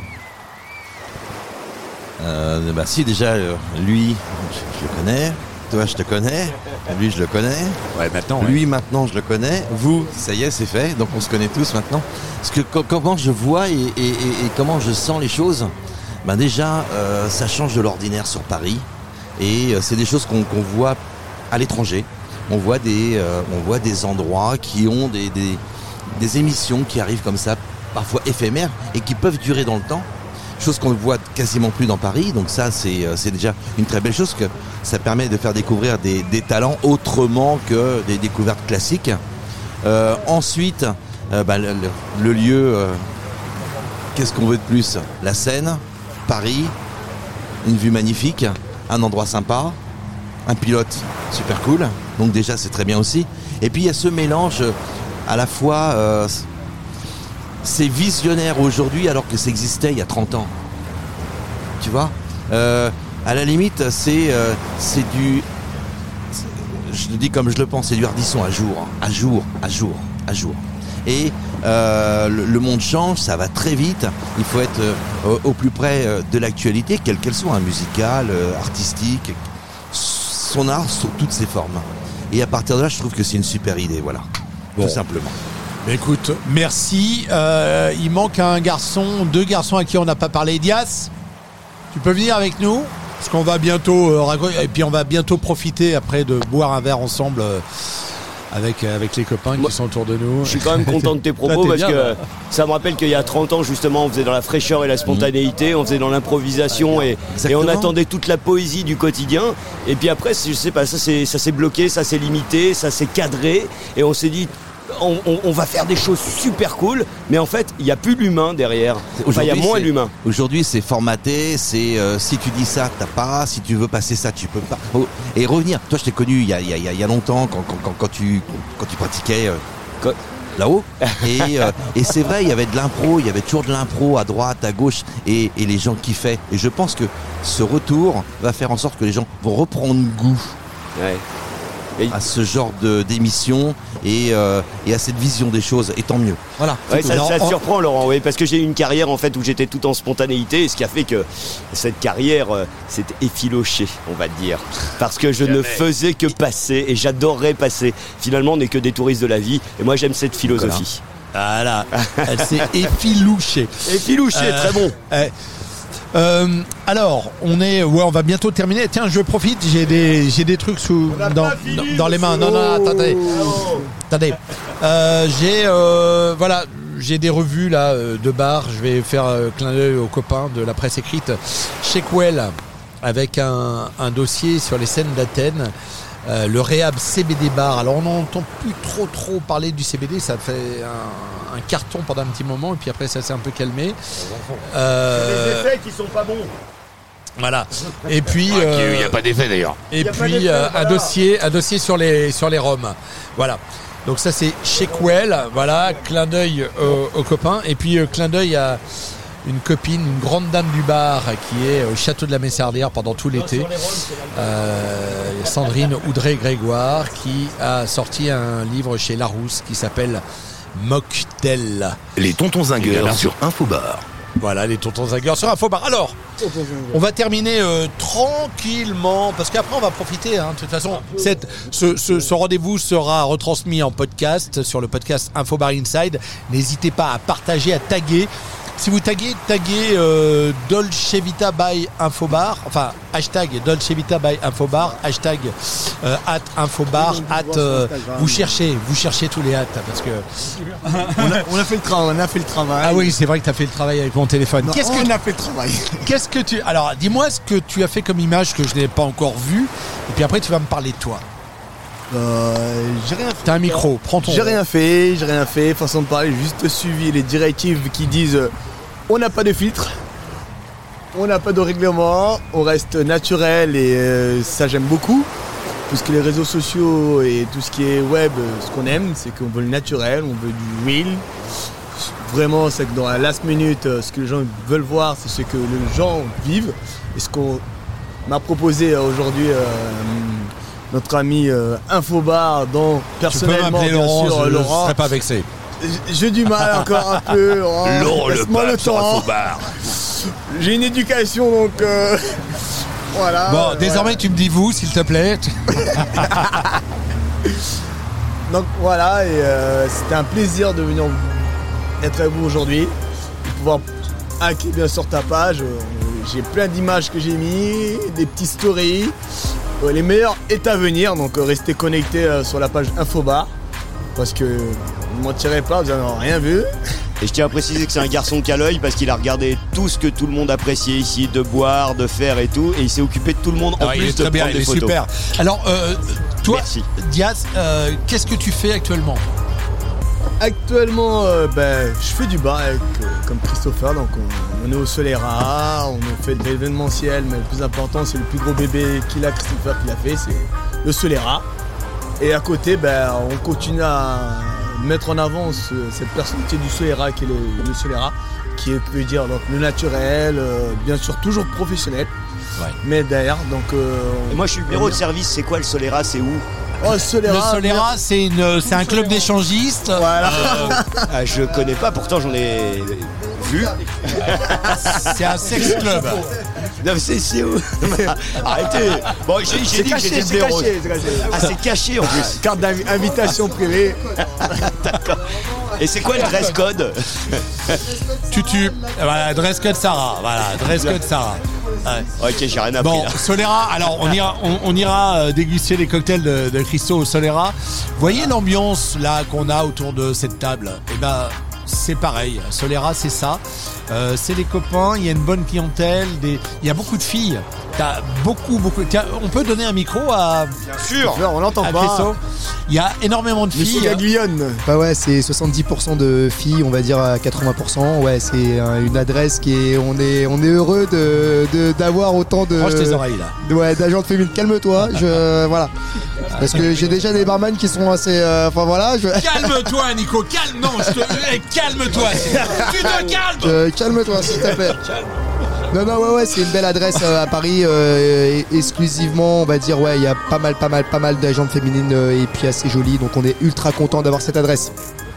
Euh, bah si déjà euh, lui je, je le connais, toi je te connais, lui je le connais, Ouais, maintenant. lui maintenant je le connais, vous ça y est c'est fait, donc on se connaît tous maintenant. Parce que co- comment je vois et, et- et- et comment je sens les choses, ben déjà euh, ça change de l'ordinaire sur Paris et euh, c'est des choses qu'on qu'on voit à l'étranger. On voit des euh, on voit des endroits qui ont des, des des émissions qui arrivent comme ça, parfois éphémères et qui peuvent durer dans le temps. Chose qu'on ne voit quasiment plus dans Paris, donc ça c'est euh, c'est déjà une très belle chose, que ça permet de faire découvrir des, des talents autrement que des découvertes classiques. Euh, ensuite, euh, bah, le, le- le lieu, euh, qu'est-ce qu'on veut de plus? La Seine, Paris, une vue magnifique, un endroit sympa, un pilote super cool, donc déjà c'est très bien aussi. Et puis il y a ce mélange à la fois... euh, c'est visionnaire aujourd'hui alors que ça existait il y a trente ans. Tu vois, euh, à la limite, c'est euh, c'est du... c'est- Je le dis comme je le pense, c'est du Ardisson à jour, à jour, à jour, à jour. Et euh, le, le monde change, ça va très vite. Il faut être euh, au, au plus près euh, de l'actualité, quelle qu'elle soit, hein, musicale, euh, artistique, son art sous toutes ses formes. Et à partir de là, je trouve que c'est une super idée, voilà, Bon. tout simplement. Écoute, merci. Euh, il manque un garçon, deux garçons à qui on n'a pas parlé. Dias, tu peux venir avec nous? Parce qu'on va bientôt euh, raconter, et puis on va bientôt profiter après de boire un verre ensemble euh, avec, euh, avec les copains Moi, qui sont autour de nous. Je suis quand même content de tes propos Là, t'es parce bien, que là. ça me rappelle qu'il y a trente ans justement on faisait dans la fraîcheur et la spontanéité, on faisait dans l'improvisation et, et on attendait toute la poésie du quotidien. Et puis après, je sais pas, ça s'est ça s'est bloqué, ça s'est limité, ça s'est cadré et on s'est dit on, on- on va faire des choses super cool, mais en fait il n'y a plus l'humain derrière. Enfin il y a Aujourd'hui, moins c'est- l'humain. Aujourd'hui, c'est formaté, c'est euh, si tu dis ça, t'as pas, si tu veux passer ça, tu peux pas. Oh, et revenir. Toi, je t'ai connu il y a, il y a- il y a- il y a longtemps quand, quand, quand, quand tu, quand tu pratiquais euh, Quand- là-haut. Et, euh, et c'est vrai, il y avait de l'impro, il y avait toujours de l'impro à droite, à gauche, et, et les gens kiffaient. Et je pense que ce retour va faire en sorte que les gens vont reprendre goût. Ouais. à ce genre de, d'émission et, euh, et à cette vision des choses, et tant mieux. Voilà. Ouais, ça, ça surprend Laurent, oui, parce que j'ai eu une carrière en fait où j'étais tout en spontanéité, ce qui a fait que cette carrière euh, s'est effilochée, on va dire, parce que je ne faisais que passer et j'adorerais passer. Finalement, on n'est que des touristes de la vie et moi j'aime cette philosophie. Voilà, elle s'est effilouchée. Effilouchée, euh, très bon. Euh, euh, alors, on est, ouais, on va bientôt terminer. Tiens, je profite, j'ai des, j'ai des trucs sous, dans, dans, dans les mains. Non, non, attendez, oh. attendez. Euh, j'ai, euh, voilà, j'ai des revues là de bar. Je vais faire euh, clin d'œil aux copains de la presse écrite. Shakewell avec un, un dossier sur les scènes d'Athènes. Euh, le Rehab C B D Bar. Alors on n'entend plus trop trop parler du C B D, ça fait un, un carton pendant un petit moment et puis après ça s'est un peu calmé. Euh... C'est les effets qui sont pas bons. Voilà. Et puis ah, euh... il n'y a pas d'effet d'ailleurs. Et puis euh, un dossier, un dossier sur les sur les Roms. Voilà. Donc ça c'est Shakewell. Voilà, clin d'œil aux, aux copains et puis euh, clin d'œil à une copine, une grande dame du bar qui est au château de la Messardière pendant tout l'été, euh, Sandrine Oudré-Grégoire, qui a sorti un livre chez Larousse qui s'appelle Mocktail. Les tontons zingueurs sur Infobar. Voilà, les tontons zingueurs sur Infobar. Alors, on va terminer euh, tranquillement, parce qu'après on va profiter. Hein, de toute façon, cette, ce, ce, ce rendez-vous sera retransmis en podcast sur le podcast Infobar Inside. N'hésitez pas à partager, à taguer. Si vous taguez, taguez euh, Dolce Vita by Infobar, enfin hashtag Dolce Vita by Infobar, hashtag euh, at Infobar, at euh, vous cherchez, vous cherchez tous les hats parce que on a, on a fait le travail, on a fait le travail. Ah oui, c'est vrai que tu as fait le travail avec mon téléphone. Non, qu'est-ce on que a fait le travail. Qu'est-ce que tu Alors, dis-moi ce que tu as fait comme image que je n'ai pas encore vue et puis après tu vas me parler de toi. Euh, j'ai rien fait. T'as un micro, prends ton. J'ai rien fait, j'ai rien fait. Façon de parler, j'ai juste suivi les directives qui disent euh, on n'a pas de filtre, on n'a pas de règlement, on reste naturel et euh, ça j'aime beaucoup. Tout ce qui est les réseaux sociaux et tout ce qui est web, ce qu'on aime, c'est qu'on veut le naturel, on veut du real. Vraiment, c'est que dans la last minute, ce que les gens veulent voir, c'est ce que les gens vivent. Et ce qu'on m'a proposé aujourd'hui euh, notre ami euh, Infobar, dont personnellement, tu peux bien Laurent, sûr, je Laurent. ne serais pas vexé. J'ai du mal encore un peu. Oh, Laurent laisse-moi le le temps. J'ai une éducation, donc euh, voilà. Bon, voilà. désormais tu me dis vous, s'il te plaît. Donc voilà, et euh, c'était un plaisir de venir être avec vous aujourd'hui, de pouvoir hacker bien sûr ta page. Euh, j'ai plein d'images que j'ai mis, des petites stories. Euh, les meilleurs est à venir, donc euh, restez connectés euh, sur la page Infobar, parce que vous ne mentirez pas, vous n'en avez rien vu. Et je tiens à préciser que c'est un garçon qui a l'œil parce qu'il a regardé tout ce que tout le monde appréciait ici, de boire, de faire et tout, et il s'est occupé de tout le monde en ah, plus il est de très bien, prendre il des est photos. super. Alors, euh, toi, Merci. Diaz, euh, qu'est-ce que tu fais actuellement ? Actuellement, euh, ben, je fais du bar avec, euh, comme Christopher, donc on, on est au Solera, on fait de l'événementiel, mais le plus important, c'est le plus gros bébé qu'il a, Christopher, qu'il a fait, c'est le Solera. Et à côté, ben, on continue à mettre en avant ce, cette personnalité du Solera qui est le, le Solera, qui est, veut dire donc, le naturel, euh, bien sûr toujours professionnel, ouais. mais derrière. Donc, euh, Et moi je suis bureau de service, c'est quoi le Solera, c'est où ? Oh, Solera, le Solera, c'est, une, c'est un club d'échangistes. Voilà. Euh, ah, je connais pas, pourtant j'en ai vu. C'est un sex club. Non, mais c'est, c'est où ? Arrêtez. Bon, j'ai, j'ai c'est dit caché, que j'étais c'est bureau. caché, c'est caché. Ah, c'est caché en plus. Carte d'invitation privée. D'accord. Et c'est quoi le dress code ? Tutu. Voilà, dress code Sarah. Voilà, dress code Sarah. Ouais. Ok, j'ai rien appris. Bon, là. Solera, alors on ira, on, on ira déguster les cocktails de, de Christo au Solera. Voyez l'ambiance là qu'on a autour de cette table. Eh ben, c'est pareil. Solera, c'est ça. Euh, c'est les copains, il y a une bonne clientèle, des... il y a beaucoup de filles. T'as beaucoup, beaucoup. Tiens, on peut donner un micro à. Bien sûr, on l'entend à pas. Christo. Il y a énormément de filles. Monsieur Gaglione. Bah ouais, c'est soixante-dix pour cent de filles, on va dire à quatre-vingts pour cent. Ouais, c'est une adresse qui est. On est, on est heureux de, de, d'avoir autant de. Range tes oreilles là. Ouais, d'agents féminines. Calme-toi, je. Voilà. Parce que j'ai déjà des barman qui sont assez. Euh, enfin voilà. Je... Calme-toi, Nico, calme. Non, je te. Calme-toi. Tu te calmes. Je... Calme-toi, s'il te plaît. Non, non, ouais, ouais, c'est une belle adresse euh, à Paris, euh, exclusivement, on va dire, ouais, il y a pas mal, pas mal, pas mal d'agentes féminines euh, et puis assez jolies, donc on est ultra content d'avoir cette adresse.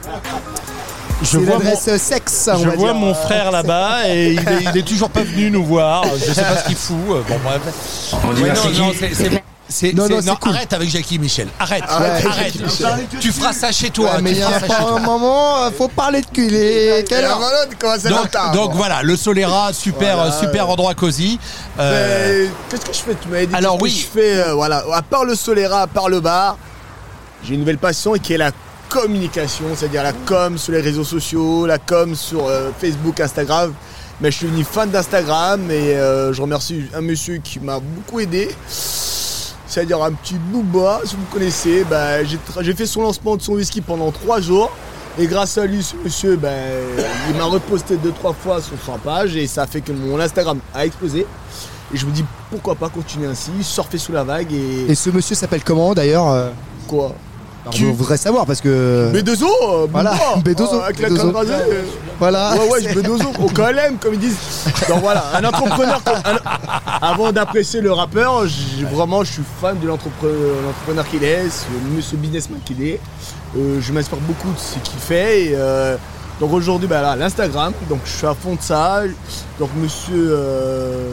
Je C'est vois l'adresse mon- sexe, on Je va vois dire. mon frère là-bas et il est, il est toujours pas venu nous voir. Je sais pas ce qu'il fout. Euh, Bon bref. On dit Ouais, merci. non, non, c'est- c'est- c'est- Non, c'est- non, c'est cool. arrête avec Jackie Michel. Arrête, Arrête arrête. avec Jackie Michel. Tu feras ça chez toi. Ouais, mais tu il y a feras ça chez pas toi. un moment, euh, faut parler de cul. Et quelle heure Donc, donc voilà, le Solera, super, Voilà, euh, super endroit cosy. Euh, Mais qu'est-ce que je fais? Tu m'avais dit alors qu'est-ce que oui. je fais, euh, voilà, à part le Solera, à part le bar, j'ai une nouvelle passion et qui est la communication, c'est-à-dire la com sur les réseaux sociaux, la com sur euh, Facebook, Instagram. Mais je suis devenu fan d'Instagram et euh, je remercie un monsieur qui m'a beaucoup aidé. C'est-à-dire un petit Booba, si vous connaissez, bah, j'ai, tra- j'ai fait son lancement de son whisky pendant trois jours. Et grâce à lui, ce monsieur, bah, il m'a reposté deux trois fois sur sa page et ça a fait que mon Instagram a explosé. Et je me dis pourquoi pas continuer ainsi, surfer sous la vague et. Et ce monsieur s'appelle comment d'ailleurs euh Quoi? On voudrait savoir parce que. B deux O euh, Voilà, Booba, B deux O, euh, avec la B deux O. canne rasée, euh, Voilà. Ouais, ouais, je B deux O, au K L M, comme ils disent. Donc voilà, un entrepreneur. comme- un- Avant d'apprécier le rappeur, j'ai- vraiment, je suis fan de l'entrepreneur, l'entrepreneur qu'il est, ce monsieur businessman qu'il est. Euh, je m'inspire beaucoup de ce qu'il fait. Et, euh, donc aujourd'hui, bah, là, l'Instagram, donc je suis à fond de ça. Donc monsieur euh,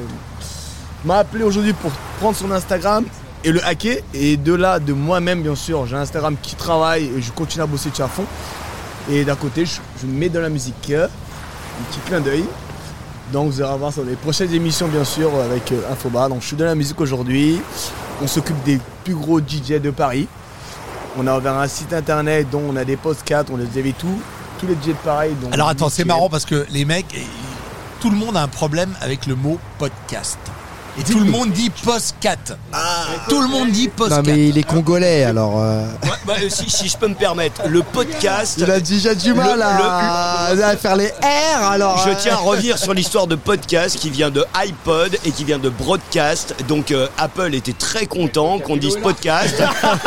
m'a appelé aujourd'hui pour prendre son Instagram et le hacker. Et de là, de moi-même, bien sûr, j'ai un Instagram qui travaille et je continue à bosser dessus à fond. Et d'un côté, je, je mets de la musique, un petit clin d'œil. Donc vous allez voir ça dans les prochaines émissions, bien sûr, avec euh, Infobar. Donc je suis dans la musique aujourd'hui. On s'occupe des plus gros D J de Paris. On a ouvert un site internet dont on a des podcasts, on les avait tout. Tous les D J de Paris. Donc Alors attends, c'est nickel. marrant parce que les mecs, eh, tout le monde a un problème avec le mot podcast. Et tout le monde dit postcat. Tout le monde dit postcat. Non, mais il est congolais alors. euh, Ouais, bah, euh, si, si je peux me permettre, le podcast. Il a déjà du mal le- à, à faire les R alors. Je euh, tiens à revenir sur l'histoire de podcast qui vient de iPod et qui vient de broadcast. Donc euh, Apple était très content qu'on dise podcast.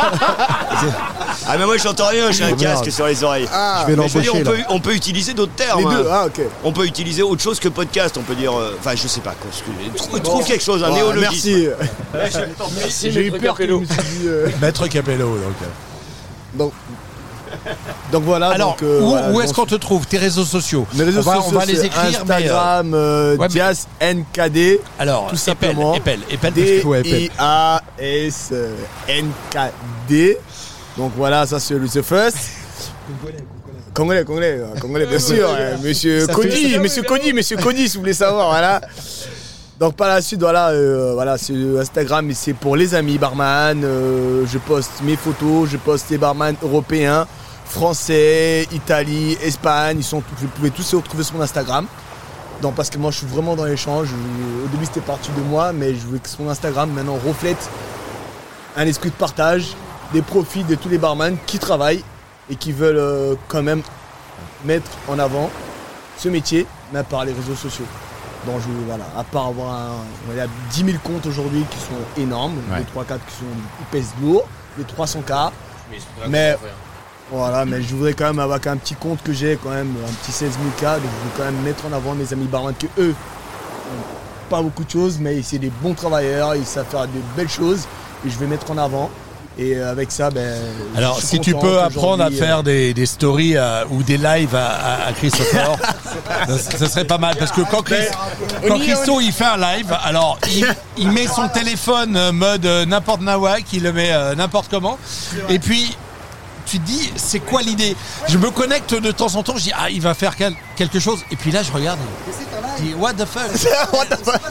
Ah mais moi j'entends rien, j'ai un Oh, merde. casque sur les oreilles. Ah, je vais Mais veux dire, on, l'embaucher, peut, on peut utiliser d'autres termes. Les deux, hein. ah ok. On peut utiliser autre chose que podcast. On peut dire, euh, enfin je sais pas. quoi, excusez- Trou- Trouve quelque chose, un Bon, néologisme. merci. Ouais, je- Merci, j'ai eu peur que je me suis dit, euh, Maître Capello, donc. Donc, donc voilà. Alors, donc, euh, où, voilà, où est-ce j'en qu'on te trouve? Tes réseaux sociaux Mes réseaux on va, sociaux, on va les c'est écrire, mais, euh, Instagram, euh, ouais, mais- Dias N K D. Alors, tout épelle, simplement. épelle, épelle, D parce que- ouais, épelle. I A S N K D. Donc voilà, ça c'est le The First. Congolais, Congolais, euh, Congolais, bien sûr. euh, Monsieur Ça Cody, fait- Monsieur Cody, Monsieur Cody, si vous voulez savoir, voilà. Donc par la suite, voilà, euh, voilà, c'est Instagram, mais c'est pour les amis barman. euh, je poste mes photos, je poste les barman européens, français, Italie, Espagne. Ils sont, vous pouvez tous les retrouver sur mon Instagram. Donc parce que moi, je suis vraiment dans l'échange. Je- Au début, c'était parti de moi, mais je voulais que mon Instagram maintenant reflète un esprit de partage, des profits de tous les barman qui travaillent et qui veulent euh, quand même mettre en avant ce métier, mais par les réseaux sociaux. Donc je, voilà, à part avoir un, on a dix mille comptes aujourd'hui qui sont énormes, Ouais. les trois quatre qui sont, ils pèsent lourd, les trois cents K. Mais voilà, mais je voudrais quand même avoir un petit compte que j'ai quand même, un petit seize mille K, donc je veux quand même mettre en avant mes amis barman que eux ont pas beaucoup de choses, mais c'est des bons travailleurs, ils savent faire de belles choses et je vais mettre en avant. Et euh, avec ça, ben. Alors, je suis si tu content peux apprendre à qu'aujourd'hui, faire euh, des, des stories euh, ou des lives à, à, à Christopher, ça, ça serait pas mal. Parce que quand, Chris- on quand y- Christo il fait un live, alors il, il met son téléphone euh, mode euh, n'importe nawak, il le met euh, n'importe comment. Et puis, tu te dis, c'est quoi l'idée? Je me connecte de temps en temps, je dis, ah, il va faire quel- quelque chose. Et puis là, je regarde, je dis, what the fuck? What the fuck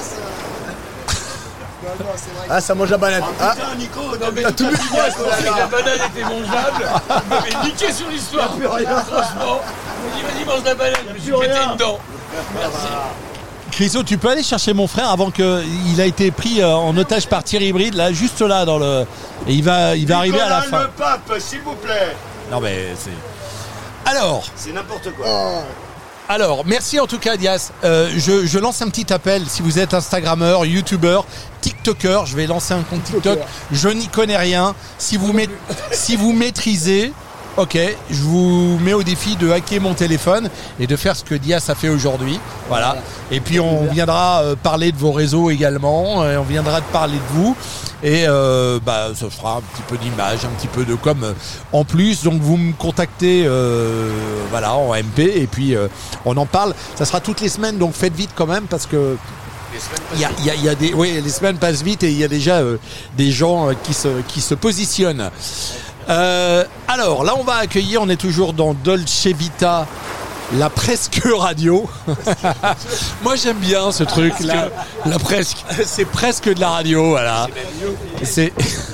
Ah, ça mange la banane. Ah, t'as tout vu. La banane était mangeable. Il m'avait niqué sur l'histoire. Franchement, il m'a dit, vas-y, mange la banane. Je me suis pété dedans. Merci. Christo, tu peux aller chercher mon frère avant qu'il a été pris euh, en otage par Thierry Bride, là, juste là, dans le. Et il va, il va arriver à la fin. le pape, s'il vous plaît. Non, mais c'est. Alors. C'est n'importe quoi. Alors, merci en tout cas, Dias. Euh, je, je lance un petit appel. Si vous êtes Instagrammeur, YouTubeur, TikToker, je vais lancer un compte TikTok. Je n'y connais rien. Si vous, ma- si vous maîtrisez, Ok, je vous mets au défi de hacker mon téléphone et de faire ce que Dias a fait aujourd'hui. Voilà. Et puis on viendra euh, parler de vos réseaux également. Et on viendra de parler de vous. Et euh, bah, ça fera un petit peu d'image, un petit peu de com euh, en plus. Donc vous me contactez euh, voilà, en M P et puis euh, on en parle. Ça sera toutes les semaines, donc faites vite quand même parce que il y a, il y a, il y a des, oui, les semaines passent vite et il y a déjà euh, des gens euh, qui se, qui se positionnent. Euh, alors là on va accueillir, on est toujours dans Dolce Vita, la presque radio. Moi j'aime bien ce truc là, la presque. C'est presque de la radio, voilà. C'est.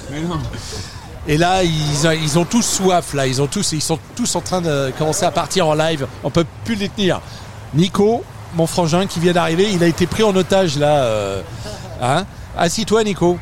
Et là ils, ils ont tous soif là, ils ont tous, ils sont tous en train de commencer à partir en live. On peut plus les tenir. Nico, mon frangin qui vient d'arriver, il a été pris en otage là. Euh, hein Assis-toi Nico.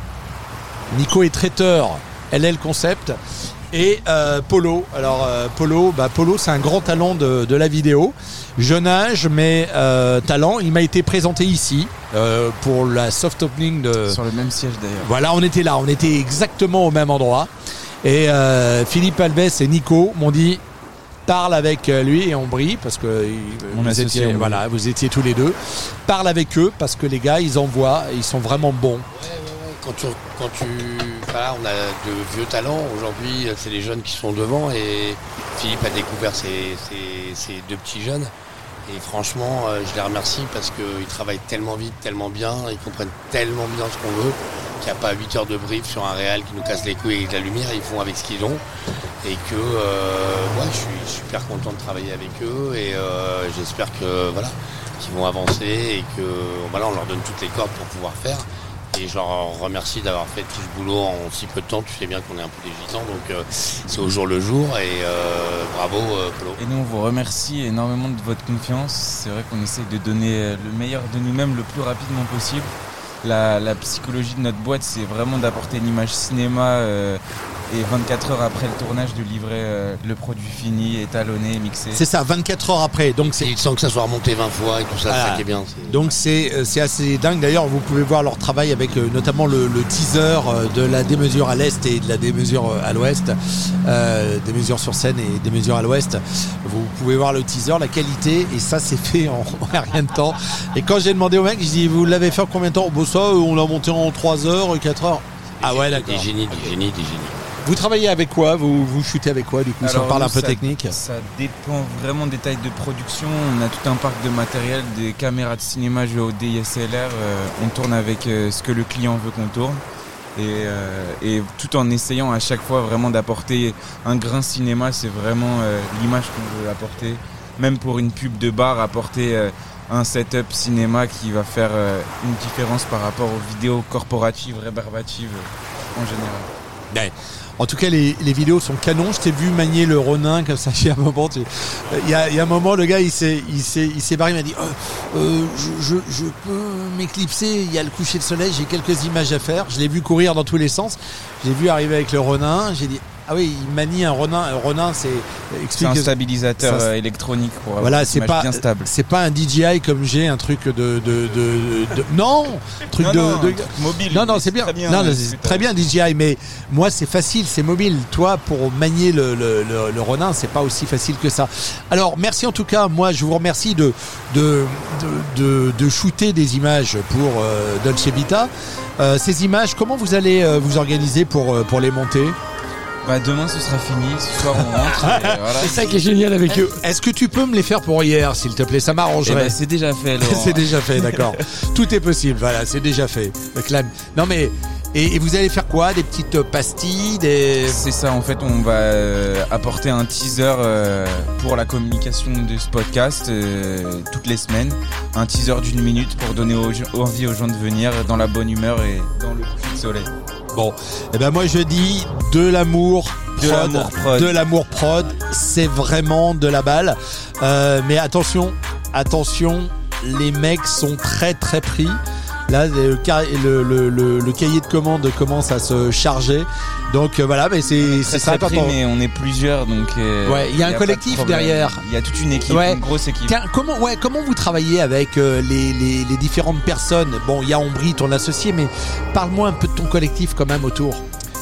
Nico est traiteur. L L Concept et euh, Polo. Alors euh, Polo, bah, Polo c'est un grand talent de, de la vidéo. Jeune âge mais euh, talent. Il m'a été présenté ici euh, pour la soft opening de. Sur le même siège d'ailleurs. Voilà, on était là, on était exactement au même endroit. Et euh, Philippe Albès et Nico m'ont dit parle avec lui et on brille parce que on vous étiez, voilà, vous étiez tous les deux. Parle avec eux parce que les gars ils envoient, ils sont vraiment bons. Quand tu, quand tu, voilà, on a de vieux talents. Aujourd'hui, c'est les jeunes qui sont devant et Philippe a découvert ces, ces, ces deux petits jeunes. Et franchement, je les remercie parce qu'ils travaillent tellement vite, tellement bien, ils comprennent tellement bien ce qu'on veut qu'il n'y a pas huit heures de brief sur un réal qui nous casse les couilles avec de la lumière. Ils font avec ce qu'ils ont et que, euh, ouais, je suis super content de travailler avec eux et euh, j'espère que voilà, qu'ils vont avancer et que, voilà, on leur donne toutes les cordes pour pouvoir faire. Et je leur remercie d'avoir fait tout ce boulot en si peu de temps. Tu sais bien qu'on est un peu débutant, donc euh, c'est au jour le jour. Et euh, bravo, euh, Polo. Et nous, on vous remercie énormément de votre confiance. C'est vrai qu'on essaie de donner le meilleur de nous-mêmes le plus rapidement possible. La, la psychologie de notre boîte, c'est vraiment d'apporter une image cinéma euh, et vingt-quatre heures après le tournage, de livrer euh, le produit fini, étalonné, mixé. C'est ça, vingt-quatre heures après. Donc c'est... Sans que ça soit remonté vingt fois et tout ça, voilà. C'est ça qui est bien. C'est... Donc c'est, c'est assez dingue. D'ailleurs, vous pouvez voir leur travail avec euh, notamment le, le teaser euh, de la démesure à l'est et de la démesure à l'ouest. Euh, démesure sur scène et démesure à l'ouest. Vous pouvez voir le teaser, la qualité, et ça c'est fait en rien de temps. Et quand j'ai demandé au mec, je dis, vous l'avez fait en combien de temps? Bon, ça, on l'a monté en trois heures, quatre heures. Ah ouais, d'accord. Des génies, des génies, des génies. Vous travaillez avec quoi? Vous, vous shootez avec quoi du coup? Si on parle un peu ça, technique. Ça dépend vraiment des tailles de production. On a tout un parc de matériel, des caméras de cinéma jouées au D S L R. Euh, on tourne avec euh, ce que le client veut qu'on tourne. Et, euh, et tout en essayant à chaque fois vraiment d'apporter un grain cinéma. C'est vraiment euh, l'image qu'on veut apporter. Même pour une pub de bar, apporter euh, un setup cinéma qui va faire euh, une différence par rapport aux vidéos corporatives, réverbatives euh, en général. Ouais. En tout cas, les, les vidéos sont canons. Je t'ai vu manier le Ronin comme ça. Il y a un moment, tu... il, y a, il y a un moment, le gars, il s'est, il s'est, il s'est barré. Il m'a dit, euh, euh, je, je, je peux m'éclipser. Il y a le coucher de soleil. J'ai quelques images à faire. Je l'ai vu courir dans tous les sens. J'ai vu arriver avec le Ronin. J'ai dit, ah oui, il manie un Ronin. Un Ronin, c'est, explique c'est un stabilisateur ça, électronique pour avoir voilà, une c'est image pas, bien stable. C'est pas un D J I comme j'ai un truc de, de, de, de, de non, truc non, de, non, de, un truc mobile. Non, non, c'est bien. Très bien, non, ouais, c'est, c'est très bien D J I, mais moi c'est facile, c'est mobile. Toi, pour manier le, le, le, le Ronin, c'est pas aussi facile que ça. Alors, merci en tout cas. Moi, je vous remercie de de de, de, de shooter des images pour euh, Dolce Vita. Euh, ces images, comment vous allez euh, vous organiser pour euh, pour les monter? Bah demain ce sera fini, ce soir on rentre. Et voilà. C'est ça qui est génial avec eux. Est-ce que tu peux me les faire pour hier, s'il te plaît? Ça m'arrangerait. Eh ben, c'est déjà fait, Laurent. C'est déjà fait, d'accord. Tout est possible, voilà, c'est déjà fait. Non mais, et, et vous allez faire quoi? Des petites pastilles, des... C'est ça, en fait, on va euh, apporter un teaser euh, pour la communication de ce podcast euh, toutes les semaines. Un teaser d'une minute pour donner aux, envie aux gens de venir dans la bonne humeur et dans le coucher de soleil. Bon, et ben moi je dis de l'amour de prod, l'amour prod, de l'amour prod, c'est vraiment de la balle. Euh, mais attention, attention, les mecs sont très très pris. Là, le, le, le, le, le cahier de commande commence à se charger. Donc euh, voilà, mais c'est c'est ça important. Mais on est plusieurs, donc euh, ouais, il y a un collectif de derrière. Il y a toute une équipe, ouais. Une grosse équipe. Tiens, comment ouais, comment vous travaillez avec euh, les, les les différentes personnes? Bon, il y a Ombry, ton associé, mais parle-moi un peu de ton collectif quand même autour.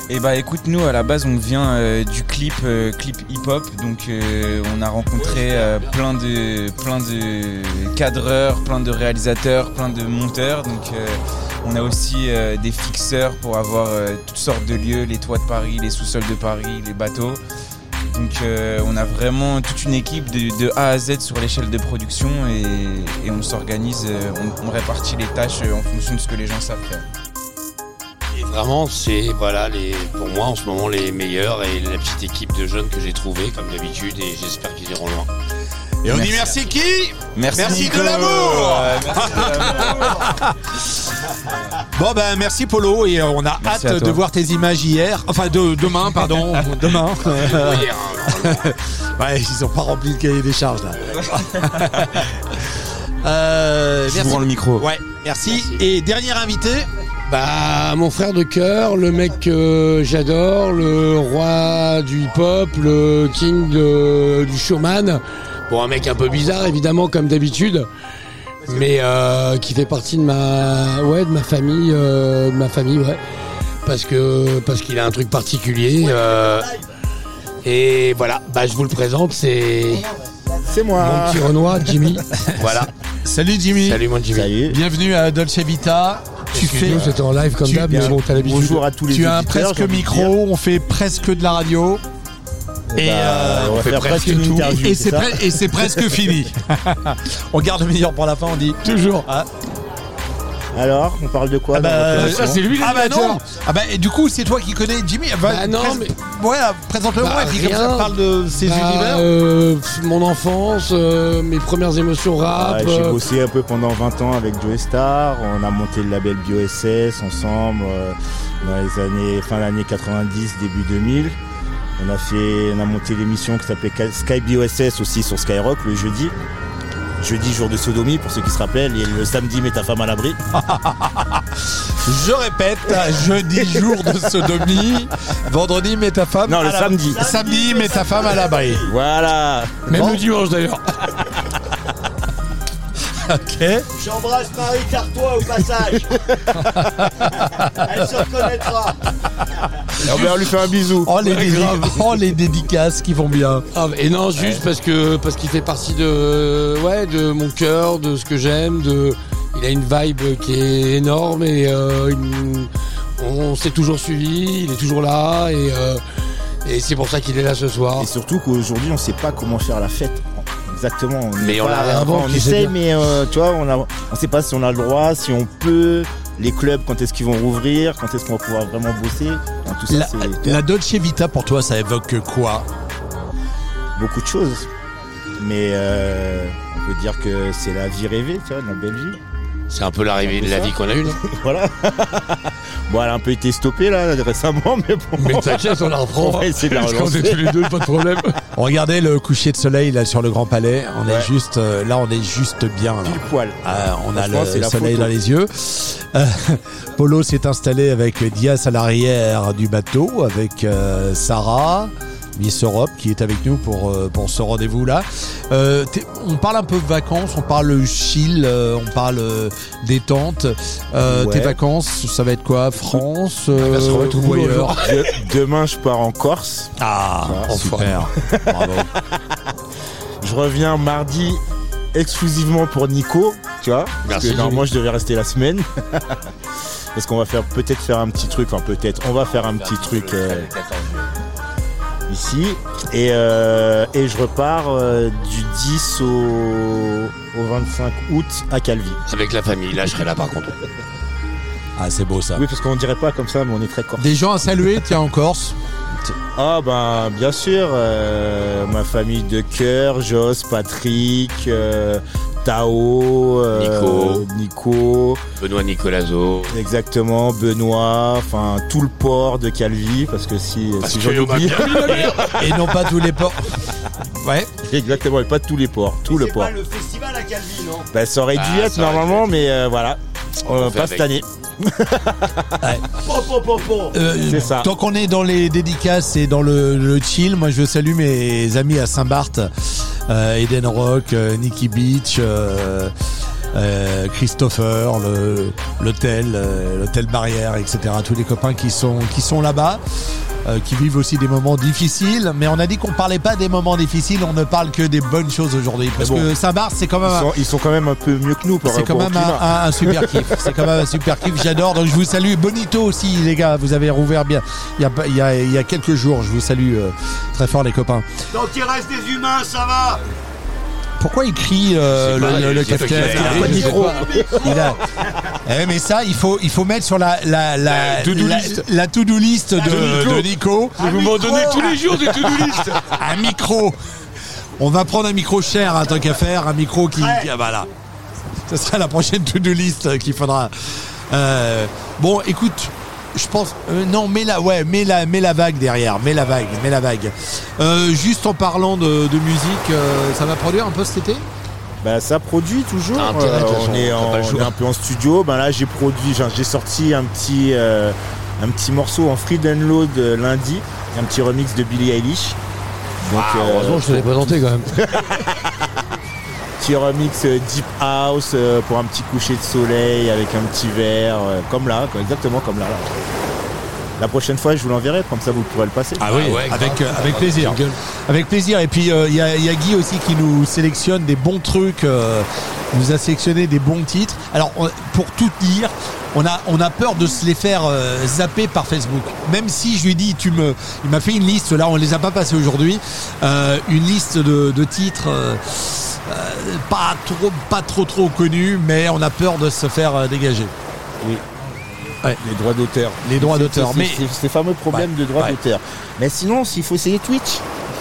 Et bah écoute, nous à la base on vient euh, du clip euh, clip hip-hop, donc euh, on a rencontré euh, plein de plein de cadreurs, plein de réalisateurs, plein de monteurs, donc euh, on a aussi euh, des fixeurs pour avoir euh, toutes sortes de lieux, les toits de Paris, les sous-sols de Paris, les bateaux. Donc euh, on a vraiment toute une équipe de, de A à Z sur l'échelle de production et, et on s'organise, euh, on, on répartit les tâches en fonction de ce que les gens savent faire. Et vraiment, c'est voilà, les, pour moi en ce moment les meilleurs et la petite équipe de jeunes que j'ai trouvée comme d'habitude et j'espère qu'ils iront loin. Et on dit merci qui ? Merci, merci Nico. de l'amour. Ouais, merci de l'amour. Bon ben merci Polo et on a Merci hâte de voir tes images hier, enfin de demain pardon, demain. Ouais, ils ont pas rempli le cahier des charges là. euh, Je vous rends le micro. Ouais, merci. merci. Et dernier invité. Bah, mon frère de cœur, le mec que j'adore, le roi du hip-hop, le king de, du showman. Bon, un mec un peu bizarre, évidemment, comme d'habitude, mais euh, qui fait partie de ma, ouais, de ma famille, euh, de ma famille, ouais, parce que parce qu'il a un truc particulier. Euh, et voilà, bah, je vous le présente, c'est c'est moi, mon petit Renoir, Jimmy. Voilà. Salut Jimmy. Salut mon Jimmy. Salut. Bienvenue à Dolce Vita. Tu fais, nous, c'était en live comme d'hab, mais bon, t'as l'habitude. Bonjour à tous les Tu as un auditeurs, presque micro, on fait presque de la radio. Et bah, euh, on, on fait presque, presque une tout. interview. Et c'est, pre- et c'est presque fini. On garde le meilleur pour la fin, on dit toujours. Ah. Alors, on parle de quoi? Ah bah, ah, c'est lui. Ah bah non. Ah bah et du coup, c'est toi qui connais Jimmy. Bah, bah non, prés- mais ouais, présente-le moi. bah, Et puis comme ça, parle de ses bah, univers. Euh, mon enfance, euh, mes premières émotions rap. Ah, j'ai euh, bossé un peu pendant vingt ans avec Joe Star. On a monté le label BioSS ensemble euh, dans les années fin l'année quatre-vingt-dix, début deux mille. On a fait, on a monté l'émission qui s'appelait Sky BioSS aussi sur Skyrock le jeudi. Jeudi, jour de sodomie, pour ceux qui se rappellent, et le samedi, mets ta femme à l'abri. Je répète, jeudi, jour de sodomie. Vendredi, mets ta femme Non, à le la... samedi. Samedi, mets ta femme à l'abri. Voilà. Même Bon. le dimanche d'ailleurs. Ok. J'embrasse Marie Cartois au passage. Elle se reconnaîtra. Et on va lui faire un bisou. Oh les, dédi- oh, les dédicaces qui vont bien. Ah, et non, juste ouais. parce que parce qu'il fait partie de ouais de mon cœur, de ce que j'aime. De, il a une vibe qui est énorme et euh, une, on s'est toujours suivi. Il est toujours là et euh, et c'est pour ça qu'il est là ce soir. Et surtout qu'aujourd'hui, on sait pas comment faire la fête. Exactement. On mais on pas, l'a réinventé. On essaye, mais euh, tu vois, on a, on sait pas si on a le droit, si on peut. Les clubs, quand est-ce qu'ils vont rouvrir, quand est-ce qu'on va pouvoir vraiment bosser. Enfin, tout ça, la, c'est... la Dolce Vita pour toi, ça évoque quoi? Beaucoup de choses, mais euh, on peut dire que c'est la vie rêvée, tu vois, la belle vie. C'est un peu l'arrivée de la vie qu'on a eue, non? Voilà. Bon, elle a un peu été stoppée là récemment, mais bon. Mais t'inquiète, on la reprend. On va essayer de la Parce qu'on relancer. est tous les deux, pas de problème. Regardez le coucher de soleil là sur le Grand Palais. On ouais. est juste euh, là, on est juste bien. Là. Pile poil. Ah, on a le c'est la soleil photo. dans les yeux. Euh, Polo s'est installé avec Diaz à l'arrière du bateau, avec euh, Sarah. Miss Europe qui est avec nous pour, euh, pour ce rendez-vous-là. Euh, on parle un peu vacances, on parle chill, euh, on parle euh, détente. Euh, ouais. Tes vacances, ça va être quoi? France euh, ça va être ou ailleurs? De, Demain, je pars en Corse. Ah, voilà, super. Bravo. Je reviens mardi exclusivement pour Nico, tu vois. Merci. Parce que normalement, je devais rester la semaine. Parce qu'on va faire peut-être faire un petit truc, enfin peut-être, on va faire un petit truc. Euh, ici et, euh, et je repars euh, du dix au, au vingt-cinq août à Calvi. Avec la famille, là je serai là par contre. Ah c'est beau ça. Oui parce qu'on dirait pas comme ça mais on est très corse. Des gens à saluer tiens en Corse? Ah ben bien sûr euh, ma famille de cœur, Joss, Patrick, euh, Tao, euh, Nico, Nico, Benoît Nicolazo. Exactement, Benoît, enfin tout le port de Calvi parce que si, parce si que j'en oublie. Et non pas tous les ports. Ouais. Exactement, et pas tous les ports, tout mais le port. C'est pas le festival à Calvi, non? Bah ça aurait dû ah, être normalement, mais euh, voilà, euh, pas cette année. Ouais. Po, po, po, po. Euh, c'est ça. Tant qu'on est dans les dédicaces et dans le, le chill, moi je salue mes amis à Saint-Barth, euh, Eden Rock, euh, Nicky Beach, euh, euh, Christopher, le, l'hôtel, euh, l'hôtel Barrière, et cetera. Tous les copains qui sont qui sont là-bas. Euh, qui vivent aussi des moments difficiles, mais on a dit qu'on parlait pas des moments difficiles, on ne parle que des bonnes choses aujourd'hui, parce bon, que Saint-Barth c'est quand même ils sont, un, ils sont quand même un peu mieux que nous par c'est quand même un, un, un super kiff, c'est quand même un super kiff, j'adore, donc je vous salue. Bonito aussi les gars, vous avez rouvert bien il y a, il y a, il y a quelques jours, je vous salue euh, très fort les copains. Donc il reste des humains, ça va. Pourquoi il crie euh, pas, le, le, le capitaine le micro. Il a... Eh, mais ça, il faut, il faut mettre sur la, la, la, to-do la, list. la to-do list de, de Nico. Vous m'en donnez tous les jours des to-do list. Un micro. On va prendre un micro cher, hein, tant qu'à faire. Un micro qui. qui ah, voilà. Ce sera la prochaine to-do list qu'il faudra. Euh, bon, écoute. Je pense euh, non mets la ouais mets la mets la vague derrière mets la vague mets la vague euh, juste en parlant de, de musique euh, ça va produire un peu cet été. Bah, ça produit toujours. Ah, intérêt, euh, façon, on, est en, on est un peu en studio. Ben là, j'ai produit, genre, j'ai sorti un petit, euh, un petit morceau en free download euh, lundi, un petit remix de Billie Eilish. Donc, wow, euh, heureusement, je te l'ai présenté quand même. Petit remix euh, deep house euh, pour un petit coucher de soleil avec un petit verre, euh, comme là, quoi, exactement comme là, là. La prochaine fois, je vous l'enverrai, comme ça vous pourrez le passer. Ah oui, ah ouais, avec, euh, avec plaisir. Avec plaisir. Et puis, il euh, y, a, y a Guy aussi qui nous sélectionne des bons trucs, euh, nous a sélectionné des bons titres. Alors, on, pour tout dire, on a, on a peur de se les faire euh, zapper par Facebook. Même si je lui dis, tu me, il m'a fait une liste, là, on les a pas passés aujourd'hui, euh, une liste de, de titres euh, euh, pas, trop, pas trop trop connus, mais on a peur de se faire euh, dégager. Oui. Ouais. Les droits d'auteur. Les droits d'auteur. C'est, mais c'est, c'est ces fameux problèmes ouais. de droits ouais. d'auteur. Mais sinon, s'il faut essayer Twitch.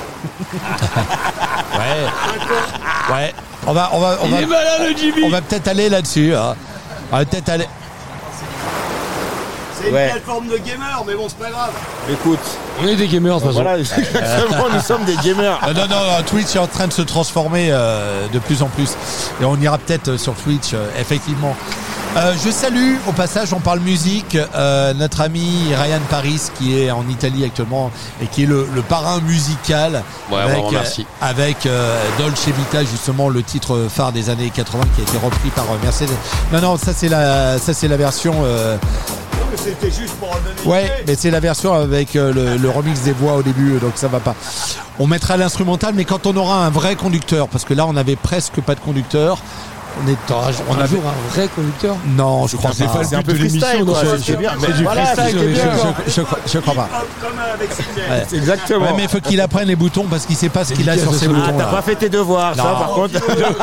ouais. Ouais. On va, on va, on Il va, est malin, le Jimmy. On va peut-être aller là-dessus. Hein. On va peut-être aller. C'est une ouais. plateforme de gamers, mais bon, c'est pas grave. Écoute. On est des gamers, de toute façon. Voilà, exactement, nous sommes des gamers. Euh, non, non, Twitch est en train de se transformer euh, de plus en plus. Et on ira peut-être sur Twitch, euh, effectivement. Euh, je salue, au passage, on parle musique, euh, notre ami Ryan Paris qui est en Italie actuellement et qui est le, le parrain musical ouais, avec, vraiment, merci. euh, avec euh, Dolce Vita, justement le titre phare des années quatre-vingts qui a été repris par euh, Mercedes. Non, non, ça c'est la, ça c'est la version. Euh, C'était juste pour en donner ouais, une idée. mais c'est la version avec euh, le, le remix des voix au début, donc ça va pas. On mettra l'instrumental, mais quand on aura un vrai conducteur, parce que là on avait presque pas de conducteur. On est on a un jour un vrai conducteur. Non, je crois c'est pas. pas C'est un peu de l'émission, donc c'est, c'est bien. C'est du voilà, freestyle. c'est bien. Je, je, je, je crois pas. Comme avec Sidney. Ouais. Exactement. Ouais, mais il faut qu'il apprenne les boutons parce qu'il sait pas ce qu'il a sur ses boutons. Ah, t'as là. pas fait tes devoirs, Non. ça par contre.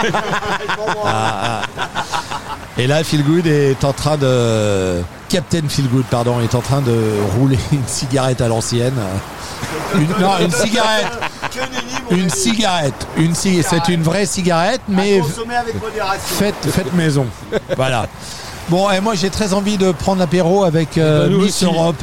Ah, ah. Et là, Feel Good est en train de. Captain Feel Good, pardon, est en train de rouler une cigarette à l'ancienne. Une, non, une cigarette. Une cigarette. Une ci- c'est une vraie cigarette, mais consommer avec modération. faites, faites maison. Voilà. Bon, et moi j'ai très envie de prendre l'apéro avec euh, nous Miss aussi. Europe.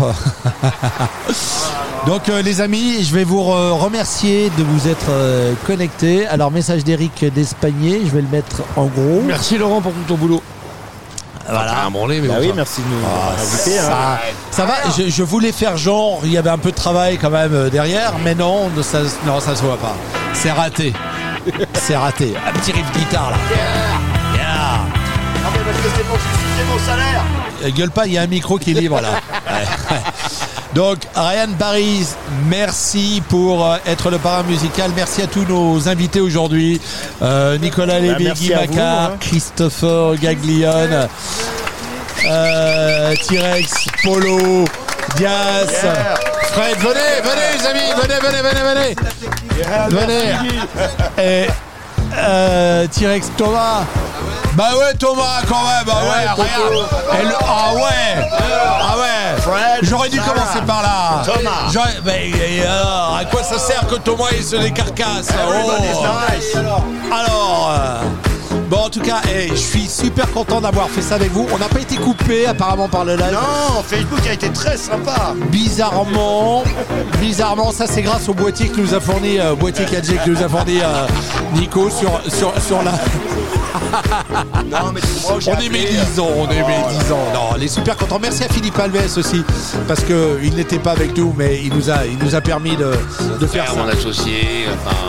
Donc euh, les amis, je vais vous re- remercier de vous être euh, connectés. Alors message d'Eric d'Espagné, je vais le mettre en gros. Merci Laurent pour tout ton boulot. Voilà. Enfin, un branlé, mais Bah bon, oui, ça. merci de nous Ah, avoir invités. ça, hein. ça va, je, je voulais faire genre, il y avait un peu de travail quand même euh, derrière, mais non, ça, non, ça se voit pas. C'est raté. C'est raté. Un petit riff de guitare là. Yeah. Non, mais parce que c'est pour justifier mon salaire. Euh, Gueule pas, il y a un micro qui est libre là. Ouais. Donc Ryan Paris, merci pour euh, être le parrain musical. Merci à tous nos invités aujourd'hui. Euh, Nicolas Lévy, merci Guy à vous, Macquart, hein. Christopher Gaglione, euh, T-Rex, Polo, Diaz, Fred. Venez, venez les amis, venez, venez, venez, venez. Venez. Et euh, T-Rex, Thomas. Bah ouais Thomas quand même, bah ouais, regarde. Et le- ah ouais, ah ouais. J'aurais dû commencer par là. Thomas. J'aurais- mais et alors, à quoi ça sert que Thomas il se décarcasse? Oh. Alors, euh, bon en tout cas, eh, je suis super content d'avoir fait ça avec vous. On n'a pas été coupé apparemment par le live. Non, Facebook a été très sympa. Bizarrement, bizarrement, ça c'est grâce au boîtier que nous a fourni, euh, boîtier quatre G que nous a fourni euh, Nico sur sur sur la. Non, mais tu vois, j'ai On est appelé, médisants, on est médisants. Non, on est super contents. Merci à Philippe Alves aussi, parce que il n'était pas avec nous, mais il nous a, il nous a permis de, de faire Faire ça. mon associé, enfin voilà.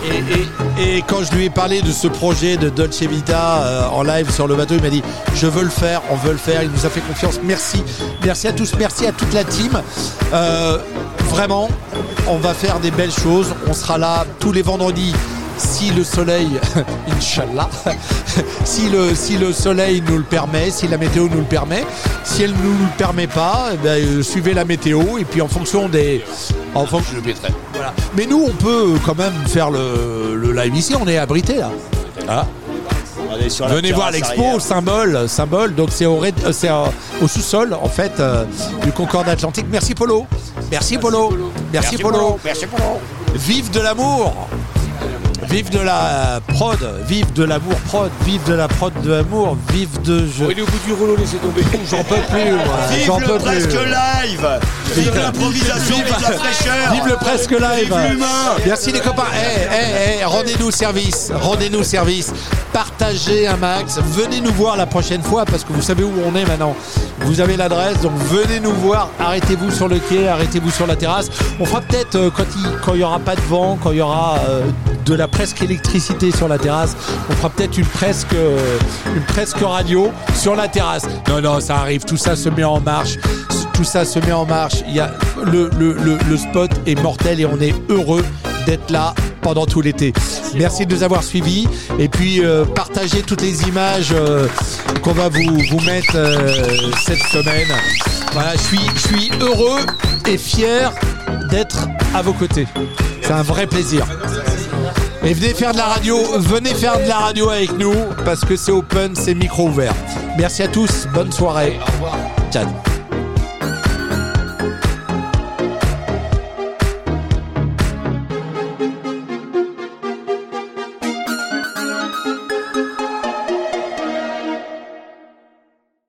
Et, et, et quand je lui ai parlé de ce projet de Dolce Vita euh, en live sur le bateau, il m'a dit je veux le faire, on veut le faire, il nous a fait confiance. Merci, merci à tous, merci à toute la team. Euh, vraiment, on va faire des belles choses. On sera là tous les vendredis. Si le soleil, Inch'Allah, si le, si le soleil nous le permet, si la météo nous le permet, si elle ne nous le permet pas, eh bien, euh, suivez la météo et puis en fonction des... En fonction, je le mettrai. Voilà. Mais nous, on peut quand même faire le, le live ici, on est abrité là. Voilà. Venez voir l'expo, arrière. symbole, symbole. Donc c'est au, red, euh, c'est euh, au sous-sol en fait euh, du Concorde Atlantique. Merci Polo. Merci, Merci Polo. Polo. Merci, Merci Polo. Polo. Merci Polo. Vive de l'amour. Vive de la prod, vive de l'amour prod, vive de la prod de l'amour, vive de je. Oh, il est au bout du rouleau, laissez tomber. J'en peux plus, moi. Vive J'en le peux presque plus. live. Vive l'improvisation, vive, vive la fraîcheur. Vive le presque live. Vive l'humain. Merci les copains. Hey, hey, hey, rendez-nous service, rendez-nous service. Partagez un max. Venez nous voir la prochaine fois parce que vous savez où on est maintenant. Vous avez l'adresse, donc venez nous voir. Arrêtez-vous sur le quai, arrêtez-vous sur la terrasse. On fera peut-être euh, quand il quand il y aura pas de vent, quand il y aura euh, de la presque électricité sur la terrasse, on fera peut-être une presque euh, une presque radio sur la terrasse. Non non, ça arrive, tout ça se met en marche. Tout ça se met en marche. Il y a le le le, le spot est mortel et on est heureux d'être là pendant tout l'été. Merci de nous avoir suivis et puis euh, partagez toutes les images euh, qu'on va vous, vous mettre euh, cette semaine. Voilà, je suis, je suis heureux et fier d'être à vos côtés. C'est un vrai plaisir. Et venez faire de la radio, venez faire de la radio avec nous parce que c'est open, c'est micro ouvert. Merci à tous, bonne soirée. Ciao.